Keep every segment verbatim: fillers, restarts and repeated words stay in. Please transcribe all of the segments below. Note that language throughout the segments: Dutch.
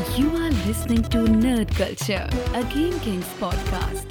You are listening to Nerd Culture, a Game Kings podcast.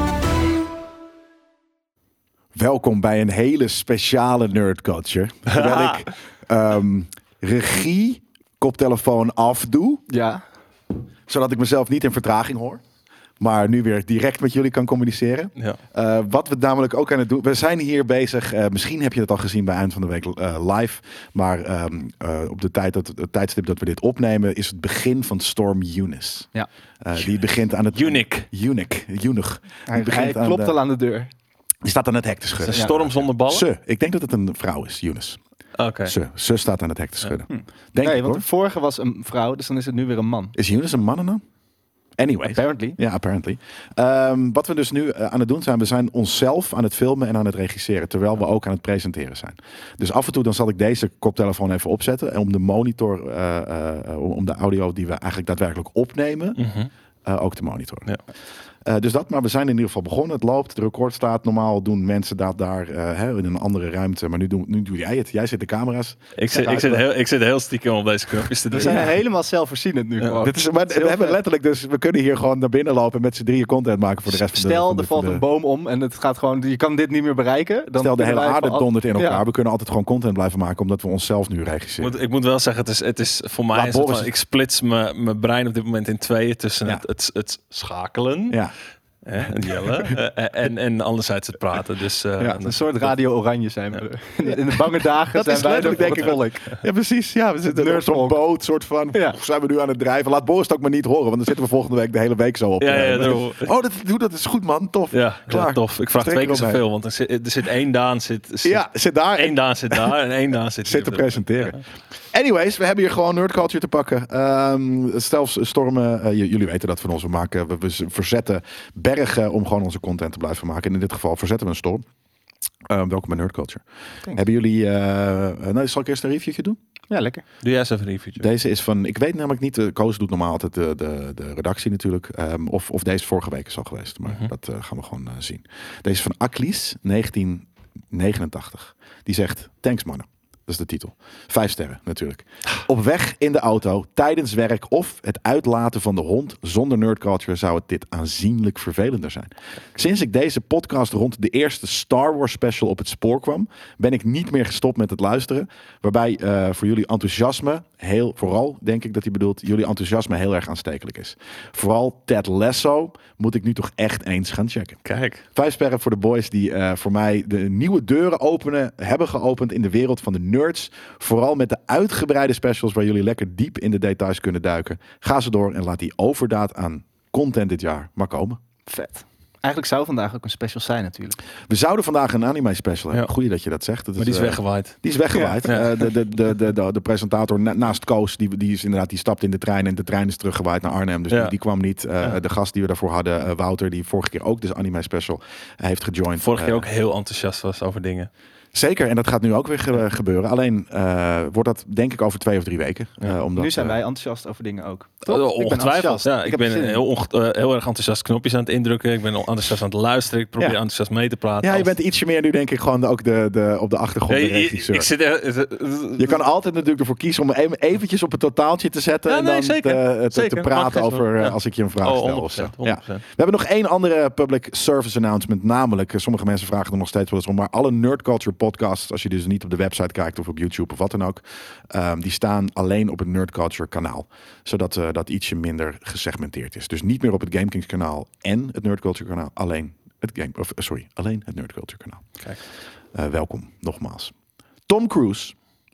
Welkom bij een hele speciale Nerd Culture. Terwijl ik um, regie, koptelefoon afdoe. Ja. Zodat ik mezelf niet in vertraging hoor. Maar nu weer direct met jullie kan communiceren. Ja. Uh, wat we namelijk ook aan het doen... We zijn hier bezig... Uh, misschien heb je het al gezien bij eind van de week uh, live. Maar um, uh, op de tijd dat, het tijdstip dat we dit opnemen... is het begin van Storm Eunice. Ja. Uh, die begint aan het... Unique. Unique. Unique. Hij, hij klopt de, al aan de deur. Die staat aan het hek te schudden. Een storm zonder ballen? Ze. Ik denk dat het een vrouw is, Eunice. Oké. Okay. Ze. Ze staat aan het hek te schudden. Ja. Hm. Denk nee, ik, want hoor. de vorige was een vrouw, dus dan is het nu weer een man. Is Eunice een man dan? Anyways. Apparently. Ja, apparently. Um, wat we dus nu uh, aan het doen zijn, we zijn onszelf aan het filmen en aan het regisseren, terwijl we ook aan het presenteren zijn. Dus af en toe dan zal ik deze koptelefoon even opzetten en om de monitor, uh, uh, om de audio die we eigenlijk daadwerkelijk opnemen, Mm-hmm. uh, ook te monitoren. Ja. Uh, dus dat, maar we zijn in ieder geval begonnen. Het loopt, de record staat. Normaal doen mensen dat daar uh, hè, in een andere ruimte. Maar nu doe, nu doe jij het. Jij zit de camera's. Ik zit, ik, zit heel, ik zit heel stiekem op deze knopjes te We doen. zijn Ja. helemaal zelfvoorzienend nu Ja. gewoon. Dit is, maar we hebben letterlijk dus, we kunnen hier gewoon naar binnen lopen en met z'n drieën content maken voor de rest van de Stel, van de, er valt van de, een boom om en het gaat gewoon, je kan dit niet meer bereiken. Dan Stel, de hele kunnen wij aarde van- dondert in elkaar. Ja. We kunnen altijd gewoon content blijven maken, omdat we onszelf nu Ik regisseren. moet, ik moet wel zeggen, het is, het is voor mij Laat een soort Boris- van, ik splits mijn mijn brein op dit moment in tweeën tussen Ja. het, het, het schakelen Ja. hè, en jellen uh, en, en anderzijds het praten. Dus, uh, Ja, Een soort radio oranje zijn we. Ja. In de bange dagen Dat zijn is wij letterlijk, denk denk ik ik volk. ja, precies. Ja, we zitten op zo'n Nerdwalk. boot, soort van. Ja. Zijn we nu aan het drijven? Laat Boris het ook maar niet horen, want dan zitten we volgende week de hele week zo op. Ja, ja, Uh, daarom. oh, dat, doe, dat is goed, man. Tof. ja, Klaar. ja, tof. Ik vraag Steek twee keer erop zoveel, want er zit, er zit één Daan zit, zit, Ja, zit daar. één Daan zit daar en één Daan zit, Zit te hier. presenteren. Ja. Anyways, we hebben hier gewoon Nerd Culture te pakken. Um, stel stormen, uh, j- jullie weten dat van ons. We, maken, we, we verzetten bergen om gewoon onze content te blijven maken. En in dit geval verzetten we een storm. Um, welkom bij Nerd Culture. Thanks. Hebben jullie... Uh, uh, nou, zal ik eerst een reviewtje doen? Ja, lekker. Doe jij eens even een reviewtje. Deze is van... Ik weet namelijk niet... Uh, Koos doet normaal altijd de, de, de redactie natuurlijk. Um, of, of deze vorige week is al geweest. Maar Mm-hmm. dat uh, gaan we gewoon uh, zien. Deze is van Aklis, negentien negenentachtig. Die zegt... Thanks mannen. Dat is de titel. Vijf sterren natuurlijk. Op weg in de auto, tijdens werk of het uitlaten van de hond zonder Nerd Culture zou het dit aanzienlijk vervelender zijn. Sinds ik deze podcast rond de eerste Star Wars special op het spoor kwam, ben ik niet meer gestopt met het luisteren. Waarbij uh, voor jullie enthousiasme, heel, vooral denk ik dat hij bedoelt, jullie enthousiasme heel erg aanstekelijk is. Vooral Ted Lasso moet ik nu toch echt eens gaan checken. Kijk. Vijf sterren voor de boys die uh, voor mij de nieuwe deuren openen, hebben geopend in de wereld van de nerds. Vooral met de uitgebreide specials waar jullie lekker diep in de details kunnen duiken. Ga ze door en laat die overdaad aan content dit jaar maar komen. Vet. Eigenlijk zou vandaag ook een special zijn natuurlijk. We zouden vandaag een anime special hebben. Ja. Goeie dat je dat zegt. Dat Maar die is uh, weggewaaid. Die is weggewaaid. Ja. Uh, de, de, de, de, de, de presentator na, naast Koos, die, die is inderdaad, die stapt in de trein en de trein is teruggewaaid naar Arnhem. Dus Ja. die, die kwam niet. Uh, Ja. De gast die we daarvoor hadden, uh, Wouter, die vorige keer ook dus anime special uh, heeft gejoined. Vorig jaar Uh, ook heel enthousiast was over dingen. Zeker, en dat gaat nu ook weer ge- gebeuren. Alleen uh, wordt dat denk ik over twee of drie weken. Uh, Ja. omdat, nu zijn uh, wij enthousiast over dingen ook. Oh, Toch? Ik ben ongetwijfeld. enthousiast. Ja, ik, heb ben er zin in. heel, onge- uh, heel erg enthousiast knopjes aan het indrukken. Ik ben enthousiast aan het luisteren. Ik probeer Ja. enthousiast mee te praten. Ja, je Als- bent ietsje meer nu denk ik gewoon ook de, de, op de achtergrond Ja, de je- je- regisseur. ik zit er, Je kan altijd natuurlijk ervoor kiezen om even, eventjes op het totaaltje te zetten. Ja, en nee, dan zeker. te, te, Zeker. te praten Mag best over wel. uh, Ja. als ik je een vraag Oh, stel. honderd Of zo. procent, honderd procent. Ja. We hebben nog één andere public service announcement. Namelijk, uh, sommige mensen vragen er nog steeds wel eens om. Maar alle Nerd Culture podcasts, als je dus niet op de website kijkt of op YouTube of wat dan ook. Um, die staan alleen op het Nerd Culture kanaal. Zodat uh, dat ietsje minder gesegmenteerd is. Dus niet meer op het Game Kings kanaal en het Nerd Culture kanaal. Alleen het Game, of, sorry, alleen het Nerd Culture kanaal. Kijk. Uh, welkom, nogmaals. Tom Cruise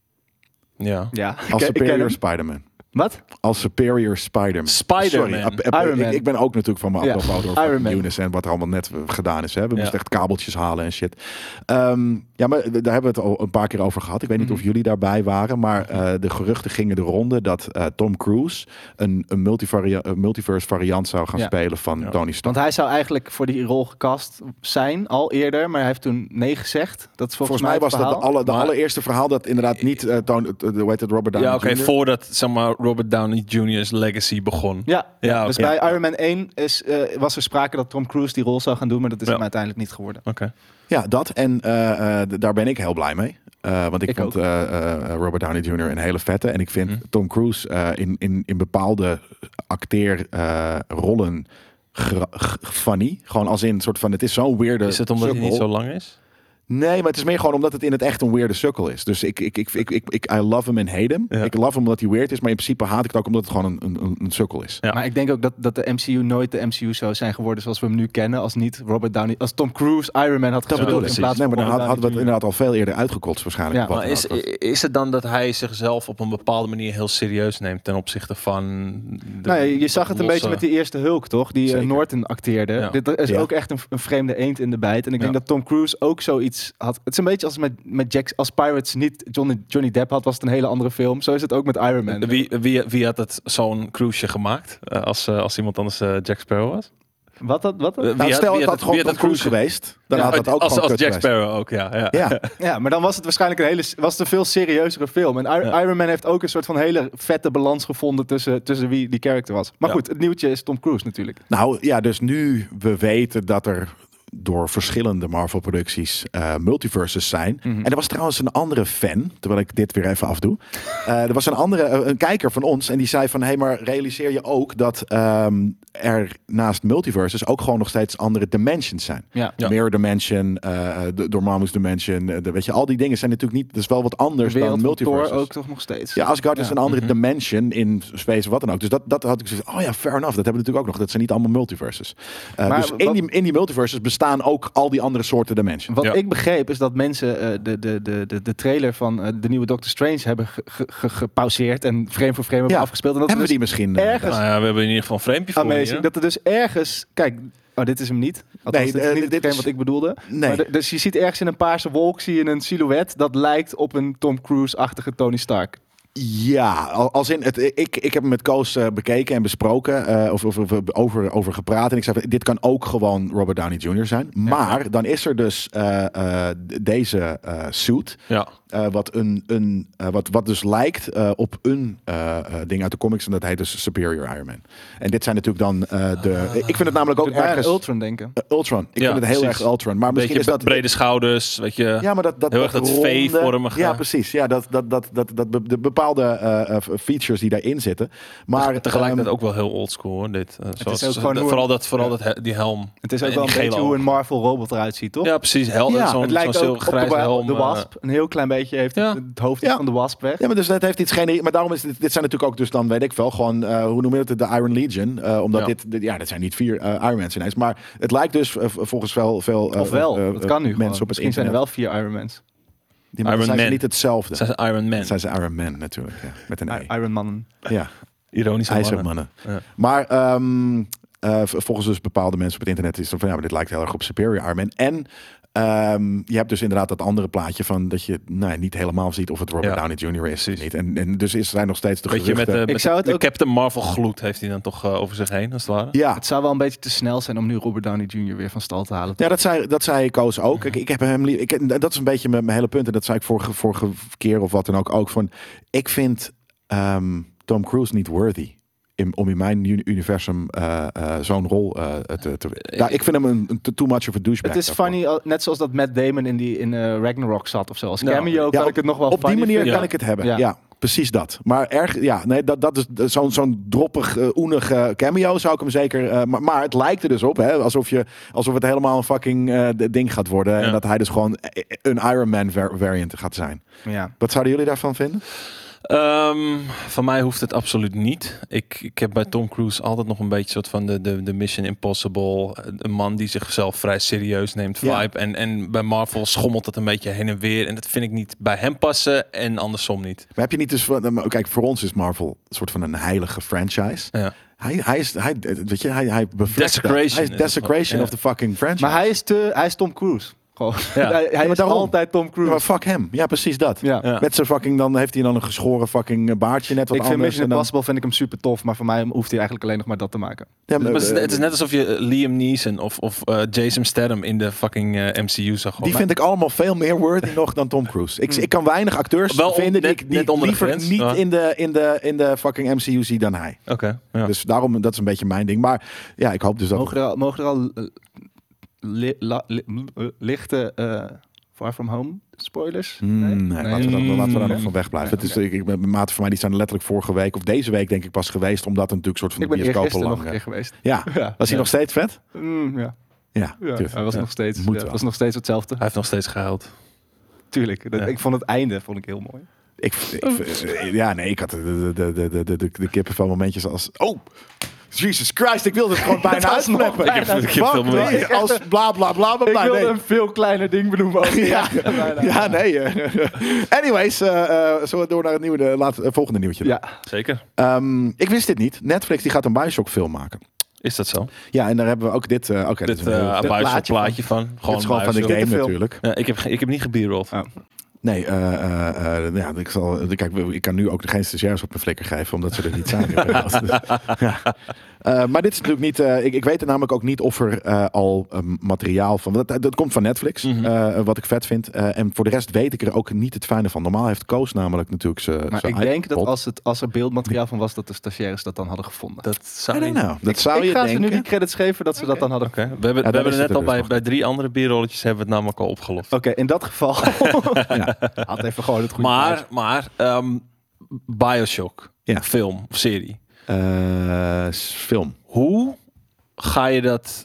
Ja. Ja, als ik, ik ken Superior hem. Spider-Man. Wat? Als Superior Spider-Man. Spider-Man. Sorry, ap- ap- Iron ik, Man. ik ben ook natuurlijk van mijn Ja, upload door Iron Man. Eunice en wat er allemaal net gedaan is. Hè. We Ja. moesten echt kabeltjes halen en shit. Um, ja, maar daar hebben we het al een paar keer over gehad. Ik weet niet Mhm. of jullie daarbij waren, maar uh, de geruchten gingen de ronde dat uh, Tom Cruise een, een, multivaria- een multiverse variant zou gaan Ja. spelen van Ja. Tony Stark. Want hij zou eigenlijk voor die rol gecast zijn, al eerder. Maar hij heeft toen nee gezegd. Dat is volgens, Volgens mij was het dat de, verhaal. alle, de Maar- allereerste verhaal dat inderdaad niet uh, Tony, uh, hoe heet het, Robert Downey Ja, oké, junior voordat zeg maar, Robert Downey junior's legacy begon. Ja, Ja, dus oké. bij Iron Man één is, uh, was er sprake dat Tom Cruise die rol zou gaan doen. Maar dat is Ja. hem uiteindelijk niet geworden. Oké. Ja, dat. En uh, uh, d- daar ben ik heel blij mee. Uh, want ik, Ik vond ook. uh, uh, Robert Downey junior een hele vette. En ik vind Hm. Tom Cruise uh, in, in, in bepaalde acteerrollen uh, funny. Gewoon als in een soort van, het is zo'n weirde Is het omdat hij sukkel. niet zo lang is? Nee, maar het is meer gewoon omdat het in het echt een weirde sukkel is. Dus ik, ik, ik, ik, ik, ik I love hem en hate hem. Ja. Ik love hem omdat hij weird is, maar in principe haat ik het ook omdat het gewoon een, een, een sukkel is. Ja. Maar ik denk ook dat, dat de M C U nooit de M C U zou zijn geworden zoals we hem nu kennen. Als niet Robert Downey, als Tom Cruise Iron Man had Dat gespeeld. bedoel in ik. plaats Nee, van maar dan had- Robert hadden we het Downey inderdaad al veel eerder uitgekotst waarschijnlijk. Ja, wat Maar dan is, ook. is het dan dat hij zichzelf op een bepaalde manier heel serieus neemt ten opzichte van... De, Nou ja, je zag het een losse- beetje met die eerste Hulk, toch? Die uh, Zeker. Norton acteerde. Ja. Dit is Ja. ook echt een, een vreemde eend in de bijt. En ik denk Ja. dat Tom Cruise ook zoiets had. Het is een beetje als met, met Jack, als Pirates niet Johnny, Johnny Depp had, was het een hele andere film. Zo is het ook met Iron Man. Wie, wie, wie had het zo'n cruiseje gemaakt? Uh, als, uh, als iemand anders uh, Jack Sparrow was? Wat dat? Wat dat? Uh, wie Nou, had- stel wie het had had gewoon wie Tom had het Cruise geweest, dan Ja, had dat ook als, gewoon als kut Jack geweest. Sparrow ook, ja. ja. Ja, Ja, maar dan was het waarschijnlijk een hele, was het een veel serieuzere film. En I- Ja. Iron Man heeft ook een soort van hele vette balans gevonden tussen, tussen wie die character was. Maar Ja. goed, het nieuwtje is Tom Cruise natuurlijk. nou ja, dus nu we weten dat er door verschillende Marvel-producties uh, multiverses zijn. Mhm. En er was trouwens een andere fan, terwijl ik dit weer even afdoe. Uh, er was een andere, uh, een kijker van ons en die zei van, hé, hey, maar realiseer je ook dat um, er naast multiverses ook gewoon nog steeds andere dimensions zijn. Ja. Ja. Mirror Dimension, uh, de Dormammu's Dimension, uh, de, weet je, al die dingen zijn natuurlijk niet, dat is wel wat De anders dan wereld van multiverses. Thor ook toch nog steeds. Ja, Asgard is Ja. een andere Mhm. dimension in space, wat dan ook. Dus dat, dat had ik gezegd, oh ja, fair enough. Dat hebben we natuurlijk ook nog. Dat zijn niet allemaal multiverses. Uh, Maar dus wat- in die, in die multiverses bestaan ook al die andere soorten dimensions. Wat Ja. ik begreep is dat mensen uh, de, de, de, de, de trailer van uh, de nieuwe Doctor Strange hebben ge- ge- ge- gepauzeerd en frame voor frame hebben Ja. afgespeeld. En dat Hebben we er die dus misschien? uh, ergens- Nou ja, we hebben in ieder geval een framepje voor amazing, hier. dat er dus ergens, kijk, oh dit is hem niet. Althans, Nee, dit is eh, niet dit hetgeen is- wat ik bedoelde. nee. Maar de- dus je ziet ergens in een paarse wolk zie je een silhouet dat lijkt op een Tom Cruise-achtige Tony Stark. Ja, al- als in het, ik, ik heb hem met Koos uh, bekeken en besproken, uh, of, of, of over, over gepraat. En ik zei, van, dit kan ook gewoon Robert Downey junior zijn. Maar dan is er dus uh, uh, d- deze uh, suit. Ja. Uh, wat, een, een, uh, wat, wat dus lijkt uh, op een uh, uh, ding uit de comics. En dat heet dus Superior Iron Man. En dit zijn natuurlijk dan uh, de... ik vind het namelijk ook Ook aan ergens... Ultron denken. Uh, Ultron. Ik Ja, vind het heel precies. erg Ultron. Maar Een misschien beetje is dat... brede schouders, weet je. Ja, maar dat, dat, Heel erg dat ronde- V-vormige. Ja, precies. Ja, dat, dat, dat, dat, dat be- de bepaalde uh, uh, features die daarin zitten. Maar Tegelijkertijd um, ook wel heel oldschool hoor, dit. Uh, zoals, ook gewoon de- hoe- vooral dat, vooral ja. dat he- die helm. Het is ook En wel een die gele beetje hoe een ogen. Marvel robot eruit ziet, toch? Ja, precies. Hel, Ja, zo'n, Het lijkt zo'n ook op de, grijze wa- helm. de uh, Wasp. Een heel klein beetje heeft Ja. het, het hoofd Ja. van de Wasp weg. ja, maar dus dat heeft iets geen. Maar daarom is dit, dit zijn natuurlijk ook dus dan weet ik wel gewoon uh, hoe noem je het de Iron Legion, uh, omdat Ja. dit, dit ja, dat zijn niet vier uh, Iron Mans ineens, maar het lijkt dus uh, volgens wel veel uh, Of wel, uh, dat kan nu mensen gewoon. op het Misschien zijn er internet. wel vier Ironmans. Die maar Iron zijn ze Man. niet hetzelfde. Zijn ze Iron Man. Dat zijn ze Iron Man natuurlijk, ja, met een E. Iron Man. Ja, Ironische IJzeren mannen. mannen. Ja. Maar um, uh, volgens dus bepaalde mensen op het internet is het van ja, maar dit lijkt heel erg op Superior Iron Man. En um, je hebt dus inderdaad dat andere plaatje van dat je nou, niet helemaal ziet of het Robert Ja. Downey junior is of Precies. niet. En, en dus is zijn nog steeds de Weet je, met, geruchten. de, met zou het de ook- Captain Marvel gloed heeft hij dan toch uh, over zich heen, als het ware. ja, Het zou wel een beetje te snel zijn om nu Robert Downey junior weer van stal te halen. Ja, dat zei, dat zei Koos ook. Ik, ik heb hem lief, ik, dat is een beetje mijn, mijn hele punt. En dat zei ik vorige, vorige keer of wat dan ook. ook van, ik vind um, Tom Cruise niet worthy. In, om in mijn uni- universum uh, uh, zo'n rol uh, te... te ja, ik vind hem een, een too much of a douchebag. Het is daarvoor. funny, al- net zoals dat Matt Damon in, die, in uh, Ragnarok zat of zo. Als Nou, cameo Ja, kan op, ik het nog wel op die funny manier vinden. kan ik het hebben. Ja, Ja. precies dat. Maar erg, ja, nee, dat, dat is zo'n zo'n droppig, uh, oenig uh, cameo zou ik hem zeker... Uh, maar, maar het lijkt er dus op, hè, alsof, je, alsof het helemaal een fucking uh, ding gaat worden. Ja. En dat hij dus gewoon een Iron Man var- variant gaat zijn. Ja. Wat zouden jullie daarvan vinden? Um, van mij hoeft het absoluut niet. Ik, ik heb bij Tom Cruise altijd nog een beetje soort van de, de, de Mission Impossible. Een man die zichzelf vrij serieus neemt vibe. Ja. En, en bij Marvel schommelt het een beetje heen en weer. En dat vind ik niet bij hem passen en andersom niet. Maar heb je niet dus... van- Kijk, voor ons is Marvel een soort van een heilige franchise. Ja. Hij, hij is... Hij, weet je, hij, hij bevlekt dat. Desecration Hij is is het desecration gewoon, ja. of the fucking franchise. Maar hij is, te, hij is Tom Cruise. Gewoon. Ja. hij hij maar is daarom. altijd Tom Ja, Cruise. maar fuck hem. Ja, precies dat. Ja. Ja. Met zijn fucking... Dan heeft hij dan een geschoren fucking baardje net wat Ik vind anders. Mission en dan- Impossible vind ik hem super tof, maar voor mij hoeft hij eigenlijk alleen nog maar dat te maken. Ja, maar, Maar het, is, eh, het is net alsof je uh, Liam Neeson of, of uh, Jason Statham in de fucking uh, M C U zag. die vind ik allemaal veel meer worthy nog dan Tom Cruise. Ik, ik kan weinig acteurs Wel on- vinden die net- ik die net onder de liever grens, niet ja. in, de, in, de, in de fucking M C U zie dan hij. Oké. ja. Dus daarom, dat is een beetje mijn ding. Maar ja, ik hoop dus dat... Mogen er al, mogen er al eh, li- la- li- uh, lichte uh, Far From Home spoilers? Mm, nee, Nee? laten, we dan, laten we daar Nee. nog van wegblijven. Nee, Het is, ik, ik, mijn maten van mij die zijn letterlijk vorige week of deze week denk ik pas geweest, omdat het natuurlijk soort van Ik de ben bioscopen eergisteren lang... nog een keer eh, geweest. Ja, Ja. was hij Ja. nog steeds vet? Mm, ja. Ja, Ja, tuurlijk. hij was Ja. nog steeds, Moet ja, wel. was nog steeds hetzelfde. Hij heeft nog steeds gehuild. Tuurlijk. Dat, Ja. Ik vond het einde vond ik heel mooi. Ik, ik, ja, nee, ik had de, de, de, de, de, de, de kippenvel momentjes als... Oh, Jesus Christ, ik wilde het gewoon bijna Dat was nog uitflippen. bijna. Ik heb, Ik heb veel fuck, momentjes. nee, als bla bla bla bla Ik bla. wilde Nee. een veel kleiner ding benoemen. Ook. Ja, bijna. ja, nee. eh. Anyways, uh, uh, zullen we door naar het nieuwe, de laat, uh, volgende nieuwtje. Ja. Zeker. Um, ik wist dit niet. Netflix die gaat een Bioshock film maken. Is dat zo? Ja, en daar hebben we ook dit... Uh, Oké, Dit dit is een heel- uh, dit plaatje, plaatje plaatje van. dit Gewoon is gewoon van de Bioshock. game film. natuurlijk. Ja, ik, heb, ge- ik heb niet gebierrold. Oh. Nee, uh, uh, uh, ja, ik, zal, kijk, ik kan nu ook geen stagiairs op mijn flikker geven, omdat ze er niet zijn. ja. Uh, maar dit is natuurlijk niet... Uh, ik, ik weet er namelijk ook niet of er uh, al um, materiaal van... Dat, dat komt van Netflix, Mm-hmm. uh, wat ik vet vind. Uh, en voor de rest weet ik er ook niet het fijne van. Normaal heeft Koos namelijk natuurlijk zijn Maar ik denk dat als, het, als er beeldmateriaal van was, dat de stagiaires dat dan hadden gevonden. Dat I zou don't niet... know. Dat zou ik je ga denken. ze nu die credits geven dat ze dat dan hadden Oké, we hebben, we dan hebben is het het net al er dus bij, nog. bij drie andere bierrolletjes hebben we het namelijk al opgelost. Oké, in dat geval Ja. had even gewoon het goede Maar, maar um, Bioshock, Ja. film of serie. Uh, film. Hoe ga je dat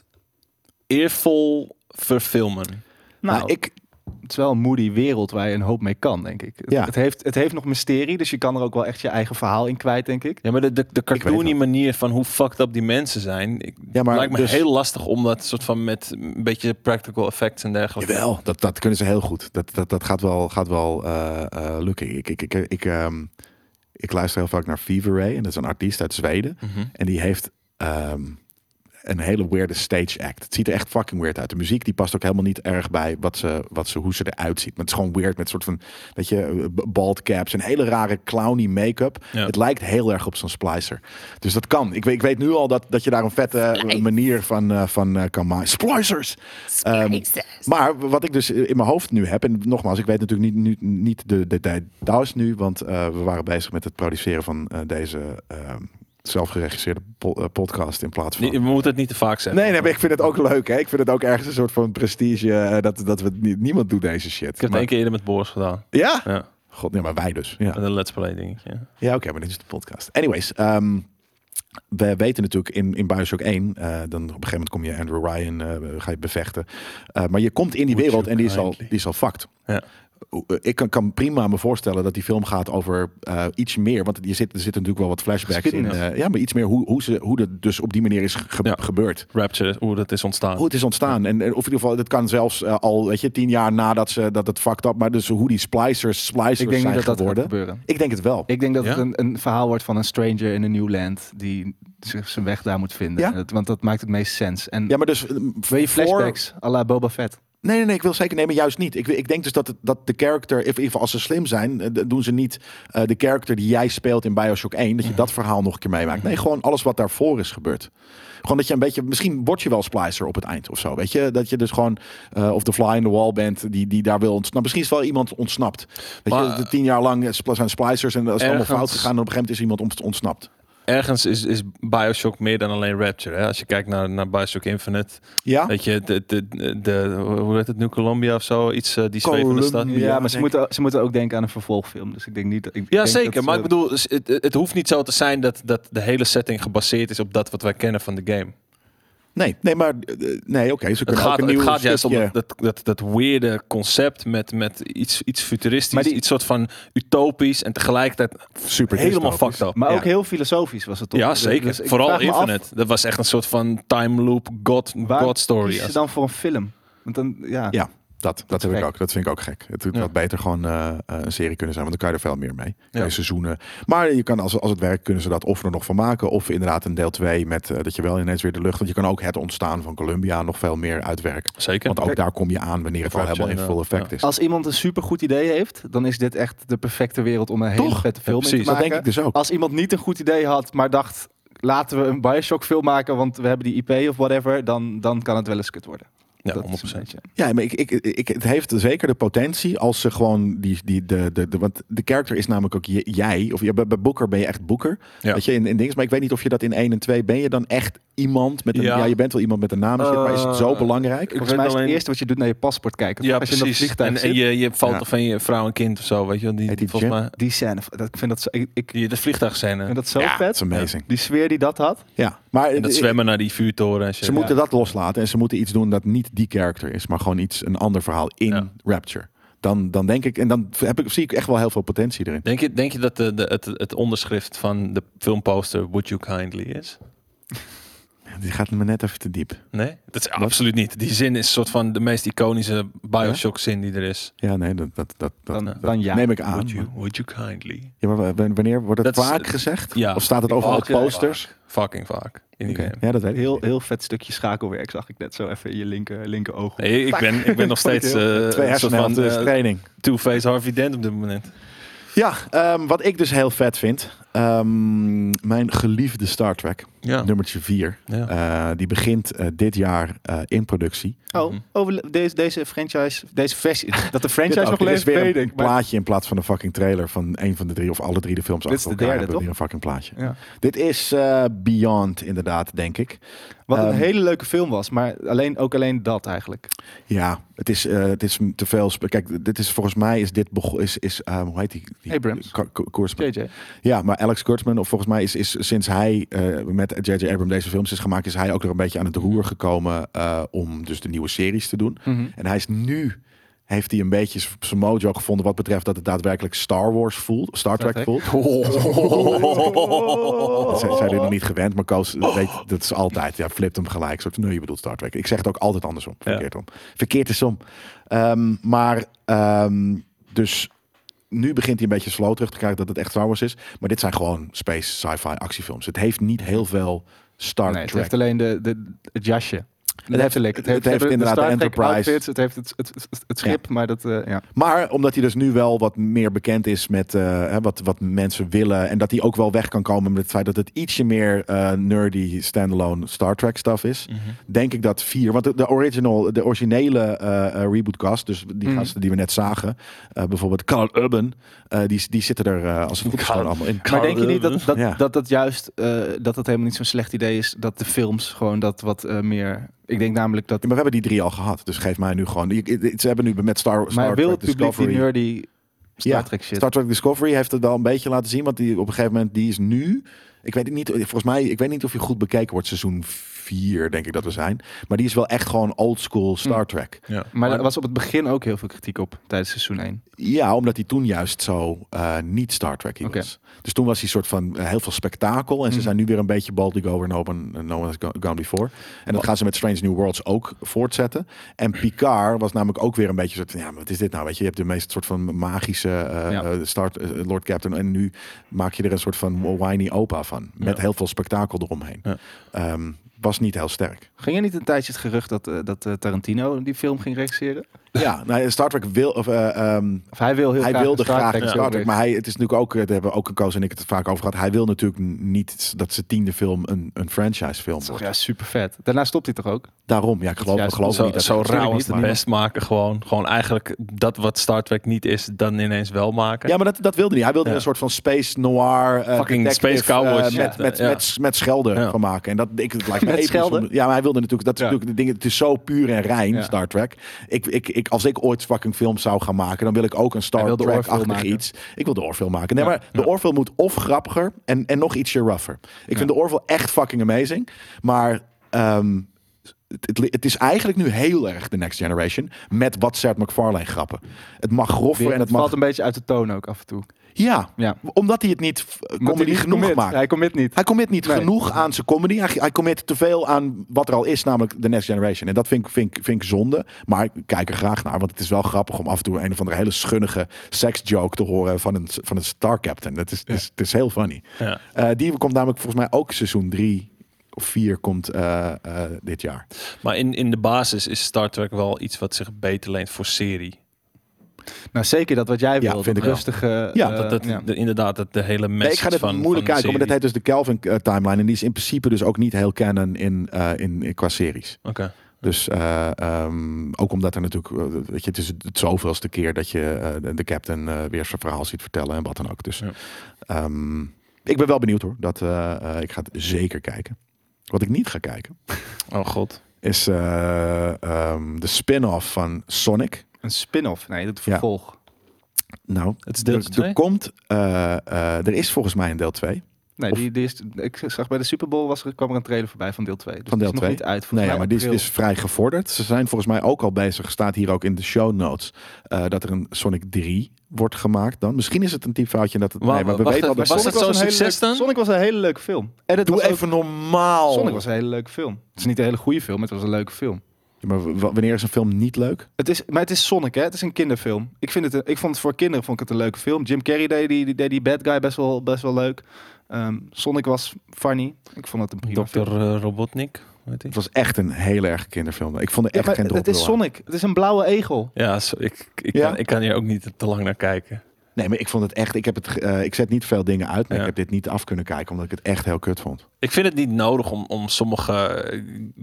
eervol verfilmen? Nou, Nou, ik, het is wel een moody wereld waar je een hoop mee kan, denk ik. Het, Ja. het, heeft, het heeft nog mysterie, dus je kan er ook wel echt je eigen verhaal in kwijt, denk ik. Ja, maar de, de, de weet cartoony het. manier van hoe fucked up die mensen zijn, ik, Ja, maar lijkt me dus- heel lastig om dat soort van met een beetje practical effects en dergelijke. Jawel, dat, dat kunnen ze heel goed. Dat, dat, dat gaat wel, gaat wel uh, uh, lukken. Ik, ik, ik, ik, um, ik luister heel vaak naar Fever Ray. En dat is een artiest uit Zweden. Mhm. En die heeft um, een hele weirde stage act. Het ziet er echt fucking weird uit. De muziek die past ook helemaal niet erg bij wat ze, wat ze, hoe ze eruit ziet. Maar het is gewoon weird met soort van, weet je, bald caps. Een hele rare clowny make-up. Ja. Het lijkt heel erg op zo'n splicer. Dus dat kan. Ik weet, ik weet nu al dat, dat je daar een vette uh, manier van, uh, van uh, kan maken. Splicers! Um, maar wat ik dus in mijn hoofd nu heb, en nogmaals, ik weet natuurlijk niet, nu, niet de details nu, want uh, we waren bezig met het produceren van uh, deze uh, zelfgeregisseerde po- uh, podcast in plaats van... Nee, we moeten het niet te vaak zeggen. Nee, nee, maar ik vind het ook leuk. Hè? Ik vind het ook ergens een soort van prestige uh, dat, dat we het niet, niemand doet deze shit. Ik heb het maar, één keer eerder met Boris gedaan. Ja? Ja, God, nee, maar wij dus. Ja, met een let's play dingetje. ja oké, okay, maar dit is de podcast. Anyways, um, we weten natuurlijk in, in Bioshock één, uh, dan op een gegeven moment kom je Andrew Ryan, uh, ga je bevechten. Uh, maar je komt in die Would wereld you en die is, al, kindly? die is al fucked. Ja. Ik kan, kan prima me voorstellen dat die film gaat over uh, iets meer, want je zit, er zitten natuurlijk wel wat flashbacks in. Geschiedenis. Uh, ja, maar iets meer hoe, hoe, ze, hoe dat dus op die manier is ge- Ja. gebeurd. Rapture, hoe dat is ontstaan. Hoe het is ontstaan. En, en of in ieder geval, het kan zelfs uh, al, weet je, tien jaar nadat ze dat het fucked up, maar dus hoe die splicers, splicers Ik denk zijn niet dat dat gaat geworden. gebeuren. Ik denk het wel. Ik denk dat Ja? het een, een verhaal wordt van een stranger in een new land die zich zijn weg daar moet vinden. Ja? Het- want dat maakt het meest sens. En Ja, maar dus uh, wil je voor- flashbacks à la Boba Fett? Nee, nee, nee, ik wil zeker nemen, juist niet. Ik, ik denk dus dat, het, dat de character, in ieder geval als ze slim zijn, uh, doen ze niet uh, de character die jij speelt in Bioshock één, dat je dat verhaal nog een keer meemaakt. Nee, gewoon alles wat daarvoor is gebeurd. Gewoon dat je een beetje, misschien word je wel splicer op het eind of zo, weet je? Dat je dus gewoon, uh, of de fly in the wall bent, die, die daar wil ontsnappen. Misschien is wel iemand ontsnapt. Weet Maar, je, de tien jaar lang zijn splicers en dat is allemaal ergens- fout gegaan en op een gegeven moment is iemand ont- ontsnapt. Ergens is, is Bioshock meer dan alleen Rapture. Hè? Als je kijkt naar, naar Bioshock Infinite. Ja? Weet je, de, de, de, de, hoe heet het nu? Columbia of zo? Iets, uh, die zwevende Columbia. stad. Ja, Ja, maar ze denk- moeten, ze moeten ook denken aan een vervolgfilm. Dus ik denk niet... Ik Ja, denk zeker. dat Maar ze- ik bedoel, dus het, het hoeft niet zo te zijn dat, dat de hele setting gebaseerd is op dat wat wij kennen van de game. Nee, nee, maar uh, nee, oké. Ze Het kunnen ook gaat, een het nieuw gaat juist om stukje- dat, dat, dat, dat weirde concept met, met iets, iets futuristisch, Maar die- iets soort van utopisch en tegelijkertijd super helemaal dystopisch. fucked up. Maar Ja. ook heel filosofisch was het toch? Ja, Dus- zeker. dus ik Vooral vraag me af, Infinite. Dat was echt een soort van time loop god, waar god story. kies je dan voor een film? Want dan, ja. Ja, dat, dat, heb gek. ik ook. Dat vind ik ook gek. Het had Ja. beter gewoon uh, een serie kunnen zijn, want dan kan je er veel meer mee. Kan Ja. je seizoenen. Maar je kan, als, als het werkt, kunnen ze dat of er nog van maken, of inderdaad een deel twee met uh, dat je wel ineens weer de lucht. Want je kan ook het ontstaan van Columbia nog veel meer uitwerken. Zeker. Want ook Kijk, daar kom je aan wanneer het al Rapture, helemaal in full effect ja. is. Als iemand een supergoed idee heeft, dan is dit echt de perfecte wereld om een hele Toch? vette film Ja, in precies. te Dat maken. denk ik dus ook. Als iemand niet een goed idee had, maar dacht, laten we een Bioshock film maken, want we hebben die I P of whatever, dan, dan kan het wel eens kut worden. Ja, Dat is honderd een procent. beetje- Ja, maar ik, ik, ik, het heeft zeker de potentie als ze gewoon die, die de, de, de, want de character is namelijk ook j- jij, of ja, bij, bij Booker ben je echt Booker, Ja. weet je, in, in dingen. Maar ik weet niet of je dat in één en twee ben je dan echt iemand met een... Ja, Ja. je bent wel iemand met een naam, en shit, maar is het zo Uh, belangrijk? Volgens weet mij is het alleen- eerste wat je doet naar je paspoort kijken. Ja, Als je in dat precies. vliegtuig En, en zit. je, je foto Ja. van je vrouw en kind of zo, weet je wel. Die, Heet die volgens Jim? mij... Die scène, dat, ik vind dat zo, ik, ik Die, de vliegtuigscène. vind dat zo Ja, vet. dat is amazing. Die sfeer die dat had. Ja, maar En dat eh, zwemmen naar die vuurtoren en shit. ze moeten dat loslaten en ze moeten iets doen dat niet die character is, maar gewoon iets, een ander verhaal in Ja. Rapture. Dan, dan denk ik, en dan heb ik, zie ik echt wel heel veel potentie erin. Denk je, denk je dat de, de, het, het onderschrift van de filmposter Would You Kindly is? Die gaat me net even te diep. Nee? Dat is absoluut niet. Die zin is een soort van de meest iconische Bioshock zin die er is. Ja, nee, dat, dat, dat, dat, Dan, dat dan ja. neem ik aan. Would you, would you kindly? Ja, maar w- wanneer wordt het Dat is- vaak gezegd? Ja. Of staat het overal op Vaak, posters? vaak. Fucking vaak. In die Oké, game. ja, dat weet ik. Heel, heel vet stukje schakelwerk zag ik net zo even in je linker, linker oog. Nee, ik, ben, ik ben nog steeds Twee uh, een soort van hersenhelften uh, training. Two-Face Harvey Dent op dit moment. Ja, ehm, wat ik dus heel vet vind. ehm, mijn geliefde Star Trek, Ja. nummertje vier. Ja. eh, die begint eh, dit jaar eh, in productie. Oh, over deze, deze franchise, deze versie, dat de franchise Dit nog ook. Dit is leeft, weer weet een ik. Maar- plaatje in plaats van een fucking trailer van een van de drie of alle drie de films Dit is achter de elkaar derde, hebben we toch? weer een fucking plaatje. Ja. Dit is eh, Beyond inderdaad, denk ik. Wat een Ehm, hele leuke film was, maar alleen, ook alleen dat eigenlijk. Ja, het is, eh, het is te veel. sp- Kijk, dit is volgens mij is dit begon is is eh, hoe heet die? die Abrams. Ko- ko- Koersman. J J. Ja, maar Alex Kurtzman, of volgens mij is, is sinds hij eh, met J J Abrams deze films is gemaakt, is hij ook er een beetje aan het roer gekomen eh, om dus de nieuwe series te doen. Mhm. En hij is nu heeft hij een beetje z- zijn mojo gevonden wat betreft dat het daadwerkelijk Star Wars voelt, Star Trek Trek. voelt. Dat zijn zijn jullie nog niet gewend, maar Koos weet dat is altijd. Ja, flipt hem gelijk. Soort, nee, je bedoelt Star Trek. Ik zeg het ook altijd andersom. Verkeerd om. Verkeerd is om. Ehm, maar ehm, dus nu begint hij een beetje slow terug te krijgen dat het echt Star Wars is. Maar dit zijn gewoon space, sci-fi actiefilms. Het heeft niet heel veel Star Nee, het Trek. heeft alleen de, de, het jasje. heeft- Letterlijk. het heeft de inderdaad de Star Trek Enterprise. outfits, het heeft het, het, het, het schip, maar dat, eh, ja. Maar omdat hij dus nu wel wat meer bekend is met eh, hè, wat, wat mensen willen. En dat hij ook wel weg kan komen met het feit dat het ietsje meer eh, nerdy standalone Star Trek stuff is. Mhm. Denk ik dat vier. Want de, de original, de originele eh, eh, reboot cast, dus die Mhm. gasten die we net zagen. eh, bijvoorbeeld Carl Urban. eh, die, die zitten er eh, als het goed is gewoon allemaal in. Maar denk je niet dat dat, Ja. dat, dat juist uh, dat het helemaal niet zo'n slecht idee is dat de films gewoon dat wat uh, meer. Ik denk namelijk dat. Ja, maar we hebben die drie al gehad. Dus geef mij nu gewoon. je- Ze hebben nu met Star, Star maar wil Trek het publiek die Discovery. nerdy Star Ja, Trek shit? Star Trek Discovery heeft het wel een beetje laten zien. Want die op een gegeven moment, die is nu. Ik weet het niet. Volgens mij, ik weet niet of je goed bekeken wordt. Seizoen vier, denk ik dat we zijn. Maar die is wel echt gewoon old school Star Trek. Ja. Maar er was op het begin ook heel veel kritiek op tijdens seizoen één. Ja, omdat hij toen juist zo eh, niet Star Trek was. Oké. Dus toen was hij soort van eh, heel veel spektakel. En ze Mm. zijn nu weer een beetje boldly go where no one, no one has go- gone before. En dat gaan ze met Strange New Worlds ook voortzetten. En Picard was namelijk ook weer een beetje soort van, ja, maar wat is dit nou? Weet je, je hebt de meest soort van magische eh, Ja. eh, start, eh, Lord Captain. En nu maak je er een soort van whiny opa van. Met Ja. heel veel spektakel eromheen. Ja. Ehm, was niet heel sterk. Ging er niet een tijdje het gerucht dat, uh, dat uh, Tarantino die film ging regisseren? Ja, nou, Star Trek wil... Of, eh, ehm, Of hij wil heel hij graag wilde een Star graag Trek een film Star Trek, maar regisseren. hij, het is natuurlijk ook, daar hebben ook een Koos en ik het vaak over gehad. Hij wil natuurlijk niet dat zijn tiende film een, een franchise film Dat is toch wordt. ja, super vet. Daarna stopt hij toch ook? Daarom, ja, ik geloof, Ja, ik geloof Zo, niet dat zo het- rauw niet, als het maar- best maken gewoon. Gewoon eigenlijk dat wat Star Trek niet is, dan ineens wel maken. Ja, maar dat, dat wilde hij. Hij wilde er Ja. een soort van space noir, eh, Fucking detective, space cowboy eh, shit. met, met, Ja. met, met schelden Ja. van maken. En dat ik het lijkt me Met episch schelden? om- Ja, maar hij wilde natuurlijk dat is Ja. natuurlijk de dingen. Het is zo puur en rein Ja. Star Trek. Ik, ik, ik, als ik ooit fucking film zou gaan maken, dan wil ik ook een Hij Star wil de Trek-achtig oorfilm maken. iets. Ik wil de oorfilm maken. Nee, Ja. maar de Ja. oorfilm moet of grappiger en, en nog ietsje rougher. Ik Ja. vind de oorfilm echt fucking amazing, maar ehm, het, het, het is eigenlijk nu heel erg de Next Generation met wat Seth MacFarlane grappen. Het mag groffer Weer, en het het mag valt een beetje uit de toon ook af en toe. ja, Ja. omdat hij het niet f- Omdat comedy hij niet genoeg commit. maakt. Hij commit niet. Hij commit niet Nee. genoeg aan zijn comedy. Hij, hij commit te veel aan wat er al is, namelijk de Next Generation. En dat vind ik, vind, ik- vind ik zonde. Maar ik kijk er graag naar, want het is wel grappig om af en toe een of andere hele schunnige seksjoke te horen van een, van een Star Captain. Dat is, het is, het is heel funny. Ja. Eh, die komt namelijk volgens mij ook seizoen drie of vier komt eh, eh, dit jaar. Maar in, in de basis is Star Trek wel iets wat zich beter leent voor serie. Nou, zeker dat wat jij Ja, wil. vind dat ik wel. rustige... Ja, eh, dat, dat, ja. de, inderdaad, dat de hele message Nee, ik ga dit van, moeilijk van de kijken, maar dat heet serie. dus de Kelvin eh, timeline. En die is in principe dus ook niet heel canon in, eh, in, in qua series. Oké. Dus eh, ehm, ook omdat er natuurlijk, eh, weet je, het is het zoveelste keer dat je eh, de, de captain eh, weer zijn verhaal ziet vertellen en wat dan ook. Dus Ja. ehm, ik ben wel benieuwd hoor. Dat, eh, eh, ik ga het zeker kijken. Wat ik niet ga kijken, Oh god. is uh, um, de spin-off van Sonic. Een spin-off. Nee, dat vervolg. Nou, Het is deel er, twee? er komt, uh, uh, er is volgens mij een deel twee. Nee, Of- die, die is, ik zag bij de Super Bowl was er, kwam er een trailer voorbij van deel twee. Dus Van deel die is twee? nog niet uit. Nee, Volgens ja, mij maar die is, die april. is vrij gevorderd. Ze zijn volgens mij ook al bezig, staat hier ook in de show notes, uh, dat er een Sonic drie wordt gemaakt dan. Misschien is het een typfoutje dat het... Wa- nee, maar we wacht weten al even, dat... was Sonic het zo'n een hele succes leuke- dan? Sonic was een hele leuke film. En het Doe was ook- even normaal. Sonic was een hele leuke film. Het is niet een hele goede film, maar het was een leuke film. Ja, maar w- wanneer is een film niet leuk? Het is, maar het is Sonic, hè? Het is een kinderfilm. Ik, vind het, een- ik vond het voor kinderen vond ik het een leuke film. Jim Carrey deed die, die, deed die bad guy best wel, best wel leuk. Ehm, Sonic was funny. Ik vond het een prima dokter film. uh, Robotnik. Weet Het ik. was echt een heel erg kinderfilm. Ik vond er Ja, echt maar geen het drop is wil aan. Sonic. Het is een blauwe egel. Ja, zo, ik, ik, Ja? Kan, ik kan hier ook niet te lang naar kijken. Nee, maar ik vond het echt... Ik, heb het, ge- uh, ik zet niet veel dingen uit, maar Ja. ik heb dit niet af kunnen kijken, omdat ik het echt heel kut vond. Ik vind het niet nodig om, om sommige eh,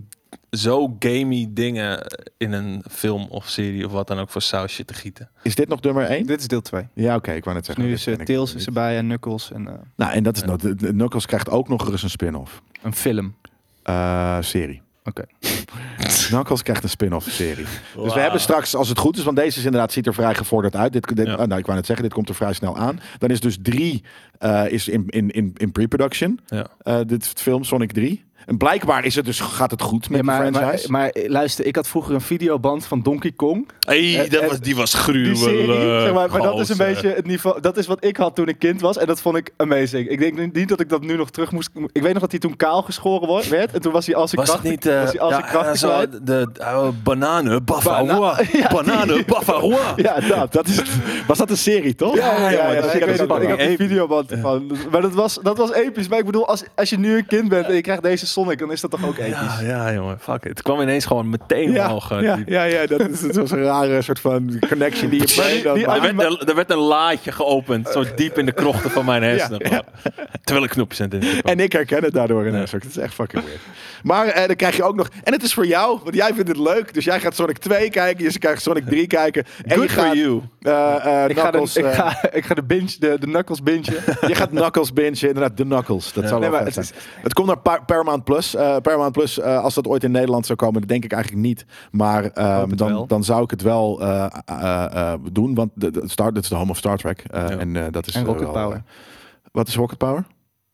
zo gamey dingen in een film of serie of wat dan ook voor sausje te gieten. Is dit nog nummer één? Dit is deel twee. Ja, oké, ik wou net zeggen. Nu dit is uh, ken ik Tails niet. is erbij en Knuckles en uh, Nou, en dat is Ja. nog... de- de Knuckles krijgt ook nog eens een spin-off. een film. Uh, serie. Oké. Knuckles krijgt een spin-off serie. Dus we hebben straks, als het goed is, want deze is inderdaad ziet er vrij gevorderd uit. Dit, dit, Ja. oh, nou, ik wou net zeggen, dit komt er vrij snel aan. Dan is dus drie uh, is in, in, in, in pre-production. Ja. Uh, dit film Sonic drie. En blijkbaar is het dus, gaat het goed met Ja, maar, de maar, franchise. maar luister, ik had vroeger een videoband van Donkey Kong. Hey, Eh, dat eh, was, die was Die gruwelijk. serie, zeg maar, maar dat is een gozer. beetje het niveau. Dat is wat ik had toen ik kind was en dat vond ik amazing. Ik denk niet dat ik dat nu nog terug moest. Ik weet nog dat hij toen kaal geschoren wordt, werd en toen was hij als zijn Was het kracht. niet uh, was hij als ja, zijn kracht zo, kwijt. de uh, bananen, Bana- bavarois. Ja, Bananen, bavarois. Ja, dat. dat is, was dat een serie, toch? Ja, ja, ja, maar ja, dat ik, ken weet het, ook ik wel. had een videoband van. Maar dat was, dat was episch. Maar ik bedoel, als, als je nu een kind bent en je krijgt deze Sonic, dan is dat toch ook episch. Ja, ja, jongen, fuck it. Het kwam ineens gewoon meteen Ja, omhoog. uh, ja, die- ja, ja, dat is dat was een rare soort van connection die je Maar die- brain die- dan Er maakt. werd, er, er werd een laadje geopend, zo diep in de krochten van mijn hersenen. Ja, ja. Terwijl ik knopjes aan het indrukken En ik herken het daardoor ineens ook. Dat is echt fucking weird. Maar eh, dan krijg je ook nog... En het is voor jou, want jij vindt het leuk. Dus jij gaat Sonic twee kijken. Je krijgt Sonic drie kijken. En Good je gaat, for you. eh, eh, Ik ga, de, Knuckles, ik, eh, ga, ik ga de binge, de, de Knuckles binge. je gaat Knuckles bingen. Inderdaad, de Knuckles. Dat Ja. zou wel Nee, maar vet het zijn. Het komt naar Pa- Paramount Plus. Eh, Paramount Plus, eh, als dat ooit in Nederland zou komen, dat denk ik eigenlijk niet. Maar ehm, hoop het dan, wel. dan zou ik het wel eh, eh, eh, doen. Want de, de Star, dit is de home of Star Trek. Eh, Ja. En eh, dat is En eh, Rocket wel, Power. eh, wat is Rocket Power?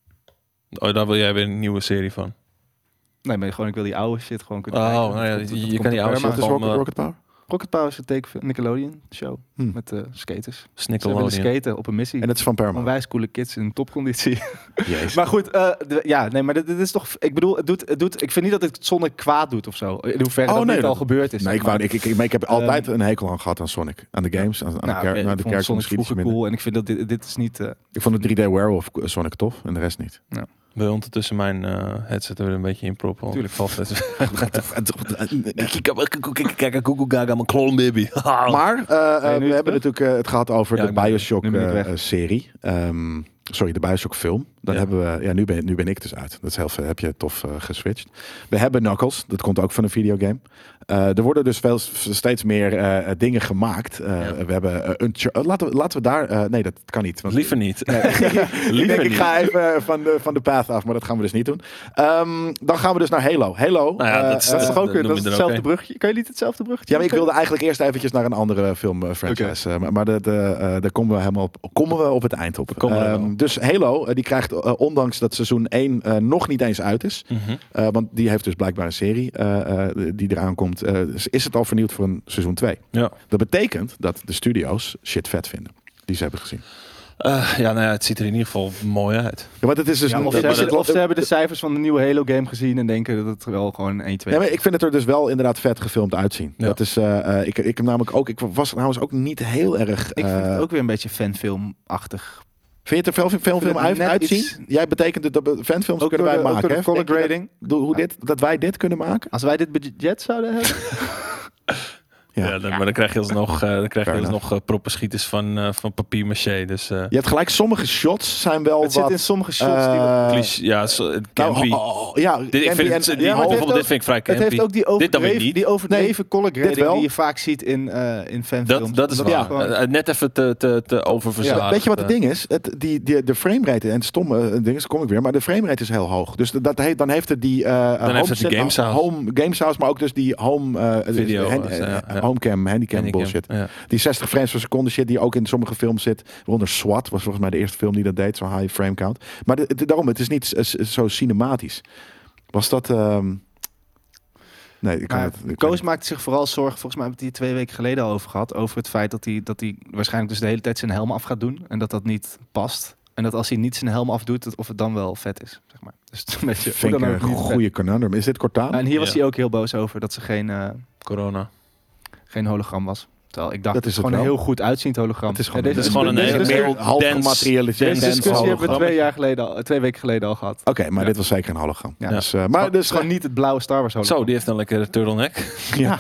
Oh, daar wil jij weer een nieuwe serie van. Nee, maar gewoon, ik wil die oude shit gewoon kunnen Oh, kijken. nou ja, Dat komt- je dat kan komt die op oude Wat Paramount. is Gewoon, Rocket, eh, Rocket Power? Rocket Power is een teken Nickelodeon show. Hm. Met uh, skaters. Ze willen Snickelodeon. skaten op een missie. En dat is van Paramount. Onwijs coole kids in topconditie. Jezus. Maar goed, eh, de- ja, nee, maar dit, dit is toch... Ik bedoel, het doet, het doet... Ik vind niet dat het Sonic kwaad doet of zo. In hoeverre Oh, dat nee, niet dat- al gebeurd is. Nee, ik, zeg wou, maar. ik, ik, maar ik heb altijd een hekel aan gehad aan Sonic. Aan de games, aan, aan Nou, de, ker- oké, naar ik de vond kerk Sonic misschien iets vroeger minder. cool. En ik vind dat dit, dit is niet... eh, Ik vond de drie D Werewolf Sonic tof en de rest niet. Wil je ondertussen mijn uh, headset er weer een beetje in proppen? Want Tuurlijk. ik val steeds... Kijk, Google Gaga, mijn clone baby. Maar uh, uh, Ben je nu we hebben terug? natuurlijk uh, het gehad over Ja, de ik ben- Bioshock nu ben ik uh, weg. uh, serie. Um, sorry, de Bioshock film. Dan Ja. hebben we, ja, nu ben, nu ben ik dus uit. Dat is heel veel, heb je tof uh, geswitcht. We hebben Knuckles, dat komt ook van een videogame. Uh, er worden dus veel, steeds meer uh, dingen gemaakt. Uh, Ja. We hebben uh, een. Uh, laten, we, laten we daar. Uh, nee, dat kan niet. Want, Liever niet. Nee, ik Liever denk, ik niet. ga even van de, van de path af, maar dat gaan we dus niet doen. Um, dan gaan we dus naar Halo. Halo. Nou ja, uh, dat is- dat is uh, toch ook noem dat je is er ook hetzelfde een. brugje? Kan je niet hetzelfde brugje? Ja, maar ik wilde eigenlijk eerst eventjes naar een andere filmfranchise. Uh, maar maar de, de, uh, daar komen we helemaal op, komen we op het eind op. komen we er Um, wel. dus Halo, uh, die krijgt, uh, ondanks dat seizoen één uh, nog niet eens uit is. Mhm. Uh, want die heeft dus blijkbaar een serie uh, uh, die eraan komt. Uh, dus is het al vernieuwd voor een seizoen twee. Ja. Dat betekent dat de studio's shit vet vinden. Die ze hebben gezien. Uh, ja, nou ja, het ziet er in ieder geval mooi uit. Ja, want het is dus Ja, een- of, dat- ze maar hebben, dat- of ze hebben de cijfers van de nieuwe Halo game gezien en denken dat het wel gewoon één, twee... Ja, maar ik vind het er dus wel inderdaad vet gefilmd uitzien. Ja. Dat is, uh, uh, ik, ik heb namelijk ook, ik was trouwens ook niet heel erg. Ik vind uh, het ook weer een beetje fanfilmachtig. Vind je het er veel film, film het uit, net uitzien? iets- Jij betekent het dat we fanfilms Ook kunnen door wij de- ook maken. door de hè? color Denk je dat- grading. Doe- hoe dit, dat wij dit kunnen maken? Als wij dit budget zouden hebben... Ja. Ja, dan, maar dan krijg je alsnog, uh, dan krijg je Fair alsnog uh, proppenschieters van, uh, van papier maché. Dus, uh, Je hebt gelijk, sommige shots zijn wel Het wat... zit in sommige shots die... eh, cliché, ja, so, het campy. nou, oh, oh, ja, dit, ik campy vind en- het, die, ja, maar het bijvoorbeeld, heeft dit vind ik vrij Het campy. heeft ook die Dit dan weer overdreven, niet. die overdreven color dit grading wel. die je vaak ziet in, uh, in fanfilms. Dat, dat is Omdat waar. het gewoon- Uh, net even te, te, te oververzadigd. Ja, weet je wat het uh, ding is? Het, die, die, de framerate, en stomme dingen, kom ik weer, maar de framerate is heel hoog. Dus dat heeft, dan heeft het die uh, heeft home, het die gamesound. home gamesound, maar ook dus die home uh, Video, hand- uh, ja, ja. homecam, handicam handicam, bullshit. ja. Die zestig frames per seconde shit die ook in sommige films zit. Waaronder SWAT was volgens mij de eerste film die dat deed, zo'n high frame count. Maar de, de- daarom, het is niet s- s- zo cinematisch. Was dat... ehm, Nee, ik kan Maar het... ik Koos weet- maakte zich vooral zorgen, volgens mij hebben we het hier twee weken geleden al over gehad, over het feit dat hij, dat hij waarschijnlijk dus de hele tijd zijn helm af gaat doen en dat dat niet past. En dat als hij niet zijn helm afdoet, dat of het dan wel vet is, zeg maar. Dus het is een beetje, Vind ik hoe dan een ook niet vet. goede conundrum. Is dit Cortana? En hier was Ja. hij ook heel boos over dat ze geen, uh, Corona. geen hologram was. Terwijl ik dacht, Dat het is is het gewoon een wel. heel goed uitziend hologram. Het is gewoon, Ja, deze het is gewoon een deze hele discussie- meer half dense- gematerialiseerd. Deze dense discussie hebben we hologram. twee jaar geleden, al, twee weken geleden al gehad. Oké, maar Ja. dit was zeker een hologram. Ja. Dus, uh, Maar maar het dus is gewoon niet het blauwe Star Wars hologram. Zo, die heeft een lekkere turtleneck. Ja.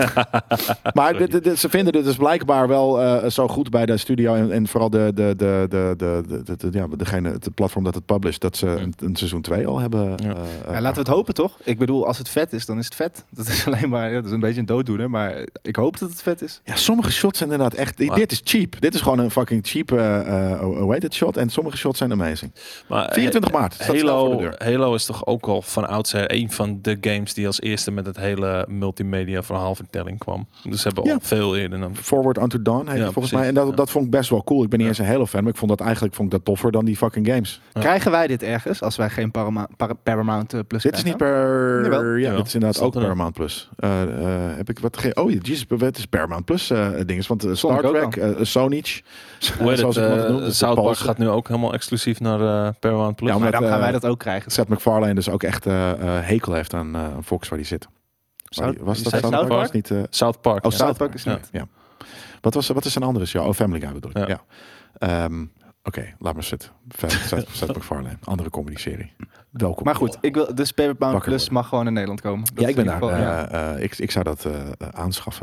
Maar dit, dit- dit- ze vinden dit dus blijkbaar wel uh, zo goed bij de studio en, en vooral de, de, de, de, de, de, de, de- ja, degene, het platform dat het published, dat ze een, een seizoen twee al hebben. Ja. uh, Ja, laten we het hopen, toch? Ik bedoel, als het vet is, dan is het vet. Dat is alleen maar, ja, dat is een beetje een dooddoener, maar ik hoop dat het vet is. Ja, sommige shots zijn inderdaad echt. Maar- Dit is cheap. Dit is gewoon een fucking cheap, uh, uh, hoe heet het shot? En sommige shots zijn amazing. Maar vierentwintig maart. staat snel voor de Halo, deur. Halo is toch ook al van oudsher een van de games die als eerste met het hele multimedia verhaalvertelling kwam. Dus ze hebben Ja. al veel eerder dan. Forward Unto Dawn heet Ja, het volgens precies. mij. En dat, Ja. dat vond ik best wel cool. Ik ben niet Ja. eens een Halo fan, maar ik vond dat eigenlijk vond ik dat toffer dan die fucking games. Ja. Krijgen wij dit ergens als wij geen Parama Par- Paramount uh, Plus Dit is niet krijgen? per... Jawel. Ja, Jawel. dit is inderdaad Stond ook er dan. Paramount Plus. Uh, uh, heb ik wat ge... Oh, jezus, het is Paramount Plus uh, dinges. Want uh, Stond Star ik ook Trek, uh, Sonich, Hoe heet zoals het? ik het eh, noem, dus de South Park Pulse. gaat nu ook helemaal exclusief naar uh, Paramount Plus. Ja, Maar omdat, dan gaan uh, wij dat ook krijgen. Seth MacFarlane dus ook echt uh, uh, hekel heeft aan uh, Fox waar die zit. South- Waar die- was je dat zei South South Park? Park? Was niet, uh, South Park. Oh, ja. South Park is Ja. niet. ja. Wat was, wat is een andere show? Oh, Family Guy bedoel ik. Ja. Ja. Um, Oké, laat maar zitten. Seth, Seth MacFarlane. Andere comedy-serie. Welkom. Maar goed, ik wil, dus Paramount Wakker Plus worden. mag gewoon in Nederland komen. Dat Ja, ik is ben in daar. ieder geval- Uh, ja, uh, ik, ik zou dat uh, uh, aanschaffen.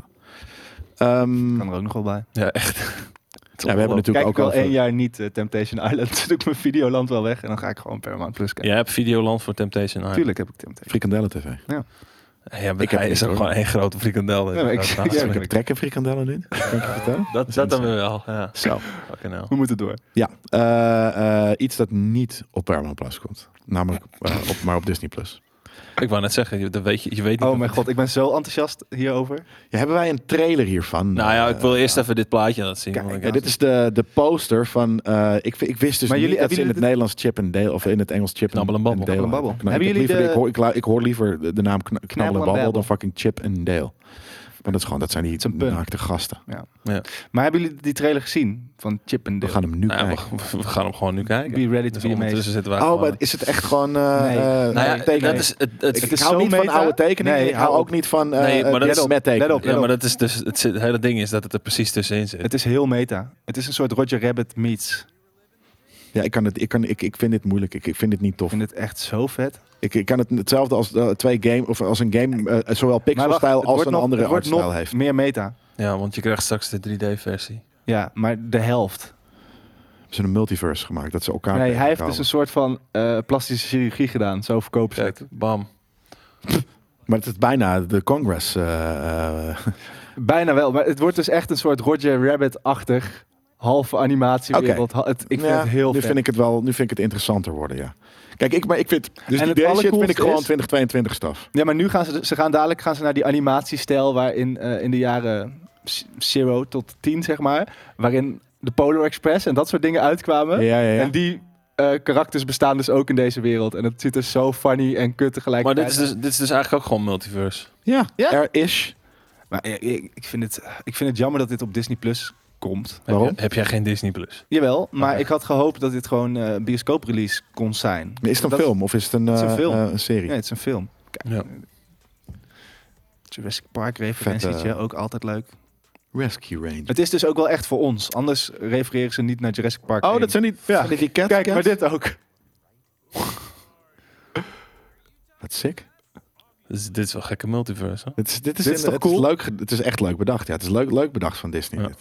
Um, kan er ook nog wel bij. Ja, echt. ja, we hebben natuurlijk Kijk ook ik al over... één jaar niet uh, Temptation Island. Dan doe ik mijn Videoland wel weg en dan ga ik gewoon Paramount Plus kijken. Jij hebt Videoland voor Temptation Island. Tuurlijk heb ik Temptation. Frikandellen T V. Ja, maar Ik heb hij is niet, ook hoor. gewoon één grote frikandel. Ja, maar ik- Dat- ja, Ik ik- heb trek in frikandellen nu. Kan ik je vertellen? dat dat dan weer wel. Ja. Zo. Fucking hell. We moeten door. Ja, uh, uh, iets dat niet op Paramount Plus komt. Namelijk uh, op, maar op Disney Plus. Ik wou net zeggen, je, dat weet je, je weet niet. Oh of- mijn god, ik ben zo enthousiast hierover. Ja, hebben wij een trailer hiervan? Nou ja, ik wil Uh, eerst even dit plaatje laten zien. Kijk, want ik- ja, dit is de, de poster van... Uh, ik, ik wist dus Maar niet jullie- dat ze in hebben het jullie Nederlands Chip and Dale... of in het Engels Chip Knabbel en and Babbel. Dale. Knabbel en Babbel. Nou, Hebben ik, jullie liever, de- ik, hoor, ik, lu- ik hoor liever de, de naam kn- Knabbel en Babbel Babbel. dan fucking Chip and Dale. Want dat, is gewoon, dat zijn die is een pun. naakte gasten. Maar hebben jullie die trailer gezien van Chip and We Dale? gaan hem nu nou ja, kijken. we, we gaan hem gewoon nu kijken. Be ready to Dus be amazed. ondertussen zitten wij Oh, gewoon- maar is het echt gewoon... Uh, Nee. uh, Nou ja, tekenen? dat is het. het Ik, Het ik is hou zo niet van meta. oude tekeningen. Nee, ik hou hou ook niet van uh, Nee, maar uh, dat is- met tekeningen. let op. ja, maar dat is dus het, het hele ding is dat het er precies tussenin zit. Het is heel meta. Het is een soort Roger Rabbit meets. Ja, ik, kan het, ik, kan, ik, ik vind dit moeilijk. Ik, ik vind dit niet Ik tof. vind het echt zo vet. Ik, ik kan het hetzelfde als uh, twee game of als een game uh, zowel Maar wacht, pixelstijl het als wordt een nog- andere het wordt artstijl nog heeft. meer meta. Ja, want je krijgt straks de drie D-versie. Ja, maar de helft. Ze hebben een multiverse gemaakt dat ze elkaar. Nee, hij heeft tegenkomen. dus een soort van uh, plastische chirurgie gedaan. Zo verkopen ze Kijk, het. bam. Maar het is bijna de Congress. Uh, uh, Bijna wel, maar het wordt dus echt een soort Roger Rabbit-achtig halve animatiewereld. Ha- Het, ik vind ja, het heel nu vet. vind ik het wel. Nu vind ik het interessanter worden. Ja. Kijk, ik, maar ik vind. Dus En die het shit vind allercoolste ik gewoon is- twintig tweeëntwintig staf. Ja, maar nu gaan ze, ze gaan dadelijk gaan ze naar die animatiestijl waarin uh, in de jaren zero tot tien, zeg maar, waarin de Polar Express en dat soort dingen uitkwamen. Ja, ja, ja. En die uh, karakters bestaan dus ook in deze wereld. En het ziet er zo funny en kut Maar tegelijkertijd. dit is, dus, dit is dus eigenlijk ook gewoon multiverse. ja, Ja? er is. Maar ik, ik, ik vind het, ik vind het jammer dat dit op Disney Plus komt. Waarom? Heb, je- heb jij geen Disney Plus? Jawel, maar Oké. ik had gehoopt dat dit gewoon uh, bioscoop-release kon zijn. Is het een Dat- film of is het een, Het is een uh, film. uh, een serie? Nee, het is een film. Kijk, Ja. Jurassic Park referentietje, Vet, uh, ook altijd leuk. Rescue Range. Het is dus ook wel echt voor ons. Anders refereren ze niet naar Jurassic Park. Oh, één. dat zijn niet. Ja. Zijn dit die cat Kijk, cats? maar dit ook. Wat sick. Dit is, dit is wel gekke multiverse. Hè? Het is, dit is, Dit is in- toch het cool? is leuk. ge- Het is echt leuk bedacht. Ja, het is leuk, leuk bedacht van Disney. Ja.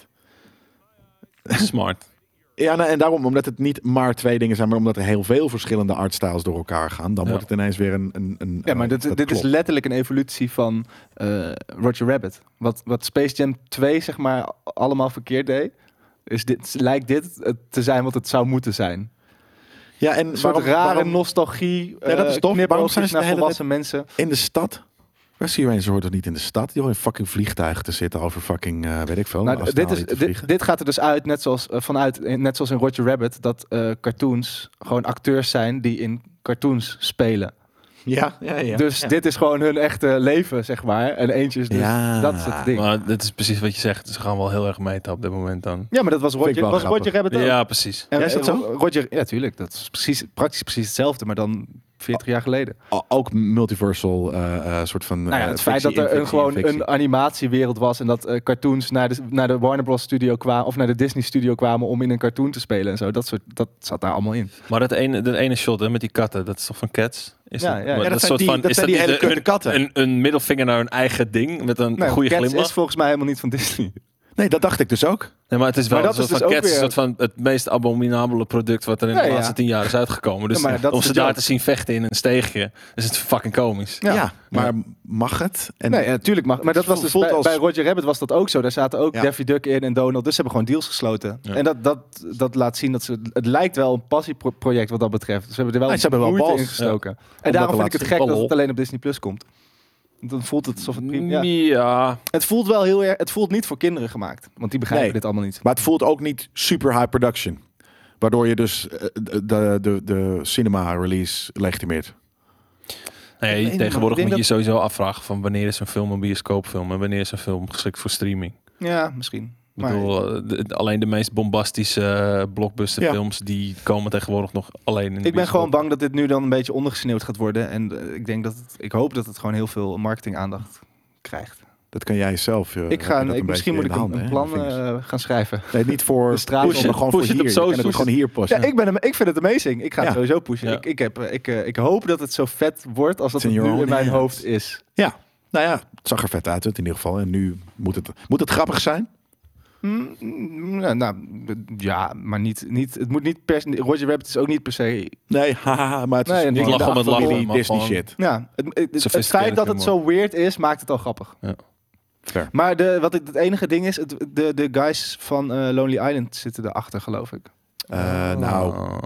Dit. Smart. Ja, nou, en daarom, omdat het niet maar twee dingen zijn, maar omdat er heel veel verschillende artstyles door elkaar gaan, dan Ja. wordt het ineens weer een. een, een Ja, maar eh, dit, dat dit is klopt. letterlijk een evolutie van eh, Roger Rabbit. Wat, wat Space Jam twee zeg maar allemaal verkeerd deed, is dit, lijkt dit het te zijn wat het zou moeten zijn. Ja, en Een soort waarom- rare waarom- nostalgie, Ja, dat is eh, tof. knipoogjes Waarom zijn ze de naar hele volwassen mensen. in de stad. Rescue Rangers hoort toch niet in de stad? Die hoort in fucking vliegtuigen te zitten over fucking, eh, weet ik veel. Nou, Australië dit, is, te dit, vliegen. dit gaat er dus uit, net zoals, eh, vanuit, eh, net zoals in Roger Rabbit, dat eh, cartoons gewoon acteurs zijn die in cartoons spelen. Ja, ja, ja. dus ja. dit is gewoon hun echte leven, zeg maar. En eentje is dus, Ja. dat is het ding. Maar dit is precies wat je zegt. Ze gaan wel heel erg meten op dit moment dan. Ja, maar dat was Vind ik Roger, wel was grappig. Roger Rabbit ook. Ja, precies. En, Ja, is dat en zo? Roger, ja, tuurlijk. Dat is precies, praktisch precies hetzelfde, maar dan veertig jaar geleden. O- Ook multiversal eh, eh, soort van. Nou ja, eh, het feit dat fictie er in een, fictie in gewoon fictie. een animatiewereld was en dat eh, cartoons naar de, naar de Warner Bros. Studio kwamen of naar de Disney Studio kwamen om in een cartoon te spelen en zo. Dat, soort, dat zat daar allemaal in. Maar dat ene, dat ene shot hè, met die katten, dat is toch van Cats? Is Ja, dat, ja. Ja, maar dat is zijn soort die- dat is zijn die niet hele de- kutte een, katten. Een, een middelvinger naar hun eigen ding met een Nee, goede Cats glimlach. is volgens mij helemaal niet van Disney. Nee, dat dacht ik dus ook. Nee, maar het is wel Maar een dat soort is van dus ook Cats, een weer- soort van het meest abominabele product wat er in Ja, de ja. laatste tien jaar is uitgekomen. Dus Ja, maar dat om is ze de daar joke. te zien vechten in een steegje, is het fucking komisch. Ja, Ja. maar mag het? En Nee, natuurlijk mag. Maar dat was dus voelt bij, als- bij Roger Rabbit was dat ook zo. Daar zaten ook Ja. Daffy Duck in en Donald. Dus ze hebben gewoon deals gesloten. Ja. En dat, dat, dat laat zien dat ze... Het lijkt wel een passieproject wat dat betreft. Ze hebben er wel Nee, ze hebben wel moeite balls. in gestoken. En te daarom vind ik laten het zien. gek dat Ballen het alleen op Disney Plus komt. Dan voelt het alsof het prima... Ja. Ja. Het voelt wel heel erg... Het voelt niet voor kinderen gemaakt. Want die begrijpen Nee. dit allemaal niet. Maar het voelt ook niet super high production. Waardoor je dus eh, de, de, de cinema release legitimeert. Nee, Ik weet tegenwoordig niet, moet ik je denk sowieso afvragen van wanneer is een film een bioscoopfilm en wanneer is een film geschikt voor streaming. Ja, misschien. Ik Maar bedoel, eh, de- de- alleen de meest bombastische eh, blockbusterfilms die komen tegenwoordig nog alleen in de ik ben bioscoop. gewoon bang dat dit nu dan een beetje ondergesneeuwd gaat worden. En eh, ik denk dat het, ik hoop dat het gewoon heel veel marketingaandacht krijgt. Dat kan jij zelf. eh, Ik heb ga, je dat ik, een misschien moet beetje ik in de een, handen, een hè, in plan de vingers. eh, gaan schrijven. Nee, niet voor de straat pushen, op. maar gewoon Push voor it hier. op Je kan het socials. gewoon hier posten. Ja, ik, ben hem, ik vind het amazing. Ik ga het Ja. sowieso pushen. Ja. Ik, ik, heb, ik, eh, ik hoop dat het zo vet wordt als dat It's het in nu your in mijn own hands. hoofd is. Ja, nou ja, het zag er vet uit in ieder geval. En nu moet het, moet het grappig zijn. Mm, mm, nou, nou, ja, maar niet, niet, het moet niet per se... Roger Rabbit is ook niet per se... Nee, haha, maar het is Nee, en niet ik lach de om het lachen, familie maar Disney gewoon- shit. Ja, het, het, het, het Sophisticated feit dat het zo weird is, maakt het al grappig. Fair. Maar de, wat het, het enige ding is, het, de, de guys van eh, Lonely Island zitten erachter, geloof ik. Eh, nou, Oh.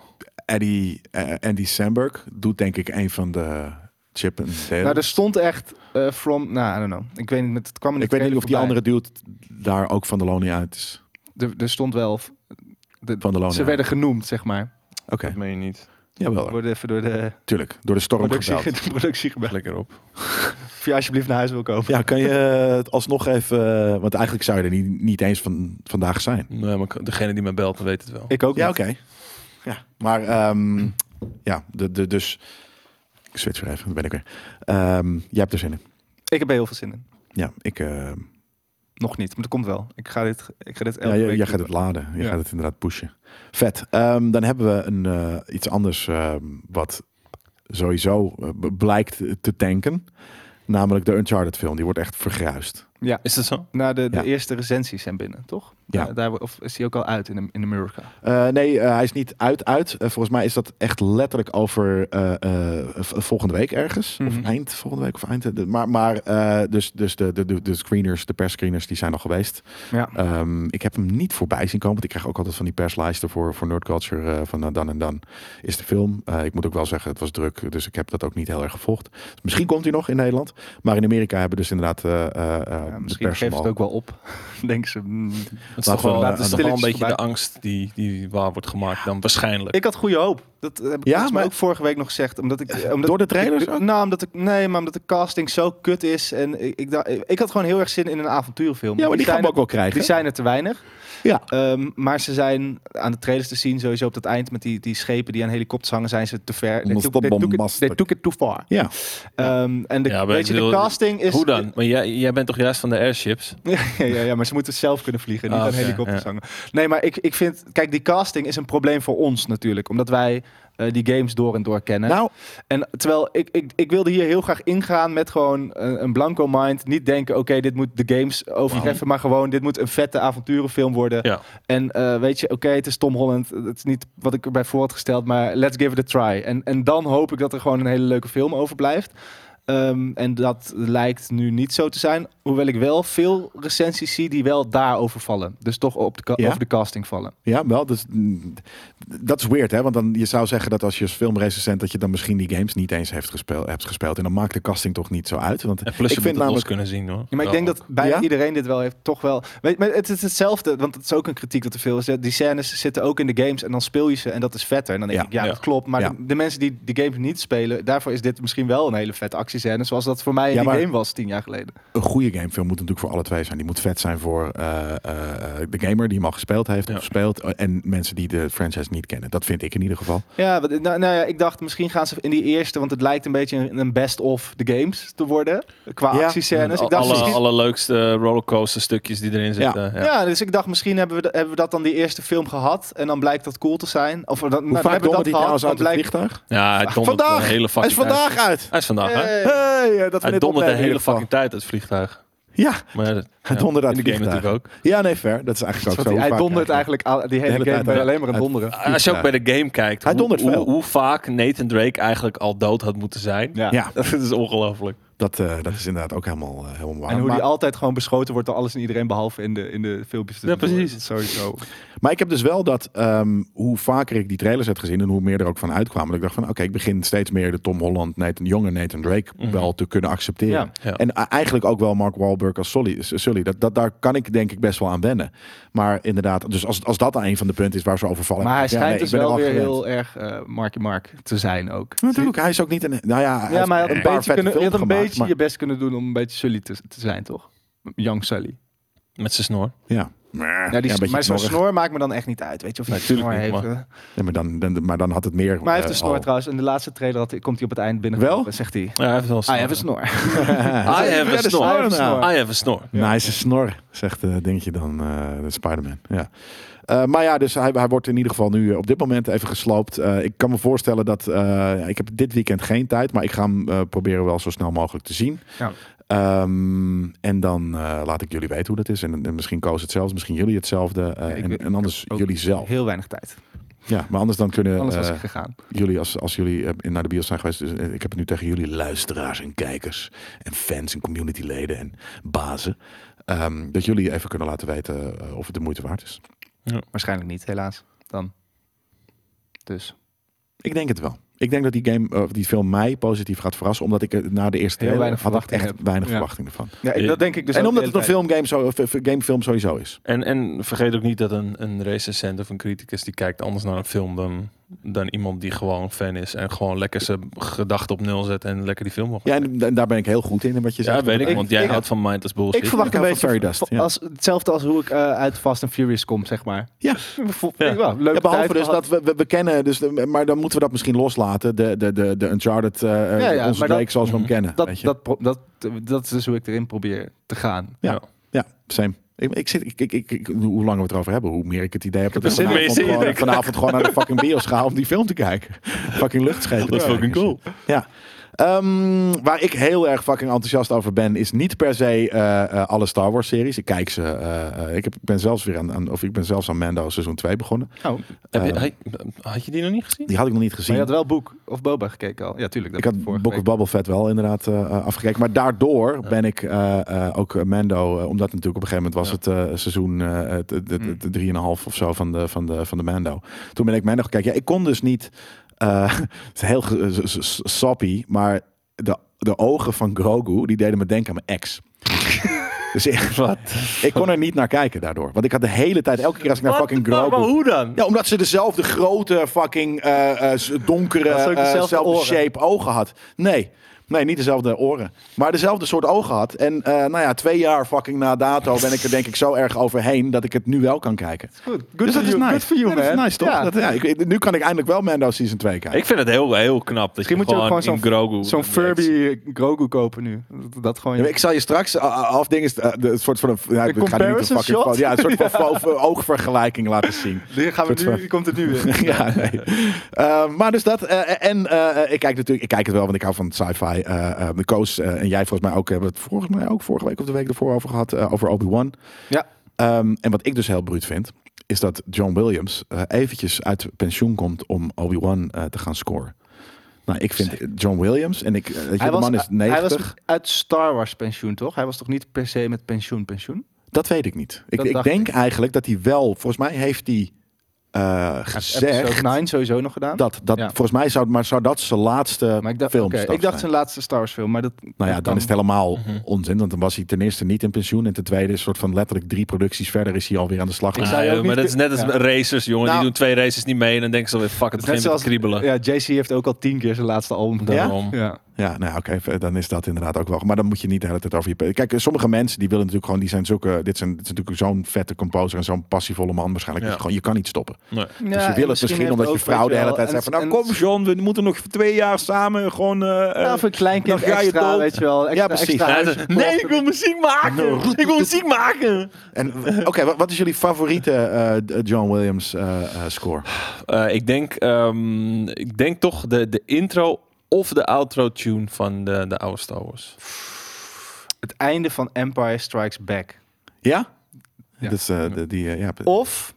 Eddie, eh, Andy Samberg doet denk ik een van de Chip en Dale. Nou, er stond echt eh, from... Nou, I don't know. Ik weet niet, het kwam in de ik weet niet of die trailer andere dude daar ook van de Lonely uit is. voorbij. Er, er stond wel... De, Van de Lonely ze Island. werden genoemd, zeg maar. Oké, Dat meen je niet. jawel. hoor. Worden even door de Tuurlijk, door de storm productie, gebeld. de productie gebeld. Lekker op. Of je alsjeblieft naar huis wil komen. Ja, kan je het alsnog even... Want eigenlijk zou je er niet, niet eens van, vandaag zijn. Nee, maar degene die me belt, weet het wel. Ik ook Ja, niet. oké. Ja, maar ehm, ja, de, de, dus... Ik switch weer even, dan ben ik weer. Ehm, jij hebt er zin in. Ik heb er heel veel zin in. Ja, ik... eh, Nog niet, maar dat komt wel. Ik ga dit, ik ga dit ja, elke jij, week jij doen. gaat het laden. Je Ja. gaat het inderdaad pushen. Vet. Ehm, dan hebben we een, eh, iets anders ehm, wat sowieso eh, b- blijkt te tanken. Namelijk de Uncharted film. Die wordt echt vergruist. Ja, Is dat zo? nou, de, de Ja. eerste recensies zijn binnen, toch? Ja. Daar, daar, of is die ook al uit in, in Amerika? Eh, nee, eh, hij is niet uit uit. Eh, volgens mij is dat echt letterlijk over eh, eh, v- volgende week ergens. Mhm. Of eind volgende week of eind. de- Maar, maar eh, dus, dus de, de, de, de screeners, de persscreeners, die zijn al geweest. Ja. Ehm, ik heb hem niet voorbij zien komen. Want ik krijg ook altijd van die perslijsten voor, voor Nerd Culture. eh, van nou, dan en dan is de film. Eh, ik moet ook wel zeggen, het was druk. Dus ik heb dat ook niet heel erg gevolgd. Dus misschien komt hij nog in Nederland. Maar in Amerika hebben dus inderdaad eh, eh, Ja, de misschien pers geeft hem het al. ook wel op. Denken ze. mm. Het is Laten toch we wel, laten het is we toch wel een stilletjes beetje de voorbij. angst die, die waar wordt gemaakt dan waarschijnlijk. Ik had goede hoop. Dat heb ik Ja, volgens mij maar- ook vorige week nog gezegd. Omdat ik, omdat Door de trailers ik, ook? Nou, omdat ik, nee, maar omdat de casting zo kut is. En ik, ik, dacht- ik had gewoon heel erg zin in een avontuurfilm. Ja, maar die gaan zijn we ook wel er, krijgen. Die zijn er te weinig. Ja. Ehm, maar ze zijn aan de trailers te zien, sowieso op dat eind met die, die schepen die aan helikopters hangen, zijn ze te ver. They took, they took it, bombastic. they took it too far. Ja. Ehm, en de, Ja, maar weet je, ik de bedoel, casting is... Hoe dan? Maar jij, jij bent toch juist van de airships? ja, ja, ja, maar ze moeten zelf kunnen vliegen, niet Ah, aan oké, helikopters ja. hangen. Nee, maar ik, ik vind... Kijk, die casting is een probleem voor ons natuurlijk. Omdat wij uh, die games door en door kennen. Nou, En terwijl ik, ik, ik wilde hier heel graag ingaan met gewoon een, een blanco mind. Niet denken, oké, okay, dit moet de games overtreffen, wow. maar gewoon, dit moet een vette avonturenfilm worden. Ja. En uh, weet je, oké, okay, het is Tom Holland. Het is niet wat ik erbij voor had gesteld, maar let's give it a try. En, en dan hoop ik dat er gewoon een hele leuke film overblijft. Um, en dat lijkt nu niet zo te zijn. Hoewel ik wel veel recensies zie die wel daarover vallen. Dus toch op de, ja? over de casting vallen. Ja, wel. Dus, dat is weird, hè? Want dan, je zou zeggen dat als je als filmrecensent dat je dan misschien die games niet eens heeft gespeeld, hebt gespeeld. En dan maakt de casting toch niet zo uit. Want en plus ik je vind moet het namelijk los kunnen zien, hoor. Ja, maar ik denk dat bijna Ja? iedereen dit wel heeft. Toch wel. Weet, maar het is hetzelfde, want het is ook een kritiek dat er veel is. Die scènes zitten ook in de games en dan speel je ze en dat is vetter. En dan denk Ja. ik, ja, Ja. dat klopt. Maar Ja. de, de mensen die de games niet spelen, daarvoor is dit misschien wel een hele vette actiescène. Zoals dat voor mij in Ja, die maar- game was tien jaar geleden. een goede gamefilm moet natuurlijk voor alle twee zijn. Die moet vet zijn voor uh, uh, de gamer die hem al gespeeld heeft Ja. of speelt. En mensen die de franchise niet kennen. Dat vind ik in ieder geval. Ja, wat- nou, nou ja, ik dacht misschien gaan ze in die eerste, want het lijkt een beetje een, een best-of the games te worden. Qua Ja. actiescènes. Al- Ik dacht alle misschien- allerleukste rollercoaster stukjes die erin zitten. Ja. Ja, dus ik dacht misschien hebben we, de- hebben we dat dan die eerste film gehad en dan blijkt dat cool te zijn. Of dan, nou, Hoe dan vaak hebben we dondert dat hij gehad, trouwens dan uit het blijkt... vliegtuig? Ja, hij dondert Vandaag! de hele Hij is fucking vandaag tijd. uit! Hij is vandaag, hè? Hey. Hey, dat we Hij dit dondert de opnemen in hele ieder geval. fucking tijd uit het vliegtuig. Ja, Maar ja, hij dondert uit in het de game vliegtuig. natuurlijk ook. Ja, nee, fair. Dat is eigenlijk ook Want zo. hij Hoe vaak dondert krijg je- eigenlijk al, die hele, hele game tijd, bij ja. alleen maar een Uit- donderen. Als je ook bij de game kijkt, Hij hoe, dondert hoe, veel. hoe vaak Nathan Drake eigenlijk al dood had moeten zijn. Ja. Ja, Dat is ongelooflijk. dat, uh, dat is inderdaad ook helemaal, uh, helemaal waar. En hoe maar, die altijd gewoon beschoten wordt door alles en iedereen, behalve in de, in de filmpjes. Ja, precies. Dat is Sowieso. maar ik heb dus wel dat, um, hoe vaker ik die trailers heb gezien en hoe meer er ook van uitkwamen, dat ik dacht van, oké, okay, ik begin steeds meer de Tom Holland, Nathan, jonge Nathan Drake Mhm. wel te kunnen accepteren. Ja. Ja. En uh, eigenlijk ook wel Mark Wahlberg als Sully. Sully. Dat, dat, daar kan ik denk ik best wel aan wennen. Maar inderdaad, dus als, als dat een van de punten is waar ze over vallen. Maar hij ja, schijnt nee, dus ik ben er wel al weer gewend. heel erg uh, Marky Mark te zijn ook. Ja, natuurlijk, hij is ook niet een. Nou ja, hij Ja, heeft maar hij had een paar beetje, vette kunnen, je had films een gemaakt, beetje maar- je best kunnen doen om een beetje Sully te, te zijn, toch? Young Sully. Met zijn snor. Ja. Ja, die, Ja, een beetje maar zo'n knorrig. snor maakt me dan echt niet uit. Weet je of hij Nee, een snor tuurlijk heeft. niet, uh. maar- Ja, maar, dan, dan, maar dan had het meer. Maar hij heeft een eh, snor al- trouwens. In de laatste trailer had, komt hij op het eind binnen. Wel? En zegt hij... Ja, hij heeft wel een I snor. have a snor. I have a snor. I have a snor. I have a snor. Nice snor, zegt uh, dingetje dan, uh, de Spider-Man. Ja. Uh, maar ja, dus hij, hij wordt in ieder geval nu uh, op dit moment even gesloopt. Uh, ik kan me voorstellen dat... Uh, ja, ik heb dit weekend geen tijd, maar ik ga hem uh, proberen wel zo snel mogelijk te zien. Ja. Um, en dan uh, laat ik jullie weten hoe dat is. En, en misschien Koos hetzelfde, misschien jullie hetzelfde. Uh, Ja, ik en, weet- en anders ook jullie zelf. Heel weinig tijd. Ja, maar anders dan kunnen Anders was uh, ik gegaan. jullie, als, als jullie uh, naar de bios zijn geweest... Dus, uh, ik heb het nu tegen jullie luisteraars en kijkers... en fans en communityleden en bazen... Um, dat jullie even kunnen laten weten uh, of het de moeite waard is. Waarschijnlijk niet, helaas. Dan. Dus. Ik denk het wel. Ik denk dat die game, uh, die film mij positief gaat verrassen, omdat ik uh, na de eerste Heel trailer weinig had ik verwachting echt heb. weinig Ja. verwachting ervan. Ja, ik, dat denk ik dus en ook omdat de het een hele filmgame zo, of, of, gamefilm sowieso is. En, en vergeet ook niet dat een, een recensent of een criticus die kijkt anders naar een film dan, dan iemand die gewoon fan is en gewoon lekker zijn gedachten op nul zet en lekker die film mag. Ja, en, en daar ben ik heel goed in, in wat je Ja, zegt. weet ik, Ik- want jij ik- houdt van Mindless Bullshit. Ik verwacht Ik een hou van beetje Fairy Dust, ja. als, hetzelfde als hoe ik uh, uit Fast and Furious kom, zeg maar. Ja. Ja. Ja. Ja, leuke Ja, behalve tijd dus gehad. dat we, we, we kennen, dus, de- maar dan moeten we dat misschien loslaten. De, de, de, de Uncharted, uh, Ja, ja, onze maar Drake dat- zoals we hem Mhm. kennen. Dat, weet je? dat, pro- dat, dat is dus hoe ik erin probeer te gaan. Ja. Ja, same. Ik, ik zit, ik, ik, ik, ik- hoe langer we het erover hebben, hoe meer ik het idee heb dat ik er zin in. vanavond, Meer zin in. gewoon, vanavond gewoon naar de fucking bios ga om die film te kijken. Fucking luchtschepen. Dat is te fucking kijken. cool. Ja. Um, waar ik heel erg fucking enthousiast over ben, is niet per se uh, uh, alle Star Wars series. Ik kijk ze. Uh, uh, ik, heb, ik ben zelfs weer aan, aan, of ik ben zelfs aan Mando seizoen twee begonnen. Oh, Heb je, Ehm, had, had je die nog niet gezien? Die had ik nog niet maar gezien. je had wel Boek of Boba gekeken al. Ja, tuurlijk. Dat Ik had vorige Book of week. Boba Fett wel inderdaad uh, uh, afgekeken. Maar daardoor ben ik uh, uh, ook uh, Mando, uh, omdat natuurlijk op een gegeven moment was Ja. het uh, seizoen uh, de, de, de, Mm. de drieënhalf of zo van de, van, de, van de Mando. Toen ben ik Mando gekeken. Ja, ik kon dus niet, uh, het is heel ge- s- s- s- sappy, maar de, de ogen van Grogu, die deden me denken aan mijn ex. Dus ik, Wat? ik kon er niet naar kijken daardoor. Want ik had de hele tijd, elke keer als ik naar fucking Maar, maar Grogu... hoe dan? Ja, omdat ze dezelfde grote fucking uh, uh, donkere, Dat is ook uh, dezelfde zelfde oren. shape ogen had. Nee. Nee, niet dezelfde oren. Maar dezelfde soort ogen had. En uh, nou ja, twee jaar fucking na dato ben ik er denk ik zo erg overheen dat ik het nu wel kan kijken. Goed. Good Dus for dat is you. nice. Good for you, Ja, dat is man. nice, toch? Ja. Dat, ja, ik, nu kan ik eindelijk wel Mando Season twee kijken. Ik vind het heel, heel knap dat Misschien je moet je ook gewoon gewoon in Grogu... Zo'n Furby Grogu kopen nu. Dat, dat gewoon... Ja, maar ik zal je straks, uh, half ding is, uh, de, een soort van een, ja, ik ga niet een comparison fucking shot? foto- ja, een soort van vo- vo- oogvergelijking laten zien. Die gaan we Soort nu, van- die komt het nu in. ja, nee. Uh, maar dus dat. Uh, en uh, ik kijk natuurlijk, ik kijk het wel, want ik hou van sci-fi. Uh, uh, Koos uh, en jij volgens mij ook hebben het volgens mij ook vorige week of de week ervoor over gehad, uh, over Obi-Wan. Ja. Um, en wat ik dus heel bruut vind, is dat John Williams uh, eventjes uit pensioen komt om Obi-Wan uh, te gaan scoren. Nou, ik vind John Williams, en ik, uh, weet je, de man is negentig. Hij was uit Star Wars pensioen, toch? Hij was toch niet per se met pensioen pensioen? Dat weet ik niet. Ik, Dat ik dacht denk ik. eigenlijk dat hij wel, volgens mij heeft hij uh, gezegd Episode negen sowieso nog gedaan. dat, dat Ja. volgens mij zou, maar zou dat zijn laatste Maar ik dacht, film oké, stap ik dacht zijn. zijn laatste Star Wars film, maar dat. Nou ja, dat dan kan- is het helemaal Mhm. onzin. Want dan was hij ten eerste niet in pensioen. En ten tweede, een soort van letterlijk drie producties verder is hij alweer aan de slag. Ik Ah, zou je joh, ook maar niet dat is net als ja. racers, jongen. Nou- die doen twee races niet mee en dan denken ze alweer, fuck, het Net begint met zoals te kriebelen. Ja, J C heeft ook al tien keer zijn laatste album gedaan. Daarom. Ja. Ja, nou ja, oké, dan is dat inderdaad ook wel. Maar dan moet je niet de hele tijd over je... Kijk, sommige mensen die willen natuurlijk gewoon... Die zijn zulke... Dit, zijn, dit is natuurlijk zo'n vette composer en zo'n passievolle man waarschijnlijk. Ja. Dus gewoon, je kan niet stoppen. Nee. Dus je wil het misschien omdat je vrouw de hele tijd zegt van... Nou kom John, we moeten nog twee jaar samen gewoon... Uh, Ja, of een klein kind dan ga je extra, dood. weet je wel. Extra, Ja, precies. extra Ja, huis ze- gekocht. nee, ik wil muziek maken! Ik wil muziek maken! En oké, wat, wat is jullie favoriete uh, John Williams uh, uh, score? Uh, ik, denk, um, ik denk toch de, de intro of de outro tune van de, de oude Star Wars. Het einde van Empire Strikes Back. Ja? Ja. Dus, uh, de, die, uh, ja, Of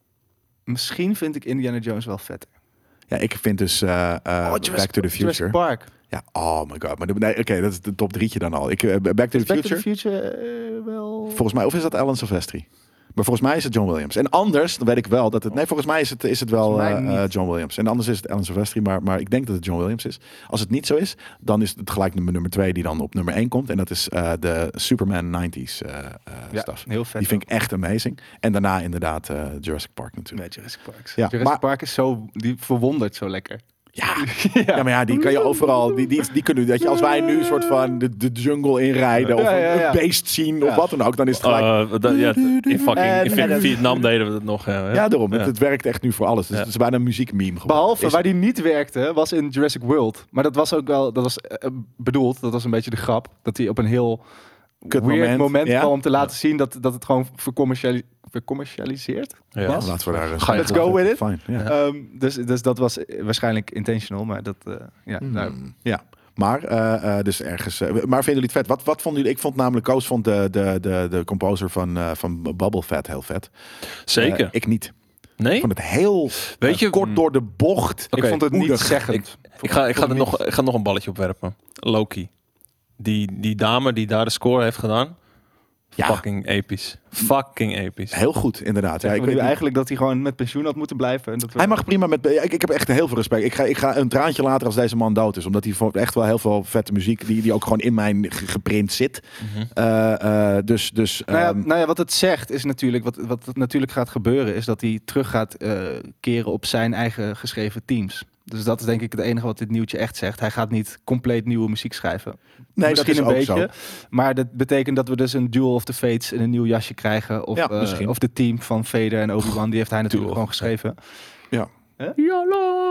misschien vind ik Indiana Jones wel vetter. ja, ik vind dus uh, uh, Back to the Future. Jurassic Park. Ja, oh my god. Maar de- nee, oké, dat is de top drietje dan al. Ik, uh, Back to the Is Back Future. to the Future eh, wel... Volgens mij, of is dat Alan Silvestri? Maar volgens mij is het John Williams. En anders, dan weet ik wel dat het... Nee, volgens mij is het, is het wel Volgens mij uh, niet. John Williams. En anders is het Alan Silvestri, maar, maar ik denk dat het John Williams is. Als het niet zo is, dan is het gelijk nummer, nummer twee die dan op nummer één komt. En dat is uh, de Superman nineties uh, uh, Ja, stuff. heel vet. Die vind ik echt amazing. En daarna inderdaad uh, Jurassic Park natuurlijk. Nee, Jurassic Park. Ja, Jurassic maar- Park is zo... Die verwondert zo lekker. Ja. ja, maar ja, die kan je overal... Die, die, die kunnen, dat je, als wij nu een soort van de, de jungle inrijden... of Ja, ja, ja. een beest zien of Ja. wat dan ook, dan is het gelijk... Uh, dat- ja, in fucking, En- in en dat- Vietnam deden we dat nog. Ja, ja, daarom. Ja. Het, het werkt echt nu voor alles. Dus Ja. het is bijna een muziekmeme geworden. Behalve Is- waar die niet werkte, was in Jurassic World. Maar dat was ook wel... Dat was eh, bedoeld, dat was een beetje de grap. Dat hij op een heel Kut weird moment, moment, ja. kwam om te laten zien... dat, dat het gewoon vercommerciali- vercommercialiseerd Ja. Ja, was. laten we daar... Ga je Let's go with it. Fine, ja. Ehm, dus, dus dat was waarschijnlijk intentional, maar dat... eh, ja, nou, Hmm, ja. Maar, uh, uh, dus ergens... Uh, maar vinden jullie het vet? Wat, wat vonden jullie? Ik vond namelijk... Koos vond de, de, de, de composer van, uh, van Bubble Fat heel vet. Zeker. Uh, ik niet. nee? Ik vond het heel Weet uh, je- kort door de bocht. ik vond het niet Oedig. zeggend. Ik ga, ik, ga er Vond nog, ik ga nog een balletje op werpen. Loki. Die, die dame die daar de score heeft gedaan. Ja. Fucking episch. Fucking episch. Heel goed, inderdaad. Ja, Ja, ik ik weet niet- eigenlijk dat hij gewoon met pensioen had moeten blijven. En dat we- Hij mag prima met... ja, Ik, ik heb echt heel veel respect. Ik ga, ik ga een traantje later als deze man dood is. Omdat hij voor echt wel heel veel vette muziek... die, die ook gewoon in mijn ge- geprint zit. Mhm. Uh, uh, dus... dus Nou ja, ehm, nou ja, wat het zegt is natuurlijk, wat, wat het natuurlijk gaat gebeuren, is dat hij terug gaat eh, keren op zijn eigen geschreven teams. Dus dat is denk ik het enige wat dit nieuwtje echt zegt. Hij gaat niet compleet nieuwe muziek schrijven. nee, Misschien dat een is ook beetje. zo. Maar dat betekent dat we dus een Duel of the Fates in een nieuw jasje krijgen. Of, Ja, eh, misschien. of de team van Vader en Obi-Wan, die heeft hij natuurlijk Duel gewoon of the geschreven. Ja. Hè? Ja,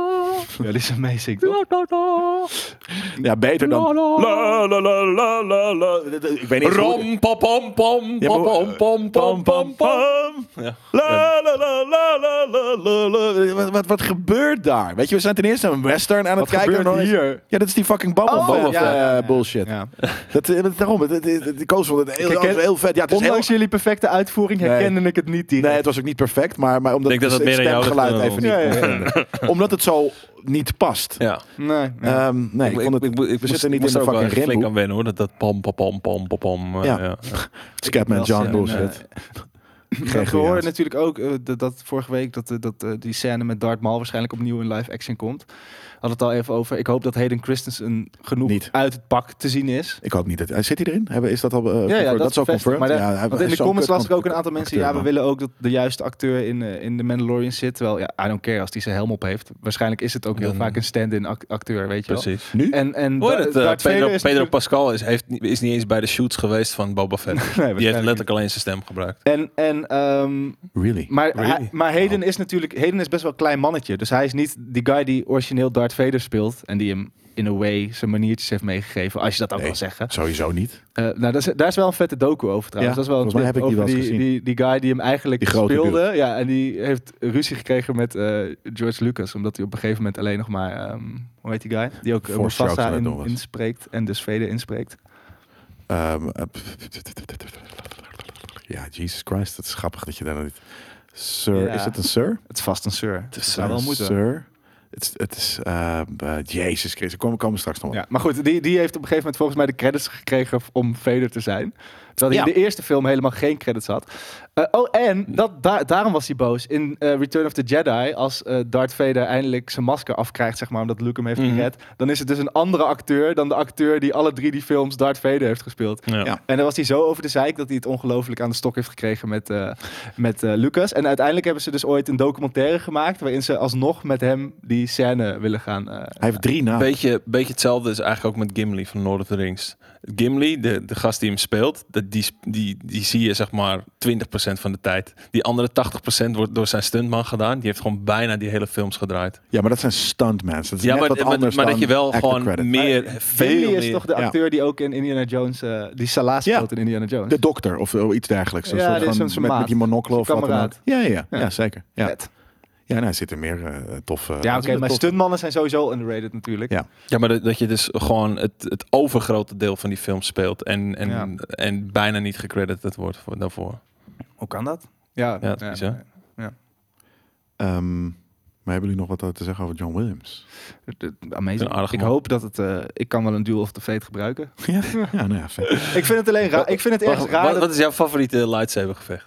Ja, die is amazing, toch? Ja, beter dan... La, la, la, la, la, la. Ik weet niet eens hoe- Rom, pom, pom, pom, Ja, maar- pom, pom, pom, pom, pom. Ja. La, la, la, la, la, la, la, la. Wat, wat, wat gebeurt daar? Weet je, we zijn ten eerste een western aan het Wat kijken. gebeurt nog eens- hier? Ja, dat is die fucking Boba Oh, Fett, ja, eh, ja, ja. bullshit. Ja. Dat, eh, dat, daarom, het, het, het, het- die koos vond het heel, Ik herken- heel vet. Ja, het is heel, Ondanks jullie perfecte uitvoering Nee. herkende ik het niet direct. nee, het was ook niet perfect, maar, maar omdat Ik denk dat het het meer aan jou stemgeluid ligt even dan niet ons. kon vinden. Omdat het zo niet past. Ja. Nee, ja. Ehm, nee, ik, vond het, ik, ik, ik we zitten niet in moest de er ook wel fucking flink rimboe. aan wennen hoor. Dat, dat pom, pom, pom, pom, pom, pom. eh, Ja. ja. Scatman Wel John zin, bullshit. We hoorden natuurlijk ook uh, dat, dat vorige week dat, uh, dat uh, die scène met Darth Maul waarschijnlijk opnieuw in live action komt. Had het al even over. Ik hoop dat Hayden Christensen genoeg Niet. uit het pak te zien is. Ik hoop niet dat... Zit hij erin? Hebben- Is dat al... uh, Ja, ja, dat, dat is ook bevestigd. confirmed. Maar de- ja, hij- Want hij in is de zo'n comments kut las ik ook een acteur, aantal mensen. man. Ja, we willen ook dat de juiste acteur in, uh, in de Mandalorian zit. Terwijl, ja, I don't care als die zijn helm op heeft. Waarschijnlijk is het ook heel Dan- vaak een stand-in ac- acteur, weet je wel. Precies. Nu? En, en Hoor je Da- het, uh, Darth Pedro, Vader is Pedro natuurlijk- Pascal is, heeft, niet- is niet eens bij de shoots geweest van Boba Fett. Die heeft waarschijnlijk letterlijk alleen zijn stem gebruikt. En, en, ehm, Really? maar, Really? hij- maar Hayden is natuurlijk... Hayden is best wel een klein mannetje. Dus hij is niet die guy die origineel Darth Vader speelt. En die hem in a way zijn maniertjes heeft meegegeven, als je dat ook Nee. wil zeggen. Sowieso niet. Uh, nou, dat is, daar is wel een vette docu over trouwens. Ja, dat is wel een volgens mij clip heb ik die over wel eens die, gezien. die, die guy die hem eigenlijk Die grote speelde. dude. Ja, en die heeft ruzie gekregen met uh, George Lucas, omdat hij op een gegeven moment alleen nog maar, um, hoe heet die guy? Die ook uh, Four Strokes Mufasa aan het in, doen was. inspreekt en dus Vader inspreekt. Um, uh, ja, Jesus Christ. Het is grappig dat je daar niet... Sir, Ja. is het een sir? Het is vast een sir. Het is zou wel een moeten. Sir. Het is, het is uh, uh, Jezus Christus. Komen komen we straks nog op. Ja, maar goed, die, die heeft op een gegeven moment volgens mij de credits gekregen om Vader te zijn. Terwijl hij Ja. in de eerste film helemaal geen credits had. Uh, oh, en dat, da- daarom was hij boos. In uh, Return of the Jedi, als uh, Darth Vader eindelijk zijn masker afkrijgt, zeg maar, omdat Luke hem heeft Mhm. gered, dan is het dus een andere acteur dan de acteur die alle drie die films Darth Vader heeft gespeeld. Ja. Ja. En dan was hij zo over de zeik dat hij het ongelooflijk aan de stok heeft gekregen met, uh, met uh, Lucas. En uiteindelijk hebben ze dus ooit een documentaire gemaakt waarin ze alsnog met hem die scène willen gaan. Uh, Hij heeft drie namen. Beetje, beetje hetzelfde is eigenlijk ook met Gimli van Lord of the Rings. Gimli, de, de gast die hem speelt, dat die, die, die zie je zeg maar twintig procent van de tijd. Die andere tachtig procent wordt door zijn stuntman gedaan. Die heeft gewoon bijna die hele films gedraaid. Ja, maar dat zijn stuntmans. Dat is Ja, net maar, wat maar, anders maar dat dan je wel actor gewoon credit. meer, Maar veel Gimli is meer... toch de Ja. acteur die ook in Indiana Jones, uh, die Salah speelt Ja. in Indiana Jones. De dokter of uh, iets dergelijks. Een Ja, soort dit is van zo'n met, maat. met die monocle of Zo'n wat dan ook. kameraad. Ja, ja, ja, Ja. ja, zeker. Ja, Vet. ja nou, zit er meer uh, tof. Uh, Ja, wat is oké, het? maar Tof- stuntmannen zijn sowieso underrated natuurlijk. Ja. Ja, maar dat, dat je dus gewoon het, het overgrote deel van die film speelt. En, en, Ja. en bijna niet gecredited wordt voor, daarvoor. Hoe kan dat? Ja, Ja, dat is, hè? Um, maar hebben jullie nog wat te zeggen over John Williams? De- Amazing. Een aardige Ik man. hoop dat het... Uh, ik kan wel een Duel of the Fate gebruiken. Ja, ja nou ja, vet. Ik vind het alleen raar. Ik vind het ergens Wat, raar. wat, dat- wat is jouw favoriete lightsaber gevecht?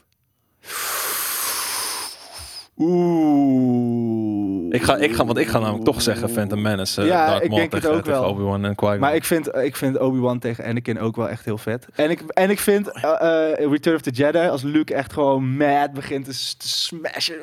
Oeh. Ik ga, ik ga, want ik ga namelijk toch zeggen Phantom Menace. Uh, Ja, Darth ik Maul denk het tegen, ook tegen wel. Obi-Wan en Qui-Gon. Maar ik vind, ik vind Obi-Wan tegen Anakin ook wel echt heel vet. En ik, en ik vind uh, uh, Return of the Jedi, als Luke echt gewoon mad begint te, s- te smashen.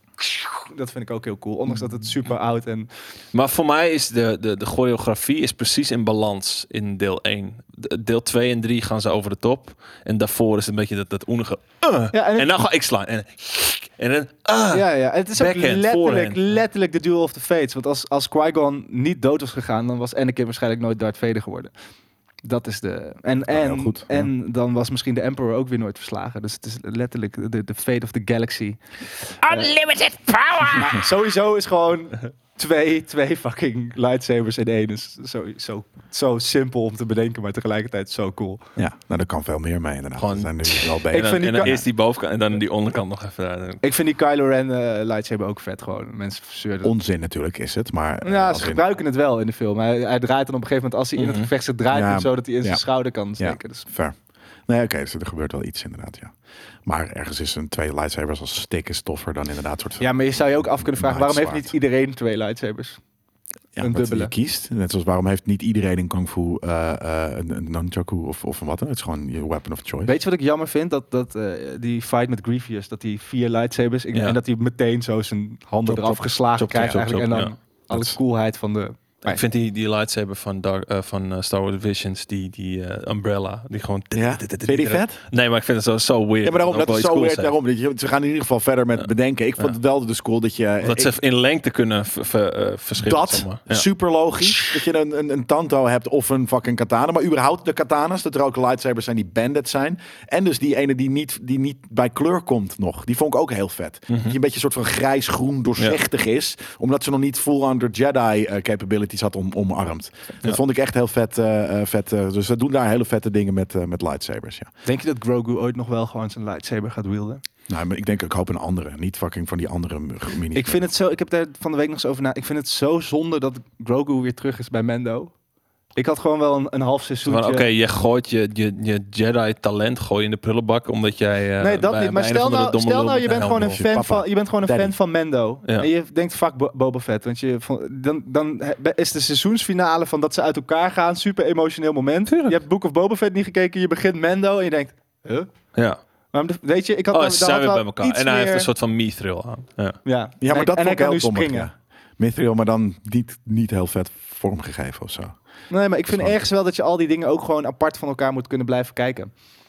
Dat vind ik ook heel cool. Ondanks dat het super oud en... Maar voor mij is de, de, de choreografie is precies in balans in deel één. De- Deel twee en drie gaan ze over de top. En daarvoor is het een beetje dat, dat oenige... Uh, Ja, en, en het- dan ga ik slaan. En, en dan... Uh. ja, ja. Het is ook Backhand, letterlijk, forehand. letterlijk de Duel of the Fates. Want als, als Qui-Gon niet dood was gegaan, dan was Anakin waarschijnlijk nooit Darth Vader geworden. Dat is de... En, heel en, goed, ja. en dan was misschien de Emperor ook weer nooit verslagen. Dus het is letterlijk de, de fate of the galaxy. Unlimited power! Maar sowieso is gewoon twee, twee fucking lightsabers in één. Dus zo, zo, zo simpel om te bedenken, maar tegelijkertijd zo cool. Ja, nou, daar kan veel meer mee inderdaad. Gewoon- We zijn nu wel Ik bezig. En dan, vind die en dan ka- eerst die bovenkant en dan die onderkant nog even. daar. Ik vind die Kylo Ren eh, lightsaber ook vet gewoon. Mensen verzeurden. Onzin natuurlijk is het, maar... eh, Ja, als ze in- gebruiken het wel in de film. Hij, hij draait dan op een gegeven moment, als hij in het Mhm. gevecht zit, draait hij Ja, hem zo dat hij in zijn ja. schouder kan steken. Dus, Fair. Nee, oké, dus er gebeurt wel iets inderdaad, ja. Maar ergens is een twee lightsabers als stick is toffer dan inderdaad soort van... ja, maar je zou je ook af kunnen vragen, waarom heeft Zwaard. niet iedereen twee lightsabers? Ja, een wat dubbele. je kiest. Net zoals waarom heeft niet iedereen in Kung Fu uh, uh, een, een nunchaku of, of een wat dan? Het is gewoon je weapon of choice. Weet je wat ik jammer vind? Dat, dat uh, die fight met Grievous, dat hij vier lightsabers ik- Ja. en dat hij meteen zo zijn handen Chop, eraf chop. geslagen Chop, krijgt chop, chop, eigenlijk. En chop, dan ja. alle Dat is- coolheid van de... Ik vind die, die lightsaber van, Dark, uh, van uh, Star Wars Visions, die, die uh, Umbrella, die gewoon... Ja, vind je die vet? Nee, maar ik vind het zo, zo weird. Ja, maar daarom, Ook dat wel is iets zo cools weird. heeft. Daarom, dat je- ze gaan in ieder geval verder met Ja. bedenken. Ik vond Ja. het wel dus cool dat je... Dat ik- ze in lengte kunnen v- v- uh, verschillen. dat, zeg maar. Ja. super logisch. Dat je een, een, een tanto hebt of een fucking katana. Maar überhaupt de katana's, dat er ook lightsabers zijn die banded zijn. En dus die ene die niet, die niet bij kleur komt nog. Die vond ik ook heel vet. Mhm. Dat je een beetje een soort van grijs-groen doorzichtig is. Omdat ze nog niet full under Jedi uh, capabilities had om, omarmd. Dat Ja. vond ik echt heel vet. uh, uh, vet uh, dus ze doen daar hele vette dingen met, uh, met lightsabers, ja. Denk je dat Grogu ooit nog wel gewoon zijn lightsaber gaat wielden? Nou, maar ik denk, ik hoop een andere. Niet fucking van die andere mini. Ik vind het zo, ik heb daar van de week nog eens over na. Ik vind het zo zonde dat Grogu weer terug is bij Mando. Ik had gewoon wel een, een half seizoentje. Oké, je gooit je, je, je Jedi-talent gooi in de prullenbak omdat jij... uh, Nee, dat bij- niet. Maar bij een stel of andere nou, domme stel lul nou je met bent gewoon een helm fan Papa. van, je bent gewoon een Daddy. fan van Mando. Ja. En je denkt fuck Bo- Boba Fett, want je vond- dan dan he- is de seizoensfinale van dat ze uit elkaar gaan super emotioneel moment. Je hebt Book of Boba Fett niet gekeken, je begint Mando en je denkt, huh? op. Ja. Maar de- weet je, ik had Oh, daar- ze daar zijn had weer wel bij elkaar. iets En hij heeft meer- een soort van mithril aan. Ja. ja, Ja, En maar hij- dat en hij vond ik kan nu heel dommig, springen. ja. Mithril, maar dan niet, niet heel vet vormgegeven of zo. Nee, maar ik vind gewoon- ergens wel dat je al die dingen ook gewoon apart van elkaar moet kunnen blijven kijken.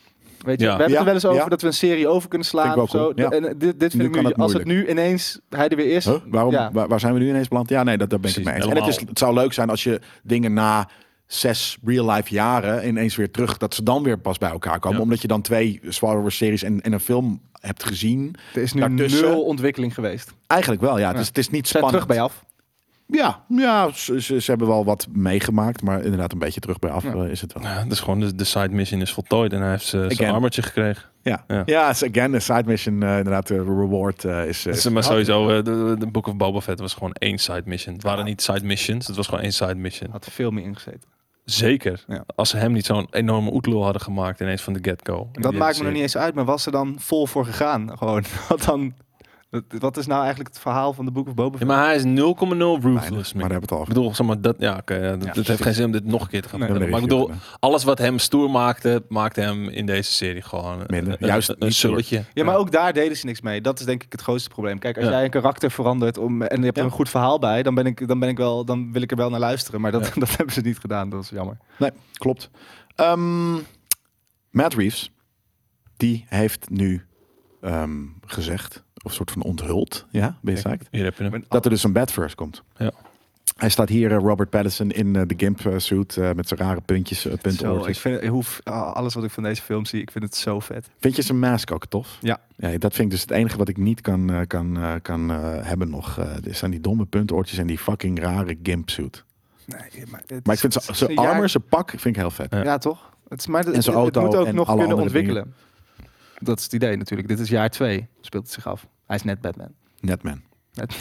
Weet je, Ja. we hebben Ja, het er wel eens over ja. dat we een serie over kunnen slaan Vind ik of zo. ook, ja. En eh, dit, dit Nu vind ik kan nu, het als het moeilijk. nu ineens hij er weer is. Huh? Waarom, Ja. waar, waar zijn we nu ineens beland? Ja, nee, dat, daar ben ik het mee eens. En het, is, Precies, het zou leuk zijn als je dingen na zes real-life jaren ineens weer terug, dat ze dan weer pas bij elkaar komen. Ja. Omdat je dan twee Star Wars series en, en een film hebt gezien. Er is nu Daartussen- nul ontwikkeling geweest. Eigenlijk wel, ja. Ja. Dus het is niet Ze zijn spannend. terug bij af. Ja, ja ze, ze, ze hebben wel wat meegemaakt, maar inderdaad een beetje terug bij af Ja. eh, is het wel. Ja, dus gewoon de, de side mission is voltooid en hij heeft zijn Again. armertje gekregen. Ja, Ja. ja it's again, de side mission, eh, inderdaad, de reward eh, is... eh, Dus, maar sowieso, eh, de, de Book of Boba Fett was gewoon één side mission. Het waren niet side missions, het was gewoon één side mission. Had er veel meer ingezeten. Zeker. Ja. Als ze hem niet zo'n enorme oetlul hadden gemaakt ineens van de get-go. Dat maakt me nog niet eens uit, maar was er dan vol voor gegaan? Gewoon, wat dan... Wat- Wat is nou eigenlijk het verhaal van de Book of Boba Ja, Fett? maar hij is nul komma nul weinig, ruthless. maar daar hebben we het al Ik bedoel, zeg maar, dat, ja, oké, ja, dat, Ja, dat heeft geen zin om dit nog een keer te gaan Nee, vertellen. Maar ik bedoel, alles wat hem stoer maakte, maakte hem in deze serie gewoon een- Minder. een, Juist een, niet een sulletje. Ja, maar ook daar deden ze niks mee. Dat is denk ik het grootste probleem. Kijk, als Ja. jij een karakter verandert om, en je hebt er Ja. een goed verhaal bij, dan ben ik, dan ben ik wel, dan wil ik er wel naar luisteren. Maar dat, Ja. dat hebben ze niet gedaan. Dat is jammer. Nee, klopt. Ehm, Matt Reeves, die heeft nu ehm, gezegd, of soort van onthuld, ja, ben je psyched? Hier heb je hem. Dat er dus een Batverse komt. Ja. Hij staat hier, eh, Robert Pattinson, in eh, de Gimp-suit eh, met zijn rare puntjes, uh, Zo, ik puntoortjes. vind, ik hoef, ah, alles wat ik van deze film zie, ik vind het zo vet. Vind je zijn mask ook tof? Ja. Ja, dat vind ik dus het enige wat ik niet kan, eh, kan, eh, kan eh, hebben nog. Uh, er zijn die domme puntoortjes en die fucking rare Gimp-suit. Nee, maar, het Maar is- ik vind het zijn is zijn een jaar- armor, zijn pak, vind ik heel vet. Ja. Ja, toch? Het, is, maar het, En zijn het- het auto moet ook en nog alle kunnen andere ontwikkelen. Dat is het idee natuurlijk. Dit is jaar twee, speelt het zich af. Hij is net Batman. Netman. Net.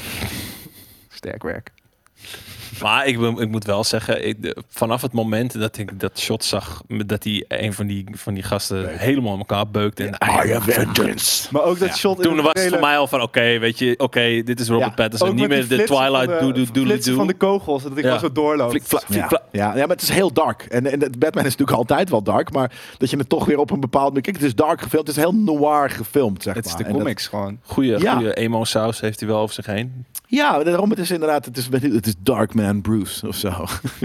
Sterk werk. Maar ik, ik moet wel zeggen, ik, de- vanaf het moment dat ik dat shot zag, met dat hij een van die, van die gasten Beuk. helemaal in elkaar beukte. En I have vengeance. Maar ook dat Ja. shot in toen de was het trailer- voor mij al van, oké, weet je, oké, dit is Robert Ja. Pattinson. Ook Niet met meer die de flitsen Twilight van de- doe doe doe flitsen van de kogels, dat ik Ja. wel zo doorloop. Flik, flap, flik, Ja. flap. Ja, ja, maar het is heel dark. En, en de- Batman is natuurlijk altijd wel dark, maar dat je het toch weer op een bepaalde... Kijk, het is dark gefilmd, het is heel noir gefilmd, zeg Het is maar. de En dat- comics gewoon. Goeie, Ja. goeie emo-saus heeft hij wel over zich heen. ja, daarom het is inderdaad, het is, het is Darkman Bruce of zo.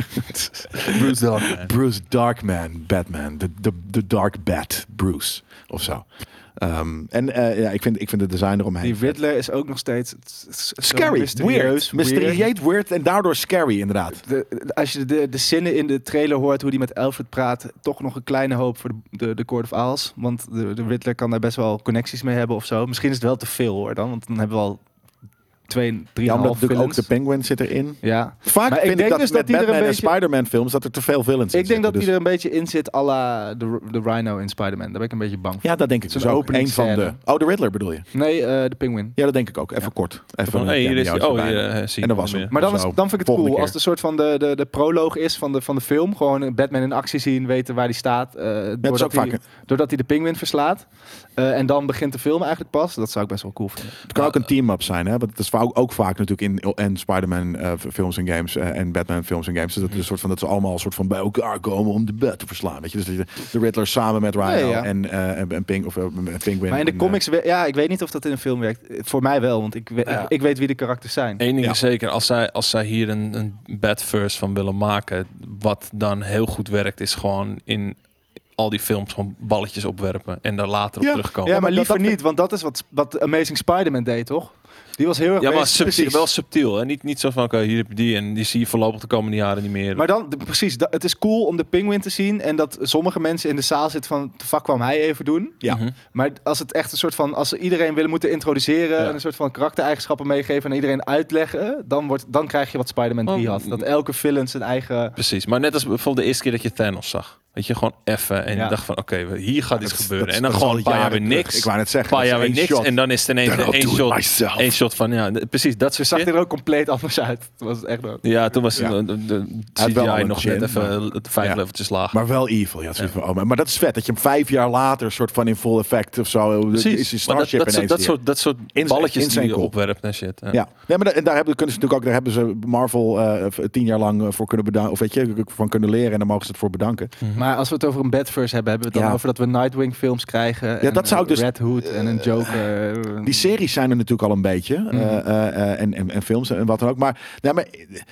Bruce Darkman. Bruce Darkman Batman, de, de, de Dark Bat Bruce of zo. Ehm, en eh, ja, ik vind, ik vind de design eromheen Die vet. Riddler is ook nog steeds het is- het is zo Scary, mysterieus, weird. Mysterieus, weird en daardoor scary inderdaad. De, de- als je de, de zinnen in de trailer hoort, hoe die met Alfred praat, toch nog een kleine hoop voor de, de, de Court of Owls. Want de, de Riddler kan daar best wel connecties mee hebben of zo. Misschien is het wel te veel hoor dan, want dan hebben we al twee, drie Ja, en omdat half natuurlijk ook villains. de Penguin zit erin. Ja, Vaak Maar ik vind ik denk dat dus met dat die er een Batman en beetje- Spider-Man films dat er te veel villains in ik denk dat zitten. die er een beetje in zit à la de, de Rhino in Spider-Man. Daar ben ik een beetje bang voor. Dus- ja, dat denk ik Zo'n dus ook. opening Een van de... scène. Oh, de Riddler bedoel je? Nee, eh, de Penguin. Ja, dat denk ik ook. Even Ja. kort. Even Van, een hey, hier is hij. cameootje Oh, erbij. hier, eh, zie En dat ik was hem hem. Maar dan, is, Zo, dan vind ik het volgende cool keer. als het een soort van de, de, de proloog is van de, van de film. Gewoon Batman in actie zien, weten waar hij staat. eh, Ja, dat is doordat, ook vaak... hij, doordat hij de Penguin verslaat. Eh, en dan begint de film eigenlijk pas. Dat zou ik best wel cool vinden. Het kan ook een team-up zijn, hè? Want het is ook, ook vaak natuurlijk in en Spider-Man eh, films en games eh, en Batman films en games. Dus dat, is een soort van, dat ze allemaal een soort van bij elkaar komen om de Bat te verslaan. Weet je? Dus de, de Riddler samen met Rhino Ja, ja. en, eh en, en Ping, of, uh, Penguin. Maar in de en, comics, we- ja, ik weet niet of dat in een film werkt. Voor mij wel, want ik, we- Ja. ik, ik weet wie de karakters zijn. Eén ding Ja. is zeker, als zij, als zij hier een, een Batverse van willen maken, wat dan heel goed werkt, is gewoon in al die films gewoon balletjes opwerpen en daar later Ja. op terugkomen. Ja, maar maar dat- liever dat- niet, want dat is wat, wat Amazing Spider-Man deed, toch? Die was heel erg Ja, maar bezig- subtiel, precies. wel subtiel. Hè? Niet, niet zo van, oké, hier heb je die en die zie je voorlopig de komende jaren niet meer. Maar dan, de- precies, da- het is cool om de Penguin te zien en dat sommige mensen in de zaal zitten van, de fuck kwam hij even doen. Ja. Mhm. Maar als het echt een soort van, als ze iedereen willen moeten introduceren Ja. en een soort van karaktereigenschappen meegeven en iedereen uitleggen, dan, wordt, dan krijg je wat Spider-Man drie Oh. had. Dat elke villain zijn eigen... Precies, maar net als bijvoorbeeld de eerste keer dat je Thanos zag. Weet je, gewoon effen en Ja. je dacht van, oké, hier gaat iets Dat is- gebeuren. dat is- en dan dat is gewoon al een paar jaar jaren weer terug. niks. Ik wou net zeggen, Een paar dat jaar is weer één niks shot. en dan is het ineens Then I'll één do it shot. myself. Één shot van, ja, d- precies, dat soort Zag shit. er ook compleet anders uit. Dat was echt wel... Ja, toen was Ja. de, de, de had C wel G al I een nog chin, net even maar- het vijf Ja. leveltjes laag. Maar wel evil. Ja, ja. Oh, maar, maar dat is vet. Dat je hem vijf jaar later soort van in full effect of zo. Is die Precies, maar dat, Starship dat, soort, ineens dat, hier. soort, dat soort In- balletjes in zijn die je kop. opwerpt en shit. Ja. Ja, ja, maar da- en daar hebben, kunnen ze natuurlijk ook, daar hebben ze Marvel eh, v- tien jaar lang eh, voor kunnen bedanken, of weet je, van kunnen leren en dan mogen ze het voor bedanken. Maar als we het over een Batverse hebben, hebben we het dan Ja. over dat we Nightwing films krijgen. Ja, en, dat zou ik eh, dus- Red Hood en een Joker. Die series zijn er natuurlijk al een beetje Mhm. eh, eh, eh, en, en, en films en wat dan ook, maar, nou, maar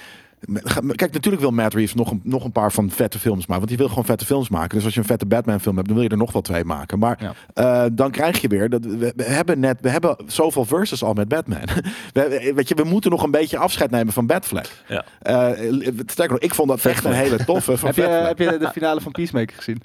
Kijk, natuurlijk wil Matt Reeves nog een, nog een paar van vette films maken. Want die wil gewoon vette films maken. Dus als je een vette Batman film hebt, dan wil je er nog wel twee maken. Maar Ja. uh, dan krijg je weer... Dat, we, we hebben net we hebben zoveel verses al met Batman. we, weet je, we moeten nog een beetje afscheid nemen van Batfleck. Ja. Uh, sterker nog, ik vond dat echt een hele toffe van heb, je, Batfleck. heb je de finale van Peacemaker gezien?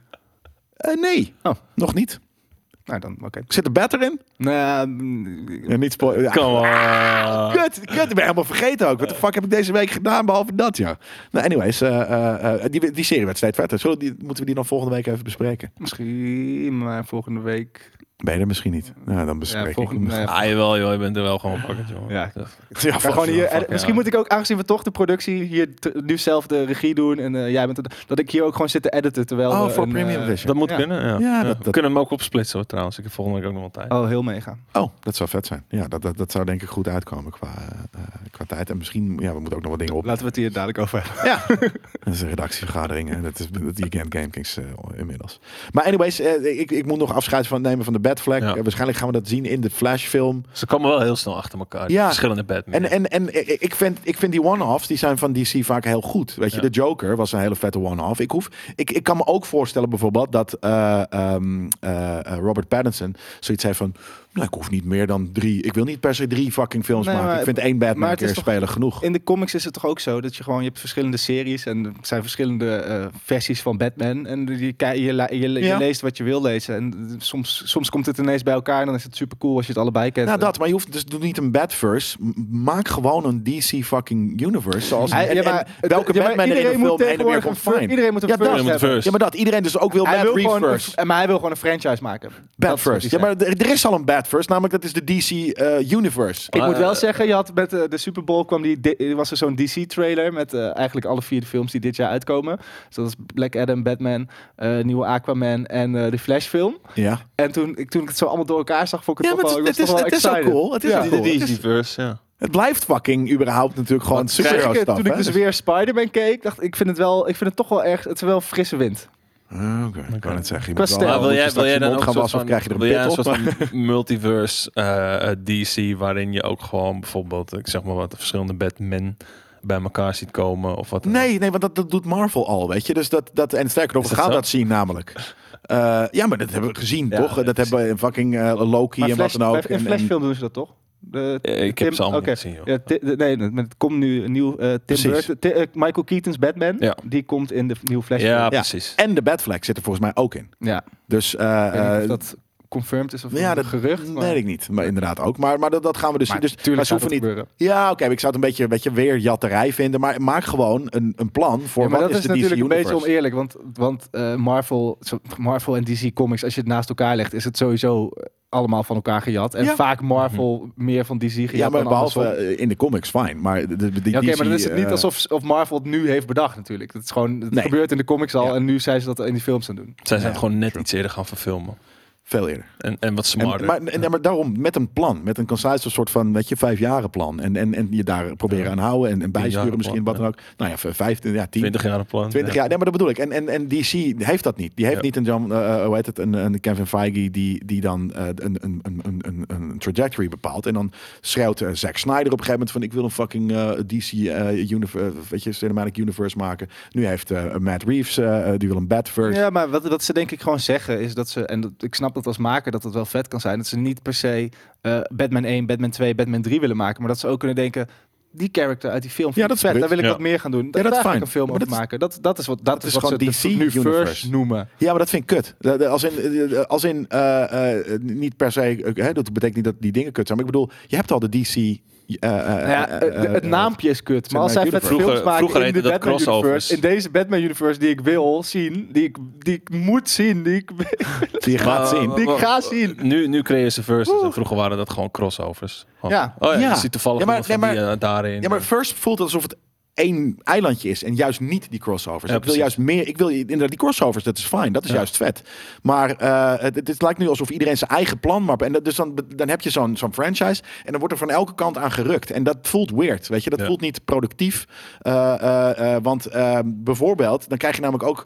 Uh, nee, Oh. nog niet. Nou, dan oké. Zit er Bat erin? Nou, mm, Ja, niet spoilen. Ja, Come on. Kut, kut, ik ben helemaal vergeten ook. Wat de fuck heb ik deze week gedaan, behalve dat, ja. Nou, anyways, uh, uh, uh, die, die serie werd steeds verder. Zullen die, moeten we die dan volgende week even bespreken? misschien, maar volgende week... Ben je er misschien niet? Nou, dan bespreek Ja, ik volgende, hem. nee, Ah, jawel, joh, je bent er wel gewoon pakken, joh. Ja. Ja, Ja, gewoon hier, en fuck, misschien ja. moet ik ook, aangezien we toch de productie hier t- nu zelf de regie doen en uh, jij bent het, dat ik hier ook gewoon zit te editen terwijl Oh, we voor een, Premium uh, Vision. Dat moet Ja. kunnen, ja. Ja, Ja, dat- we dat- kunnen hem ook opsplitsen hoor, trouwens. Ik heb volgende week ook nog wel tijd. Oh, heel mega. Oh, dat zou vet zijn. Ja, dat, dat, dat zou denk ik goed uitkomen qua, uh, qua tijd. En misschien, ja, we moeten ook nog wat dingen op. Laten we het hier dadelijk over hebben. Ja, dat is een redactievergadering. Hè. Dat is dat die Game Game Kings uh, inmiddels. Maar anyways, uh, ik, ik moet nog afscheid van nemen van de Batfleck. Ja. Uh, waarschijnlijk gaan we dat zien in de Flash-film. Ze komen wel heel snel achter elkaar. Die Ja. verschillende Batman. En, en, en ik, vind, ik vind die one-offs, die zijn van D C vaak heel goed. Weet je, Ja. de Joker was een hele vette one-off. Ik, hoef, ik, ik kan me ook voorstellen bijvoorbeeld dat uh, um, uh, Robert Pattinson zoiets heeft van... Nou, ik hoef niet meer dan drie. Ik wil niet per se drie fucking films Nee, maken. maar- Ik vind één Batman maar een het is keer toch- spelen genoeg. In de comics is het toch ook zo dat je gewoon, je hebt verschillende series en er zijn verschillende uh, versies van Batman en je, je, je, je, je Ja. leest wat je wil lezen en soms, soms komt het ineens bij elkaar en dan is het super cool als je het allebei kent. Nou, dat, maar je hoeft dus doe niet een Batverse. M- Maak gewoon een D C fucking universe. Zoals Hij- en, ja, en maar het- welke ja, maar Batman er in de iedereen moet film heen en weer tegenwoordig komt, een ver- fine. Iedereen moet een Ja, verse dat. moet een hebben. verse. Ja, maar dat. Iedereen dus ook wil Hij Bat wil gewoon Reverse. een, maar hij wil gewoon een franchise maken. Dat is wat Batverse. hij Ja, zegt. maar er, er is al een Batverse. Namelijk, dat is de D C uh, universe. Ik Ah, moet wel eh, zeggen, je had met uh, de Super Bowl kwam die, di- was er zo'n D C-trailer met uh, eigenlijk alle vier de films die dit jaar uitkomen. Dus dat is Black Adam, Batman, uh, nieuwe Aquaman en uh, de Flash-film. Ja. En toen ik, toen ik het zo allemaal door elkaar zag, vond ik het Ja, toch maar wel, het, ik is, was het, toch is, wel het is ook excited. cool. Het is Ja. ook cool. De Het, is- D C-verse, ja. het blijft fucking überhaupt natuurlijk gewoon Wat superhero Zeker, stuff. toen ik hè? dus weer Spider-Man keek, dacht ik, vind het wel, ik vind het toch wel erg, het is wel frisse wind. Ah, Oké, ik kan het zeggen. Je Qua moet wel- stijl. Maar wil moet je jij, wil straks jij je dan mond ook gaan een wassen soort of krijg je er van, een wil jij pit een op? soort van multiverse uh, D C waarin je ook gewoon bijvoorbeeld, ik zeg maar wat, verschillende Batman bij elkaar ziet komen of wat dan ook? Nee, nee, want dat, dat doet Marvel al, weet je. Dus dat, dat, en sterker nog, Is we dat gaan zo? dat zien namelijk. Uh, ja, maar dat hebben we gezien, Ja, toch? ja, Dat hebben we in fucking uh, Loki Maar en Flash, wat dan ook. bij- in En- en- Flashfilm doen ze dat toch? De, Eh, ik heb ze allemaal oké. niet gezien, joh. Ja, Ti- de- nee, maar het komt nu een nieuw uh, Tim Precies. Burton, Ti- uh, Michael Keaton's Batman. Ja. Die komt in de nieuwe Flash. Ja, Ja. precies. En de Batfleck zit er volgens mij ook in. ja. Dus uh, Ik weet niet of uh, dat confirmed is of ja, een dat gerucht. Maar, weet ik niet. Maar inderdaad ook. Maar, maar dat, dat gaan we dus maar zien. Dus tuurlijk maar gaat ze het hoeven niet. gebeuren. Ja, oké. ik zou het een beetje, een beetje weer jatterij vinden. Maar maak gewoon een, een plan voor Ja, maar wat dat is is de D C natuurlijk een universe. beetje oneerlijk, want, want uh, Marvel, zo- Marvel en D C Comics, als je het naast elkaar legt, is het sowieso uh, allemaal van elkaar gejat. En Ja. vaak Marvel meer van D C gejat Ja, maar dan behalve andersom. uh, in de comics, fijn. Maar de, de, die Ja, oké, D C, maar dan is het niet uh, alsof of Marvel het nu heeft bedacht natuurlijk. Het is gewoon, het Nee. gebeurt in de comics al Ja. en nu zijn ze dat in die films aan het doen. Zij zijn Ja, gewoon net true. iets eerder gaan verfilmen. veel eerder. En, en wat En, smarter. maar, en, ja, maar daarom, met een plan. Met een concise soort van, weet je, vijfjaren plan. En, en, en je daar proberen Ja. aan houden. En, en bijsturen Tienjaren misschien, plan, wat dan ook. Nou ja, vijftien, ja, tien. twintig jaar plan. twintig ja. jaar, nee, maar dat bedoel ik. En, en, en D C heeft dat niet. Die heeft Ja. niet een, John, uh, hoe heet het, een, een Kevin Feige die, die dan uh, een, een, een, een, een trajectory bepaalt. En dan schreeuwt uh, Zack Snyder op een gegeven moment van ik wil een fucking uh, D C uh, universe, weet je, cinematic universe maken. Nu heeft uh, Matt Reeves, uh, die wil een Batverse. Ja, maar wat, wat ze denk ik gewoon zeggen is dat ze, en dat, ik snap dat als maker dat het wel vet kan zijn, dat ze niet per se uh, Batman één, Batman twee, Batman drie willen maken, maar dat ze ook kunnen denken, die character uit die film, Ja, vind dat ik is vet, goed. daar wil ik Ja. wat meer gaan doen. Daar dat is ga ik fijn. een film Maar over dat is- maken. Dat, dat is wat, dat, is is wat gewoon ze D C de, nu universe. first noemen. Ja, maar dat vind ik kut. De- de- Als in, uh, als in uh, uh, niet per se, uh, hè, dat betekent niet dat die dingen kut zijn. Maar ik bedoel, je hebt al de D C. Uh, uh, Nou ja, uh, uh, uh, het naampje is kut. Maar als zij Cinematic vette Universe. films maken Vroeger in de heette dat Batman crossovers. Universe, in deze Batman Universe die ik wil zien, die ik, die ik moet zien, die ik, Die je gaat Maar- zien. die ik ga zien. Nu, nu creëren ze verses en vroeger waren dat gewoon crossovers. Gewoon, Ja. Oh ja, Ja. je ziet toevallig Ja, maar- iemand van nee, die, maar- uh, daarin. Ja, maar first voelt het alsof het één eilandje is en juist niet die crossovers. Ja, ik wil precies. juist meer. Ik wil inderdaad die crossovers. Dat is fijn. Dat is Ja. juist vet. Maar uh, het, het, het lijkt nu alsof iedereen zijn eigen plan maar en dat, dus dan, dan heb je zo'n zo'n franchise en dan wordt er van elke kant aan gerukt en dat voelt weird. Weet je, dat Ja. voelt niet productief. Uh, uh, uh, want uh, bijvoorbeeld, dan krijg je namelijk ook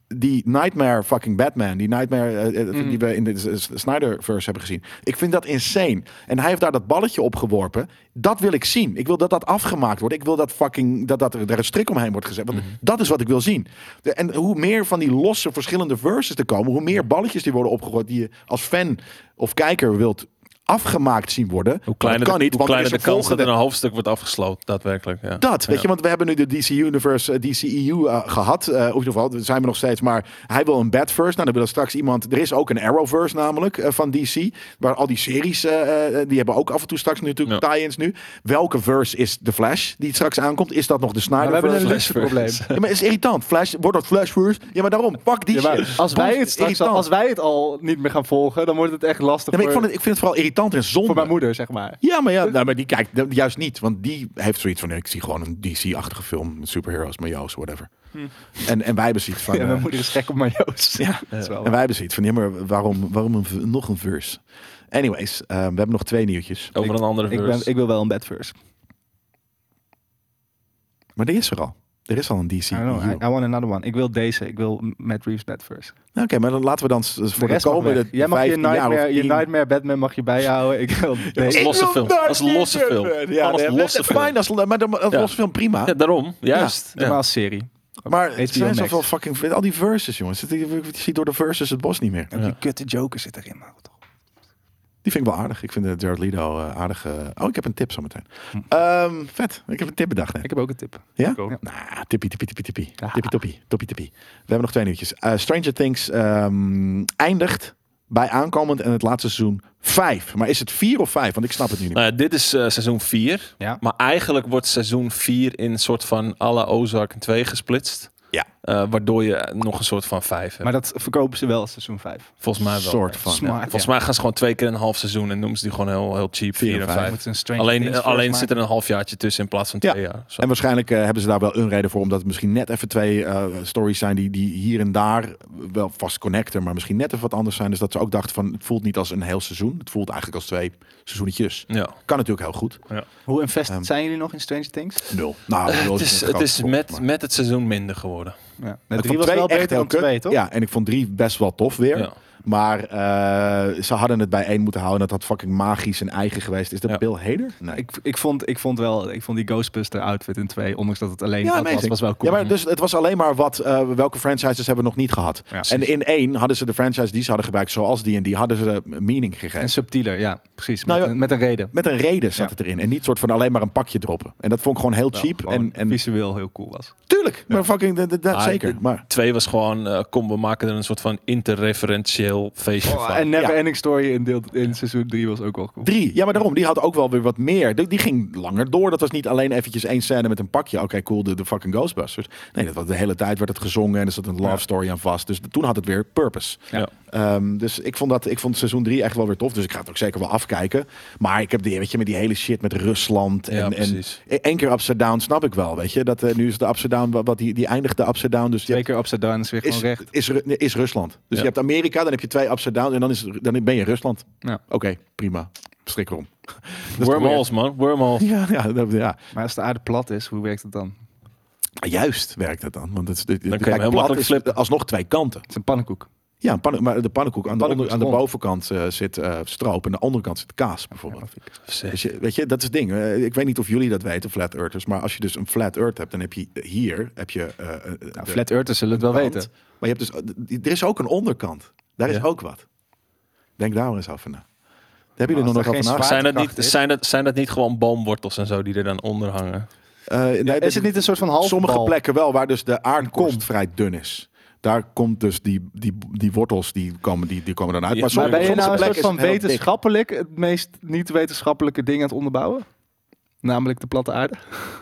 die Nightmare fucking Batman, die Nightmare uh, Mm. die we in de S- Snyderverse hebben gezien. Ik vind dat insane. En hij heeft daar dat balletje op geworpen. Dat wil ik zien. Ik wil dat dat afgemaakt wordt. Ik wil dat fucking dat, dat er, er een strik omheen wordt gezet. Want Mm-hmm. dat is wat ik wil zien. De, en hoe meer van die losse verschillende verses er komen, hoe meer balletjes die worden opgegooid die je als fan of kijker wilt afgemaakt zien worden. Hoe kleiner, dat kan de, niet, hoe want er kleiner is de een kans dat volgende- er een hoofdstuk wordt afgesloten, daadwerkelijk. Ja. Dat, weet Ja. je, want we hebben nu de D C Universe, eh, D C E U uh, gehad. Uh, of in ieder geval, daar zijn we nog steeds. Maar hij wil een Batverse. Nou, dan wil er straks iemand... Er is ook een Arrowverse namelijk, uh, van D C. Waar al die series, uh, uh, die hebben ook af en toe straks natuurlijk Ja. tie-ins nu. Welke verse is de Flash die straks aankomt? Is dat nog de Maar we hebben een Snyderverse? luxe probleem. Ja, maar het is irritant. Flash, wordt dat Flashverse? Ja, maar daarom, pak die Ja, maar shit. als, wij het Bullshit, straks, irritant. als wij het al niet meer gaan volgen, dan wordt het echt lastig Ja, maar ik, voor, vond het, ik vind het vooral irritant en zonde. voor mijn moeder, zeg maar. Ja, maar, ja, nou, maar die kijkt dat- juist niet. Want die heeft zoiets van, ik zie gewoon een D C-achtige film met superheroes, majo's, whatever. En, en wij hebben zoiets van... Ja, mijn eh, moeder is gek op majo's. ja, Dat is wel en waar. wij hebben zoiets van, ja, maar waarom, waarom een, v- nog een verse? Anyways, eh, we hebben nog twee nieuwtjes. Over een andere Ik, verse. ben, ik wil wel een Batverse. Maar die is er al. Er is al een D C. I don't know, I, I want another one. Ik wil deze. Ik wil Matt Reeves Batverse. Nou, Oké, maar dan laten we dan s- voor de, rest mag komende weg. Jij mag je vijftien jaar of Nightmare, je tien- Nightmare Batman mag je bijhouden. Ik wil Als deze. losse wil film. Dark Als losse Knight film. Batman. Ja, Als nee, losse dat- film. fijn, als, maar dan, als Ja. losse film prima. Ja, daarom. Juist. Doe Ja. maar als serie. Maar H B O het zijn Max. zoveel fucking... Al die verses, jongens. Je je ziet door de verses het bos niet meer. En die kutte Joker zit erin. Nou, toch. Die vind ik wel aardig. Ik vind de Jared Leto uh, aardig. Uh... Oh, ik heb een tip zometeen. Hm. Um, vet. Ik heb een tip bedacht net. Ik heb ook een tip. Ja? Ik ook. Nou, tippie, tippie, tippie, tippie. Ja. Tippie, toppie, toppie, tippie. We hebben nog twee nieuwtjes. Uh, Stranger Things um, eindigt bij aankomend en het laatste seizoen vijf. Maar is het vier of vijf? Want ik snap het nu niet. Nou ja, dit is uh, seizoen vier. Ja. Maar eigenlijk wordt seizoen vier in een soort van à la Ozark in twee gesplitst. Ja. Uh, waardoor je nog een soort van vijf hebt. Maar dat verkopen ze wel als seizoen vijf. Volgens mij wel. soort ja. van. Ja, Smart, volgens ja. mij gaan ze gewoon twee keer een half seizoen en noemen ze die gewoon heel, heel cheap. Vier Vier en en vijf. vijf. Moet een Stranger Alleen, Things alleen first zit er een halfjaartje tussen in plaats van Ja. twee jaar. Zo. En waarschijnlijk uh, hebben ze daar wel een reden voor. Omdat het misschien net even twee uh, stories zijn die, die hier en daar wel vast connecten. Maar misschien net even wat anders zijn. Dus dat ze ook dachten van het voelt niet als een heel seizoen. Het voelt eigenlijk als twee seizoenetjes. Ja. Kan natuurlijk heel goed. Hoe invested Ehm, zijn jullie nog in Stranger Things? Nul. Nou, nul Het is, een het groot is gok, met, maar- met het seizoen minder geworden. Ja. Ik Met drie vond was twee wel echt beter heel dan kut. twee, toch? Ja, en ik vond drie best wel tof weer. Ja. Maar uh, ze hadden het bij één moeten houden. Dat had fucking magisch en eigen geweest. Is dat Ja. Bill Hader? Nee. Ik, ik, vond, ik vond wel, ik vond die Ghostbuster outfit in twee, ondanks dat het alleen Ja, dat was, amazing. was wel cool. Ja, maar dus het was alleen maar wat, uh, welke franchises hebben we nog niet gehad. Ja, en in één hadden ze de franchise die ze hadden gebruikt, zoals die en die, hadden ze meaning gegeven. En subtieler, ja, precies. Nou met, ja, een, met een reden. Met een reden zat Ja. het erin. En niet soort van alleen maar een pakje droppen. En dat vond ik gewoon heel Wel, cheap. gewoon En, en visueel heel cool was. tuurlijk, maar fucking, dat, dat Ah, zeker. de- Maar Twee was gewoon, uh, kom, we maken er een soort van interreferentieel feestje Oh, van. en Never Ja. Ending Story in, deel, in seizoen drie was ook wel cool. drie, ja, maar daarom, die had ook wel weer wat meer. Die, die ging langer door. Dat was niet alleen eventjes één scène met een pakje. Oké, cool, de, de fucking Ghostbusters. Nee, dat was de hele tijd werd het gezongen en er zat een love Ja. story aan vast. Dus toen had het weer purpose. Ja. Um, dus ik vond dat, ik vond seizoen drie echt wel weer tof. Dus ik ga het ook zeker wel afkijken. Maar ik heb die, weet je, met die hele shit met Rusland en, Ja, en precies. één keer Upside Down snap ik wel, weet je. Dat uh, nu is de Upside Down, wat, wat die, die eindigt de Upside Down. Dus je Twee hebt- keer upside down is weer gewoon is, recht. is, Ru- is Rusland. Dus Ja. je hebt Amerika, dan heb je twee Upside Down en dan, is, dan ben je Rusland. Ja. Oké, prima. Strik erom. Dat is toch Wormholes, man. Wormholes. weer- Ja, ja, dat- ja. Maar als de aarde plat is, hoe werkt het dan? Juist werkt het dan. Want het, is- het, je hem kijk, heel plat makkelijk is flippen. alsnog twee kanten. Het is een pannenkoek. Ja, een panne- maar de pannenkoek aan de, Pannenkoek onder, aan de is bovenkant uh, zit uh, stroop en aan de onderkant zit kaas bijvoorbeeld. Sick. Dus je, weet je, dat is het ding. Uh, ik weet niet of jullie dat weten, flat earthers. Maar als je dus een flat earth hebt, dan heb je hier heb je. Uh, uh, Nou, de Flat Earthers zullen het wel kant. weten. Maar je hebt dus, uh, er is ook een onderkant. Daar is Ja. ook wat. Denk daar maar eens over na. Daar hebben jullie als nog er nog over geen nagedacht? Zijn dat, Zwaartekracht niet, is. zijn, dat, zijn dat niet gewoon boomwortels en zo die er dan onder hangen? Uh, nee, Ja, is het niet een soort van halve sommige bal? plekken wel, waar dus de aardkorst Kom. vrij dun is. Daar komt dus die, die, die wortels, die komen, die, die komen dan uit. Ja, maar Maar sommige, ben je nou een sommige soort van plekken is het heel dik. wetenschappelijk het meest niet wetenschappelijke ding aan het onderbouwen? Namelijk de platte aarde?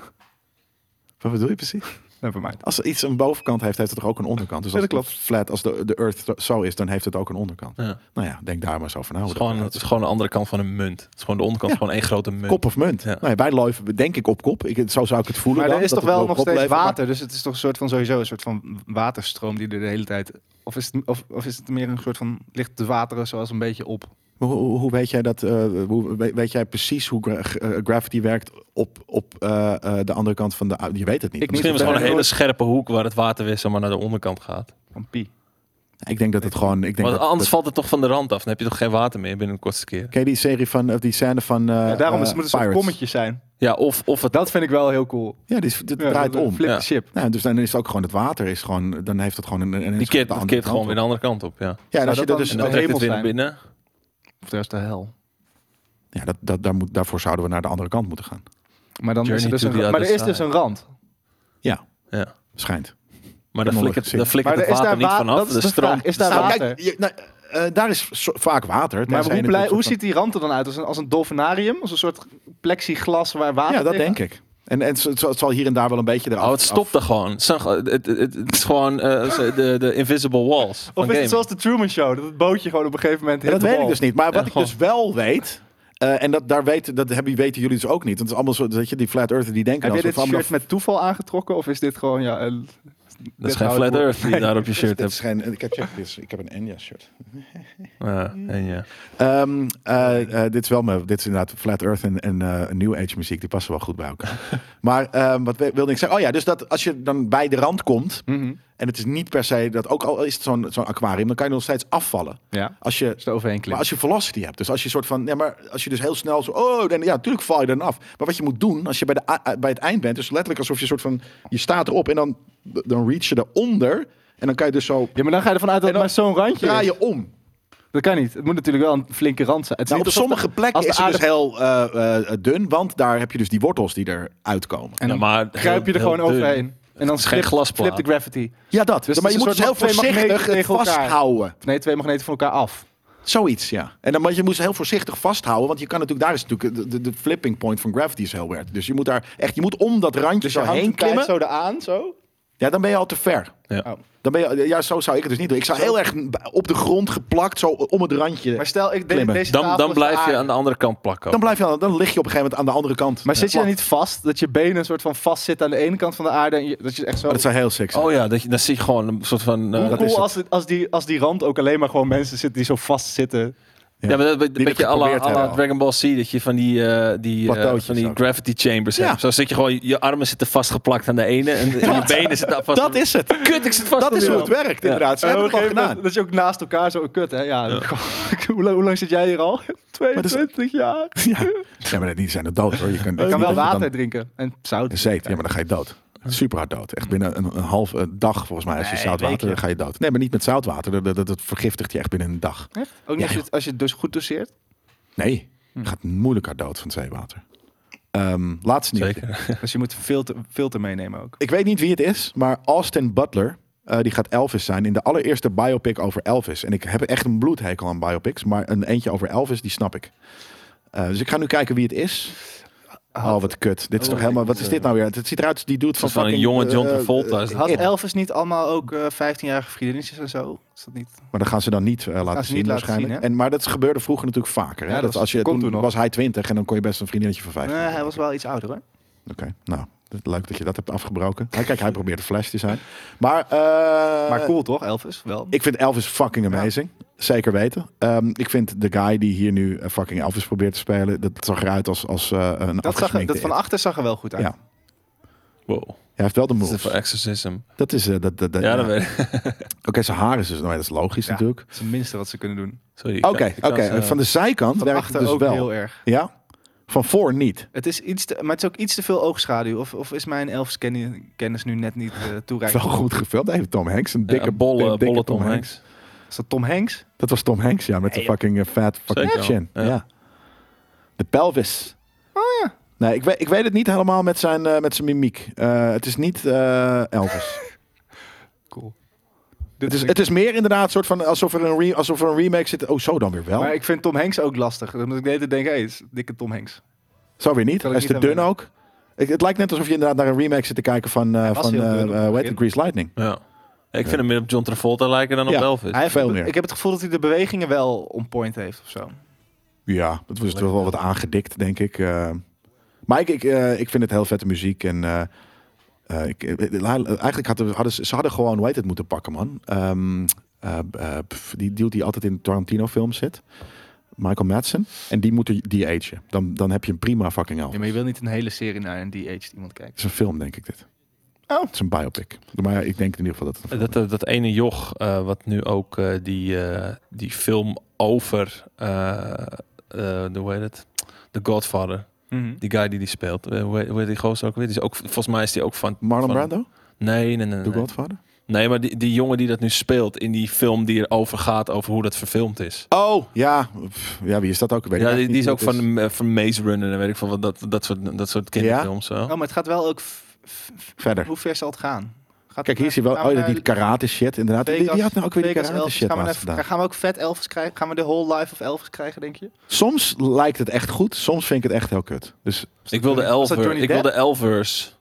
Wat bedoel je precies? Never mind. Als er iets een bovenkant heeft, heeft het toch ook een onderkant. Dus Ja, als dat het klopt. flat, als de, de earth zo is, dan heeft het ook een onderkant. Ja. Nou ja, denk daar maar eens over na. Het hoe is, dat gewoon, eruit het is gewoon de andere kant van een munt. Het is gewoon de onderkant Ja. gewoon één grote munt. Kop of munt. Ja. Nou ja, wij leven denk ik op kop. Ik, zo zou ik het voelen. Maar dan, er is dat toch het wel wel nog steeds oplevert, maar- water, dus het is toch een soort van sowieso een soort van waterstroom die er de hele tijd... Of is het, of, of is het meer een soort van licht te wateren zoals een beetje op? Maar hoe, hoe weet jij dat? Uh, hoe weet, weet jij precies hoe gra- uh, Gravity werkt op, op uh, uh, de andere kant van de... Uh, je weet het niet. Ik Misschien niet. was het gewoon een Nee, hele scherpe hoek waar het water weer zomaar naar de onderkant gaat. Van Pi. Ik denk dat het gewoon... Ik denk Want dat, anders dat, valt het toch van de rand af. Dan heb je toch geen water meer binnen een kortste keer. ken je die serie van... Of die scène van uh, Ja, daarom is, uh, moet het zo'n Pirates? kommetje zijn. Ja, of, of het... Dat vind ik wel heel cool. Ja, die, is- dit Ja, draait dat- om. Flip Ja. the ship. Ja, dus dan is het ook gewoon het water is gewoon... Dan heeft het gewoon een... een Die keert, het keert gewoon weer de andere kant op. Ja. Ja, en Zou als je dat er dus... En dan- dan trekt het hemel weer naar zijn. binnen. Of de rest de hel. Ja, dat, dat, daar moet, daarvoor zouden we naar de andere kant moeten gaan. Maar dan is Journey er dus to een, the ra- maar er other is dus side. een rand. Ja, Ja. schijnt. Maar daar Nog flikkert, gezien. daar flikkert Maar het er is water daar niet wa- vanaf. dat is De de stroom... vraag. Is daar Nou, water? kijk, je- nou, eh, daar is zo- vaak water. Maar tenzij hoe, je blij, natuurlijk hoe soort ziet die rand er dan uit? Als een, als een dolfinarium? Als een soort plexiglas waar water van- Ja, dat tegen- denk ik. En, en het, zal- het zal hier en daar wel een beetje eraf... Oh, het stopt er gewoon. Zag- Het, het, het, het is gewoon uh, de, de invisible walls. Of is het zoals de Truman Show? Dat het bootje gewoon op een gegeven moment... Ja, dat hit the weet ik ball. dus niet. Maar wat Ja, ik gewoon. dus wel weet... Uh, en dat, daar weten, dat hebben, weten jullie dus ook niet. Want het is allemaal zo, dat je die flat earther die denken Heb je dan dit zo van, shirt met toeval aangetrokken? Of is dit gewoon... Ja, een, Dat is geen flat earth die je daar op je shirt Dit is hebt. geen, ik heb check this. Ik heb een Enya shirt. Ja, en ja. Um, uh, uh, dit is wel me. Dit is inderdaad flat earth en, en uh, new age muziek. Die passen wel goed bij elkaar. Maar um, wat wilde ik zeggen? Oh ja, dus dat als je dan bij de rand komt Mhm. en het is niet per se dat ook al is het zo'n zo'n aquarium, dan kan je nog steeds afvallen. Ja, Als je als je er overheen Maar klimt. als je velocity hebt, dus als je soort van, ja, maar als je dus heel snel zo, oh, dan ja, natuurlijk val je dan af. Maar wat je moet doen als je bij, de, a- bij het eind bent, dus letterlijk alsof je soort van, je staat erop en dan, dan reach je eronder en dan kan je dus zo, Ja, maar dan ga je ervan uit dat En het dan maar zo'n randje draai is. je om. Dat kan niet. Het moet natuurlijk wel een flinke rand zijn. Het is Nou, op niet alsof sommige de- plekken als de is het dus aarde- heel uh, uh, dun, want daar heb je dus die wortels die eruit komen. En dan Ja, maar kruip je er heel- gewoon heel dun. overheen. En dan is geen flip, glasplaat. flip de gravity. Ja, dat. Dus maar je het is moet een dus heel soort van twee voorzichtig magneten het tegen elkaar. vasthouden. Nee, twee magneten van elkaar af. Zoiets, ja. En dan moet je moet ze heel voorzichtig vasthouden, want je kan natuurlijk, daar is natuurlijk, de, de, de flipping point van gravity is heel weird. Dus je moet daar echt, je moet om dat randje Dus zo je hangt heen de tijd klimmen. zo eraan, zo. Ja, dan ben je al te ver. Ja. Oh. Dan ben je, ja, zo zou ik het dus niet doen. Ik zou heel erg op de grond geplakt, zo om het randje. Maar stel, ik de, Klimmen. deze Dan, tafel dan is de blijf je aarde. aan de andere kant plakken. Dan, blijf je, aan- dan lig je op een gegeven moment aan de andere kant. Maar zit je Ja. dan niet vast? Dat je benen een soort van vast zitten aan de ene kant van de aarde. En je, dat je echt zo... Oh, dat zou heel sexy. Oh ja, dat je, dan zie je gewoon een soort van... uh, Hoe dat cool is het. als, het- als, die, als die rand ook alleen maar gewoon mensen zitten die zo vast zitten. Ja. ja, maar dat een het beetje à la- geprobeerd à la hebben. Dragon Ball Z, dat je van die, eh, die, eh, Plateautjes van die ook. gravity chambers Ja. hebt. Zo zit je gewoon, je armen zitten vastgeplakt aan de ene en je benen zitten vast. Dat is het. Kut, ik zit vast Dat aan is de hoe het wand. werkt, Ja. inderdaad. Ze En hebben op een het al gegeven gedaan. moment, dat je ook naast elkaar zo kut, hè? Ja. hoe, lang, hoe lang zit jij hier al? tweeëntwintig jaar. Ja. ja, maar die zijn er dood hoor. Je kan, Je kan wel water Dan, drinken en zout. zeep, ja, maar dan ga je dood. Super hard dood. Echt binnen een, een halve dag volgens mij. Als je Nee, zout water, weekje. dan ga je dood. Nee, maar niet met zoutwater. Dat, dat, dat vergiftigt je echt binnen een dag. Echt? Ook niet Ja, als, je, het- als je het dus goed doseert? Nee, je gaat moeilijk hard dood van het zeewater. Um, laatste nieuws. Zeker. Dus je moet filter, filter meenemen ook. Ik weet niet wie het is, maar Austin Butler, uh, die gaat Elvis zijn in de allereerste biopic over Elvis. En ik heb echt een bloedhekel aan biopics, maar een eentje over Elvis, die snap ik. Uh, dus ik ga nu kijken wie het is. Oh, wat kut. Dit is toch helemaal... Wat is dit nou weer? Het ziet eruit als die doet van, van een fucking, jonge John uh, Travolta. uh, Had It. Elvis niet allemaal ook uh, vijftienjarige vriendinnetjes en zo? Is dat niet? Maar dan gaan ze dan niet uh, laten ze zien niet laten waarschijnlijk. zien, hè? en, maar dat gebeurde vroeger natuurlijk vaker. Hè? Ja, dat dat was- als je, kon toen toen nog. was hij twintig en dan kon je best een vriendinnetje van vijftien. Nee, hij was wel iets ouder hoor. Oké, nou, leuk dat je dat hebt afgebroken. Ja, kijk, hij probeert de Flash te zijn. Maar, uh, Maar cool toch, Elvis? Wel. ik vind Elvis fucking amazing. Zeker weten. Um, ik vind de guy die hier nu uh, fucking Elvis probeert te spelen, dat zag eruit als, als uh, een dat, zag er, afgesminkte dat van it. achter zag er wel goed uit. Ja. Wow. Hij heeft wel de Dat is moves. voor exorcism. Dat is... Uh, dat, dat, dat, Ja, ja. dat weet ik. Oké, zijn haar is dus... Nou, ja, dat is logisch Ja. natuurlijk. Dat is het minste wat ze kunnen doen. Sorry. ik Oké, kan- ik kan oké. ze- Van de zijkant Van werkt het achter dus ook wel. heel erg. Ja? Van voor niet. Het is iets te, maar het is ook iets te veel oogschaduw. Of, of is mijn Elvis kenni- kennis nu net niet uh, toereikend? Wel goed gefilmd. Even Tom Hanks. Een Ja, dikke, bolle, dikke bolle Tom Hanks. Is dat Tom Hanks? Dat was Tom Hanks, ja. Met de Nee, fucking uh, fat fucking Zeker. chin. Ja. Ja. De pelvis. Oh ja. Nee, ik weet, ik weet het niet helemaal met zijn, uh, met zijn mimiek. Uh, het is niet uh, Elvis. Cool. Het is, het is meer inderdaad soort van alsof er een, re, alsof er een remake zit. Oh, zo dan weer wel. Maar ik vind Tom Hanks ook lastig. Dan moet ik de hele tijd denken, hé, hey, het is dikke Tom Hanks. Zo weer niet. Kan Hij ik is te niet dun hebben. ook. Ik, het lijkt net alsof je inderdaad naar een remake zit te kijken van, uh, was van heel uh, dun op het uh, hoe heet begin. het? Grease Lightning. Ja. Ik vind hem meer op John Travolta lijken dan op Ja. Elvis. Hij heeft, Veel meer. Ik heb het gevoel dat hij de bewegingen wel on point heeft of zo. Ja, dat was toch wel wat aangedikt, denk ik. Uh, maar ik, ik, uh, ik vind het heel vette muziek. En uh, uh, ik, uh, eigenlijk hadden, hadden ze, ze hadden gewoon, hoe heet het, moeten pakken, man. Um, uh, uh, pff, die dude die altijd in Tarantino films zit. Michael Madsen. En die moeten de-agen. Dan, dan heb je een prima fucking Elvis. Ja, maar je wil niet een hele serie naar een de-aged iemand kijken. Het is een film, denk ik dit. Oh. Het is een biopic. Maar ja, ik denk in ieder geval dat het een film Dat, dat, dat ene joch, uh, wat nu ook uh, die, uh, die film over, uh, uh, hoe heet het? The Godfather. Mm-hmm. Die guy die die speelt. Uh, hoe, heet, hoe heet die gozer ook weer? Die is ook, volgens mij is die ook van... Marlon van, Brando? Nee, nee, nee. The nee. Godfather? Nee, maar die, die jongen die dat nu speelt in die film die erover gaat over hoe dat verfilmd is. Oh, ja. Pff, ja, wie is dat ook? Weet ik Ja, die, niet die is wie ook het van, uh, van Maze Runner en weet ik veel wat, dat, dat soort, dat soort kinderfilms. Ja? Oh, maar het gaat wel ook... F- f- Verder. Hoe ver zal het gaan? Gaat Kijk, het hier zie je wel... gaan we Oh, die naar karate shit, inderdaad. Die, Vegas- die had nou ook weer die Vegas karate Elvis? shit Gaan we, laatst naar- gedaan. gaan we ook vet Elvis krijgen? Gaan we de whole life of Elvis krijgen, denk je? Soms lijkt het echt goed, soms vind ik het echt heel kut. Dus Ik wil de Was dat Elver, Johnny ik wil de Depp? Elvers.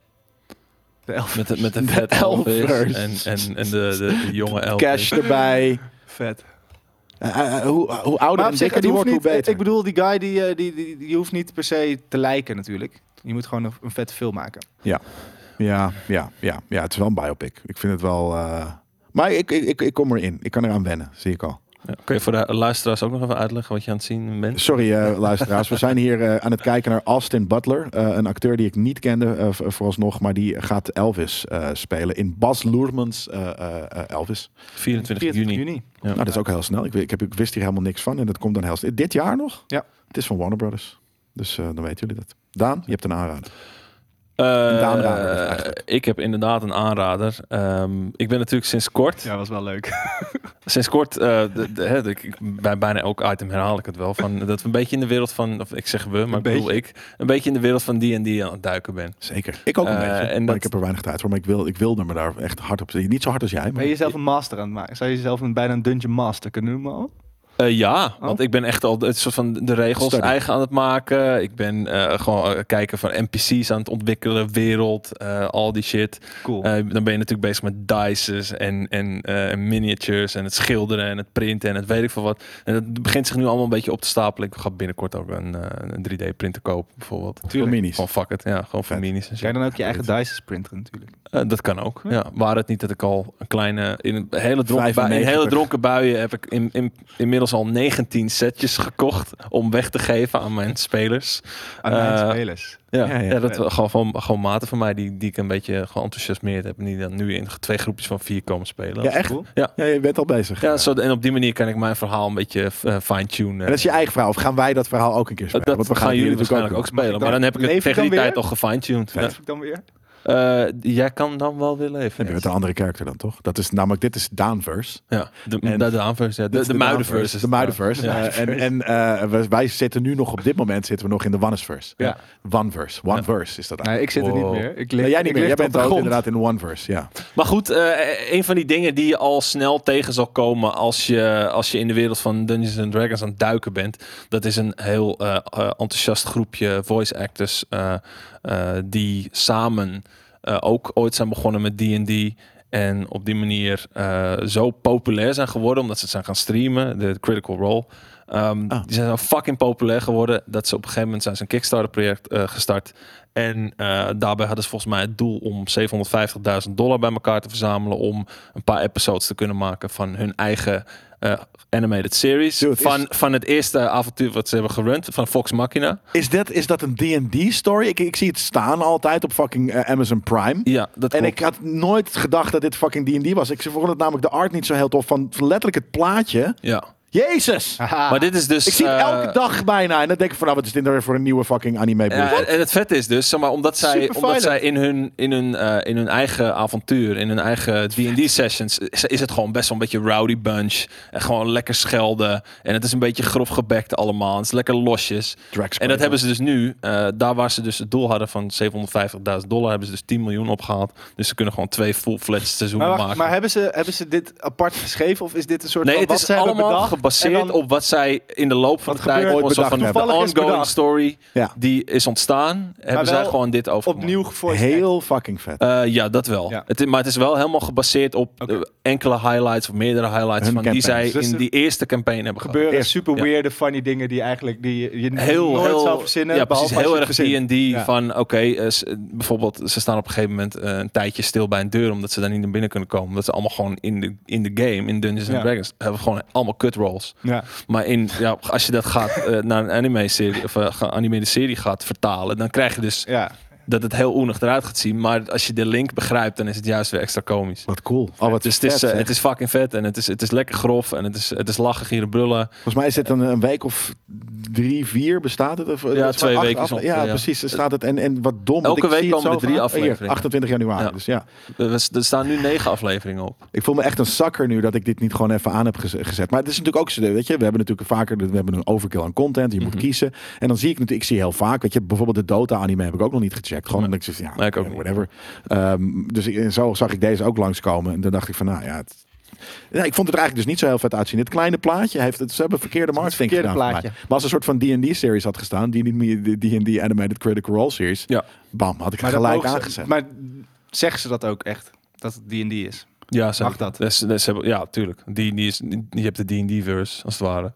De Elvis. Met, de, met een De vet Elvis Elvers. en, en, en de, de, de jonge Elvis. cash erbij. Vet. Uh, uh, hoe, hoe ouder Maar en op zich, dikker het die hoeft wordt, hoe niet, beter. ik bedoel, die guy die, eh, die, die, die hoeft niet per se te lijken natuurlijk. Je moet gewoon een, een vette film maken. Ja, ja, ja, ja. Het is wel een biopic. Ik vind het wel... Uh... Maar ik, ik, ik, ik kom erin. Ik kan eraan wennen, zie ik al. Ja, kun je voor de luisteraars ook nog even uitleggen wat je aan het zien bent? Sorry uh, luisteraars, we zijn hier uh, aan het kijken naar Austin Butler. Uh, een acteur die ik niet kende uh, vooralsnog, maar die gaat Elvis uh, spelen in Baz Luhrmann's uh, uh, Elvis. vierentwintig juni. Ja. Nou, dat is ook heel snel. Ik, ik, heb, ik wist hier helemaal niks van en dat komt dan heel snel. Dit jaar nog? Ja. Het is van Warner Brothers. Dus uh, dan weten jullie dat. Daan, je hebt een aanrader. Uh, Een aanrader, dus eigenlijk. ik heb inderdaad een aanrader. Um, ik ben natuurlijk sinds kort... Ja, was wel leuk. Sinds kort, uh, de, de, he, de, ik, bij bijna elk item herhaal ik het wel, van, dat we een beetje in de wereld van, of ik zeg we, maar ik bedoel ik, een beetje in de wereld van D en D aan het duiken ben. Zeker. Ik ook een Uh, beetje. en Maar dat- ik heb er weinig tijd voor. Maar ik, wil, ik wilde me daar echt hard op zetten. Niet zo hard als jij. Maar Ben je jezelf een master aan het maken? Zou je jezelf een, bijna een dungeon master kunnen noemen al? Uh, ja, want ik ben echt al het soort van de regels Study. eigen aan het maken. Ik ben uh, gewoon uh, kijken van N P C's aan het ontwikkelen, wereld, uh, al die shit. Cool. Uh, dan ben je natuurlijk bezig met dices en, en uh, miniatures en het schilderen en het printen en het weet ik veel wat. En het begint zich nu allemaal een beetje op te stapelen. Ik ga binnenkort ook een, uh, een drie D printer kopen bijvoorbeeld. Voor minis. Gewoon fuck it, ja, gewoon voor Vet. minis en Kan je shit. dan ook je eigen dices printen natuurlijk? Uh, dat kan ook, ja. Waar het niet dat ik al een kleine, in een hele dronken, bui, in vijfennegentig. hele dronken buien heb ik in, in, inmiddels al negentien setjes gekocht om weg te geven aan mijn spelers. Aan mijn Uh, spelers. Ja, Ja, ja, ja. dat gewoon, gewoon, gewoon maten van mij die, die ik een beetje geenthousiasmeerd heb. En die dan nu in twee groepjes van vier komen spelen. Ja, echt? Cool. Ja, je bent al bezig. Ja, zo, en op die manier kan ik mijn verhaal een beetje uh, fine-tunen. En dat is je eigen verhaal. Of gaan wij dat verhaal ook een keer spelen? dat Want we gaan het jullie hier waarschijnlijk ook doen. spelen. Maar dan heb ik het Leef ik tegen dan die tijd weer? al gefine-tuned. Ja. Leef ik dan weer? Uh, jij kan dan wel weer Dan leven. heb je met een andere karakter dan, toch? Dat is namelijk, dit is Daanverse. Ja, de, En- de, de aanvers, ja. De, Dit de, is muidenverse. De muidenverse. Ja. Uh, en en uh, wij- wij zitten nu nog, op dit moment zitten we nog in de Oneverse. Ja. Oneverse. Oneverse is dat Nee, ik zit er Wow. niet meer. Ik Nee, lig, jij niet ik meer. lig Jij op bent de ook grond. inderdaad in de Oneverse, ja. Maar goed, uh, een van die dingen die je al snel tegen zal komen als je, als je in de wereld van Dungeons and Dragons aan het duiken bent. Dat is een heel uh, uh, enthousiast groepje voice actors uh, uh, die samen uh, ook ooit zijn begonnen met D en D. En op die manier uh, zo populair zijn geworden, omdat ze het zijn gaan streamen, de Critical Role. Um, Ah. Die zijn zo fucking populair geworden dat ze op een gegeven moment zijn ze een Kickstarter project uh, gestart. En uh, daarbij hadden ze volgens mij het doel om zevenhonderdvijftigduizend dollar bij elkaar te verzamelen om een paar episodes te kunnen maken van hun eigen uh, animated series. Dude, is- van, van het eerste avontuur wat ze hebben gerund, van Vox Machina. Is dat, is dat een D en D story? Ik, ik zie het staan altijd op fucking uh, Amazon Prime. Ja, dat En klopt. ik had nooit gedacht dat dit fucking D en D was. Ik vond het namelijk de art niet zo heel tof. Van, van letterlijk het plaatje. Ja. Jezus! Haha. Maar dit is dus... Ik zie het uh, elke dag bijna. En dan denk ik van, nou, wat is dit nou weer voor een nieuwe fucking anime? Ja, en, en het vet is dus, zeg maar, omdat zij, Super omdat violent. zij in hun, in, hun, uh, in hun eigen avontuur, in hun eigen D en D sessions, is, is het gewoon best wel een beetje rowdy bunch. En gewoon lekker schelden. En het is een beetje grof gebekt allemaal. Het is lekker losjes. En dat hebben ze dus nu, uh, daar waar ze dus het doel hadden van zevenhonderdvijftigduizend dollar, hebben ze dus tien miljoen opgehaald. Dus ze kunnen gewoon twee full-fledged seizoenen Maar, wacht, maken. maar hebben, ze, hebben ze dit apart geschreven? Of is dit een soort Nee, van het wat is ze hebben allemaal bedacht? gebaseerd en dan- op wat zij in de loop van Wat de tijd gebeurt- gewoon zo van bedacht de hebben. Toevallig is ongoing bedacht. story Ja. die is ontstaan, hebben zij wel gewoon dit over. Opnieuw gevoiced. Heel fucking vet. Uh, ja, dat wel. Ja. Het, is- maar het is wel helemaal gebaseerd op Oké. uh, enkele highlights of meerdere highlights Hun van die zij campaigns. Dus in er die eerste campaign hebben gehad. gebeuren Eerst- super ja. weirde, funny dingen die eigenlijk die je- je Heel, nooit heel, zou verzinnen. ja, precies. behalve Heel als je erg het D en verzint. D Ja. van, oké, eh, s- bijvoorbeeld, ze staan op een gegeven moment uh, een tijdje stil bij een deur, omdat ze daar niet naar binnen kunnen komen. Omdat ze allemaal gewoon in de, in de game, in Dungeons Ja. and Dragons, hebben we gewoon allemaal cut rolls. controls. Ja. Maar in, ja, als je dat gaat uh, naar een anime-serie of uh, geanimeerde serie gaat vertalen, dan krijg je dus Ja. dat het heel oenig eruit gaat zien. Maar als je de link begrijpt, dan is het juist weer extra komisch. Wat cool. Oh, wat Dus het is, vet, uh, zeg. het is fucking vet en het is, het is lekker grof en het is, het is lachen, gieren, brullen. Volgens mij is het een, een week of drie, vier bestaat het. Of, Ja, het is twee acht weken afle- ongeveer, Ja, ja. precies. Er staat het en, en wat dom. want Elke ik week zie het komen er zo drie van, afleveringen. Hier, achtentwintig januari. Ja. Dus ja. Er er staan nu negen afleveringen op. Ik voel me echt een zakker nu dat ik dit niet gewoon even aan heb geze- gezet. Maar het is natuurlijk ook zo, weet je, we hebben natuurlijk vaker, we hebben een overkill aan content. Je moet Mhm. kiezen. En dan zie ik natuurlijk, ik zie heel vaak, weet je, bijvoorbeeld de Dota anime heb ik ook nog niet gecheckt. Gewoon Nee. omdat ik zeg, ja, Nee, ik ook ja, niet. whatever. Um, dus ik, en zo zag ik deze ook langskomen. En dan dacht ik van, nou ja, het, ja, ik vond het er eigenlijk dus niet zo heel vet uitzien. Het kleine plaatje heeft het, ze hebben verkeerde marketing verkeerde gedaan. voor plaatje. mij. Maar als een soort van D en D-series had gestaan, D en D Animated Critical Role Series, Ja. bam, had ik Maar er dat gelijk mogen ze- aangezet. Maar zeggen ze dat ook echt? Dat het D en D is? Ja, zeker. Mag dat? Dus, dus, hebben- ja, tuurlijk. Die, die is, je hebt de D en D-verse, als het ware.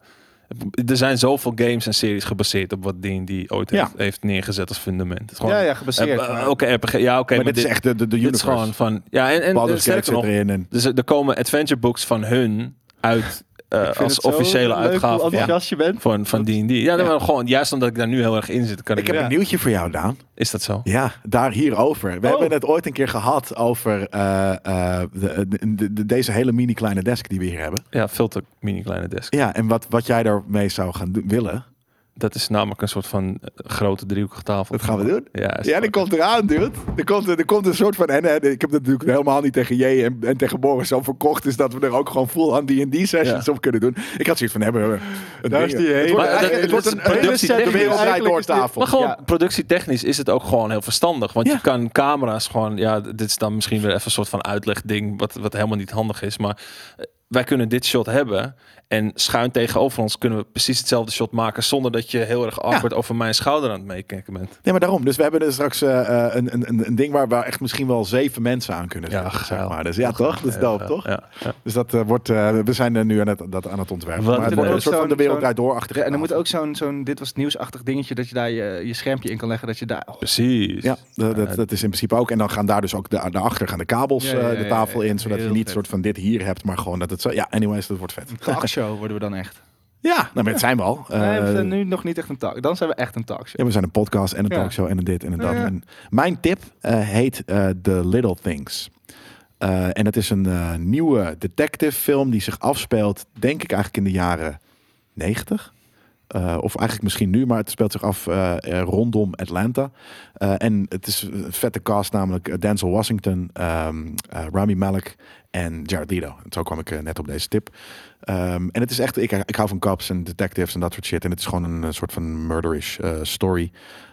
Er zijn zoveel games en series gebaseerd op wat D en D ooit Ja. heeft, heeft neergezet als fundament. Het is gewoon, Ja, ja, gebaseerd. eh, maar- Oké, R P G. Ja, oké. maar, dit is dit- echt de, de, de dit is universe. gewoon van... Ja, en, en Baldur's Gate sterker zit nog, erin. En, dus er komen adventure books van hun uit uh, Ik vind als het zo officiële leuk hoe uitgave van, enthousiast je bent. van, van D en D. Ja, maar gewoon juist omdat ik daar nu heel erg in zit, kan ik... ik heb Ja. een nieuwtje voor jou, Daan. Is dat zo? Ja, daar hierover. We Oh. hebben het ooit een keer gehad over eh, eh, de, de, de- deze hele mini kleine desk die we hier hebben. Ja, veel te mini kleine desk. Ja, en wat, wat jij daarmee zou gaan doen, willen, Dat is namelijk een soort van uh, grote driehoekige tafel. dat gaan we doen. Ja, is Ja, die komt eraan, dude. Er komt, er komt een soort van... En, en ik heb dat natuurlijk helemaal niet tegen J en, en tegen Boris zo verkocht. Dus dat we er ook gewoon full aan D en D sessies Ja. op kunnen doen. Ik had zoiets van, hebben we... een Daar ding- is die het hele- wordt, Maar eigenlijk- het dat- wordt dat een is hele productie- set de wereld draait eigenlijk door is dit- tafel. Maar gewoon Ja. productietechnisch is het ook gewoon heel verstandig. Want Ja. je kan camera's gewoon... Ja, dit is dan misschien weer even een soort van uitlegding... wat, wat helemaal niet handig is. Maar eh, wij kunnen dit shot hebben... en schuin tegenover ons kunnen we precies hetzelfde shot maken... zonder dat je heel erg awkward over mijn schouder aan het meekijken bent. Nee, maar daarom. Dus we hebben er straks eh, eh, een, een, een ding waar, waar echt misschien wel zeven mensen aan kunnen Ja, zitten. zeg geil. maar. Dus ja, toch? Dat is dope, Ja, toch? Ja, ja. Dus dat eh, wordt... eh, we zijn er nu aan het, dat aan het ontwerpen. Wat- maar het er wordt moet een soort ook van de zo'n- wereld zo'n- draait door achter. Ja, en er moet ook zo'n, zo'n dit was het nieuwsachtig dingetje dat je daar je, je schermpje in kan leggen. Dat je daar... oh, Precies. Ja, dat, dat, dat is in principe ook. En dan gaan daar dus ook de, daarachter gaan de kabels Ja, ja, eh, ja, de tafel ja, ja. in. Zodat je Heel niet vet. soort van dit hier hebt, maar gewoon dat het zo... Ja, anyways, dat wordt vet. talkshow worden we dan echt. Ja, nou, maar het zijn we al. nee, we Eh, zijn nu nog niet echt een talk. Dan zijn we echt een talkshow. ja, we zijn een podcast en een Ja. talkshow en een dit en een dat. Ja, ja. En mijn tip eh, heet eh, The Little Things. Eh, en het is een eh, nieuwe detective film die zich afspeelt, denk ik eigenlijk in de jaren negentig. Uh, of eigenlijk misschien nu, maar het speelt zich af uh, uh, rondom Atlanta. Uh, en het is een vette cast, namelijk uh, Denzel Washington, um, uh, Rami Malek en Jared Leto. En zo kwam ik uh, net op deze tip. Um, en het is echt, ik, ik hou van cops en detectives en dat soort shit. En het is gewoon een, een soort van murderish uh, story.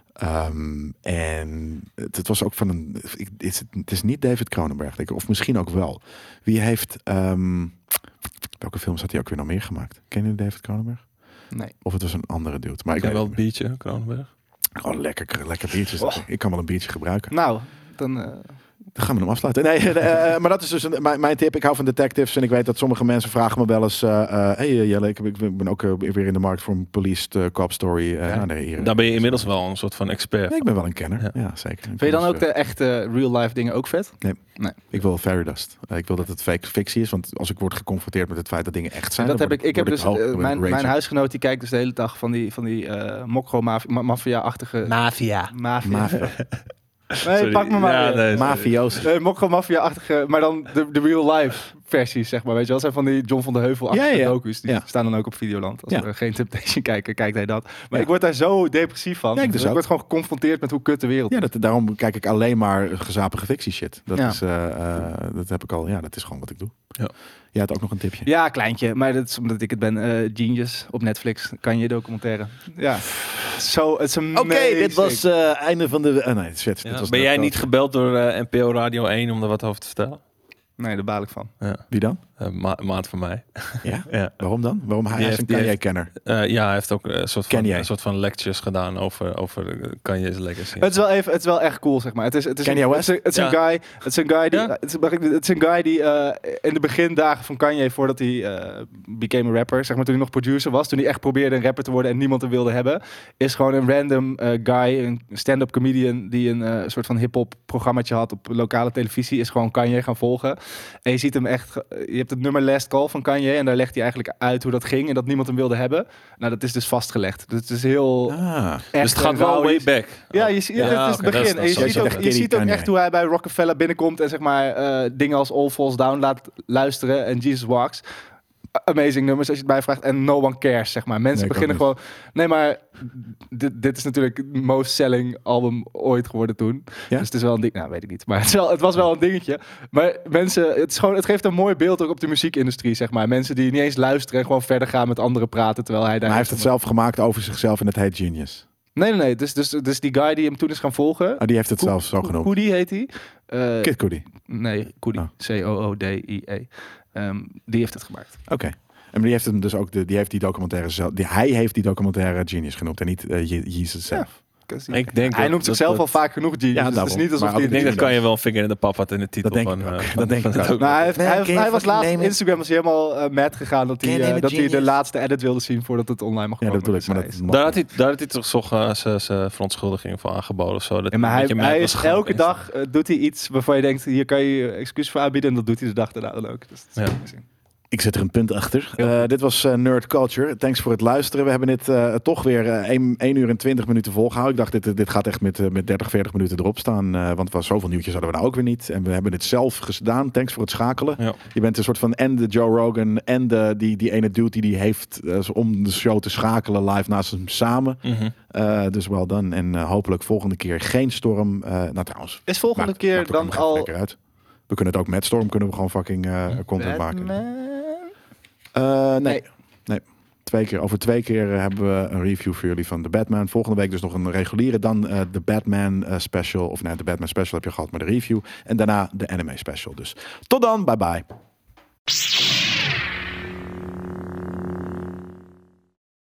Um, en het, het was ook van een... Ik, is het, het is niet David Cronenberg, denk ik, of misschien ook wel. Wie heeft... Um, welke films had hij ook weer nog meer gemaakt? Ken je David Cronenberg? Nee. Of het was een andere dude. Maar ik Ik heb weet wel het biertje, Kronenberg. Oh, lekker, lekker biertjes. Oh. Ik kan wel een biertje gebruiken. Nou, dan... Uh... Dan gaan we hem afsluiten. Nee, uh, maar dat is dus een, mijn, mijn tip. Ik hou van detectives en ik weet dat sommige mensen vragen me wel eens... Uh, uh, hey Jelle, ik, ik ben ook uh, weer in de markt voor een policed uh, cop story. Uh, Ja. nou, nee, hier, Daar ben je inmiddels wel een soort van expert. nee, ik ben wel een kenner. Ja, Ja. ja zeker. Vind je dan ook de echte real-life dingen ook vet? Ik wil fairy dust. Uh, ik wil dat het fake fictie is. Want als ik word geconfronteerd met het feit dat dingen echt zijn... dat dan heb ik. word Ik heb word dus hoog, uh, dan word ik mijn, mijn rage. huisgenoot die kijkt dus de hele dag van die van die uh, mokro maffia-achtige Mafia. mafia. Mafia. Nee, pak me maar. Ja, weer. nee, Mafioos. Nee, mokro maffia-achtige, maar dan de, de real-life versies, zeg maar. Weet je wel, zijn van die John van de Heuvel-achtige Ja, ja. docus. Die Ja. staan dan ook op Videoland. Als Ja. we geen Temptation kijken, kijkt hij dat. Maar Ja. ik word daar zo depressief van. Ja, ik dus ik ook. word gewoon geconfronteerd met hoe kut de wereld Ja, is. dat, daarom kijk ik alleen maar gezapige fictie shit. Dat Ja. is, uh, uh, dat heb ik al, ja, dat is gewoon wat ik doe. Ja. Jij had ook nog een tipje. Ja, kleintje. Maar dat is omdat ik het ben. Uh, Genius op Netflix. Kan je documentaire. Ja. Zo, het is een. Oké, dit was uh, einde van de... Uh, nee, shit. Ja, dit was ben net jij wel- niet gebeld door uh, N P O Radio één om er wat over te vertellen? Nee, daar baal ik van. Ja. Wie dan? Uh, ma maat van mij. Ja? Ja. Waarom dan? Waarom hij, Die hij is heeft- een die Kanye-kenner? Uh, ja, hij heeft ook een soort van, Kanye. een soort van lectures gedaan over, over uh, Kanye's legacy. Het is wel even, het is wel echt cool, zeg maar. Het is, het is, Kanye een, West? Het is, het is Ja. een guy, het is een guy die, Ja. het is, mag ik- het is een guy die uh, in de begindagen van Kanye, voordat hij uh, became a rapper, zeg maar, toen hij nog producer was, toen hij echt probeerde een rapper te worden en niemand hem wilde hebben, is gewoon een random uh, guy, een stand-up comedian die een uh, soort van hip-hop programmaatje had op lokale televisie, is gewoon Kanye gaan volgen. En je ziet hem echt... ge- Je hebt het nummer Last Call van Kanye en daar legt hij eigenlijk uit hoe dat ging en dat niemand hem wilde hebben. Nou, dat is dus vastgelegd. Dus het is heel... Ah, echt Dus het gaat en wel rauw way is. back. Ja, je, ziet- Ja, het is oké, het dat is- begin. dat En is je ziet zo. ook, Echt je Kitty ziet ook Kanye. echt hoe hij bij Rockefeller binnenkomt en zeg maar eh, dingen als All Falls Down laat luisteren en Jesus Walks. Amazing nummers als je het mij vraagt. En No One Cares, zeg maar. Mensen Nee, ik beginnen ook gewoon... Nee, maar dit, dit is natuurlijk het most selling album ooit geworden toen. Ja? Dus het is wel een ding... Nou, weet ik niet. Maar het, is wel, het was wel een dingetje. Maar mensen... Het, is gewoon, het geeft een mooi beeld ook op de muziekindustrie, zeg maar. Mensen die niet eens luisteren en gewoon verder gaan met anderen praten, terwijl hij daar... maar hij heeft het zelf gemaakt over zichzelf en het heet Genius. Nee, nee, nee. Dus, dus, dus die guy die hem toen is gaan volgen... Oh, die heeft het Ko- zelf zo Ko- genoemd. Koedi heet hij. Eh, Kid Cudi. Nee, Koedi. Oh. C O O D I E. Ehm, die heeft het gemaakt. Oké. En die heeft hem dus ook de, die heeft die documentaire zelf. Die, hij heeft die documentaire Genius genoemd en niet uh, Je- Jezus zelf. Ik denk hij dat- noemt dat- zichzelf dat- al vaak genoeg genius. Ja, dus het is daarom. niet alsof Maar ook hij... Ik denk dat Genius. kan je wel een vinger in de pap had in de titel Dat denk van... ik ook. eh, Dat van- denk van ik het ook. ook. Nou, hij, heeft, Man, hij, heeft- can you hij was fucking laatst op name it? Instagram was hij helemaal uh, mad gegaan dat hij, Can you uh, name it dat hij de genius? laatste edit wilde zien voordat het online mag Ja, komen. dat bedoel ik. Dus Maar hij dat is- mag Daar had niet. hij, daar had hij toch toch uh, zijn- zijn verontschuldiging voor aangeboden of zo. Dat Ja, maar een hij, beetje mad hij was is gegaan elke op dag uh, doet hij iets waarvan je denkt, hier kan je je excuus voor aanbieden. En dat doet hij de dag daarna dan ook. Dus dat is Ja. amazing. Ik zet er een punt achter. Heel Uh, goed. dit was uh, Nerd Culture. Thanks voor het luisteren. We hebben dit uh, toch weer uh, één uur en twintig minuten volgehouden. Ik dacht, dit, dit gaat echt met, uh, met dertig, veertig minuten erop staan. Uh, want was zoveel nieuwtjes hadden we nou ook weer niet. En we hebben het zelf gedaan. Thanks voor het schakelen. Ja. Je bent een soort van en de Joe Rogan en de, die, die ene dude die die heeft uh, om de show te schakelen live naast hem samen. Mhm. Uh, dus wel dan. En uh, hopelijk volgende keer geen storm. Uh, nou trouwens. Is volgende maakt- keer maakt ook dan nog even al... lekker uit. We kunnen het ook met storm. Kunnen we gewoon fucking uh, content maken. Batman? Uh, nee. Nee. nee. Twee keer. Over twee keer uh, hebben we een review voor jullie van de Batman. Volgende week dus nog een reguliere. Dan uh, de Batman uh, special. Of nee, de Batman special heb je gehad, maar de review. En daarna de anime special. Dus tot dan. Bye bye.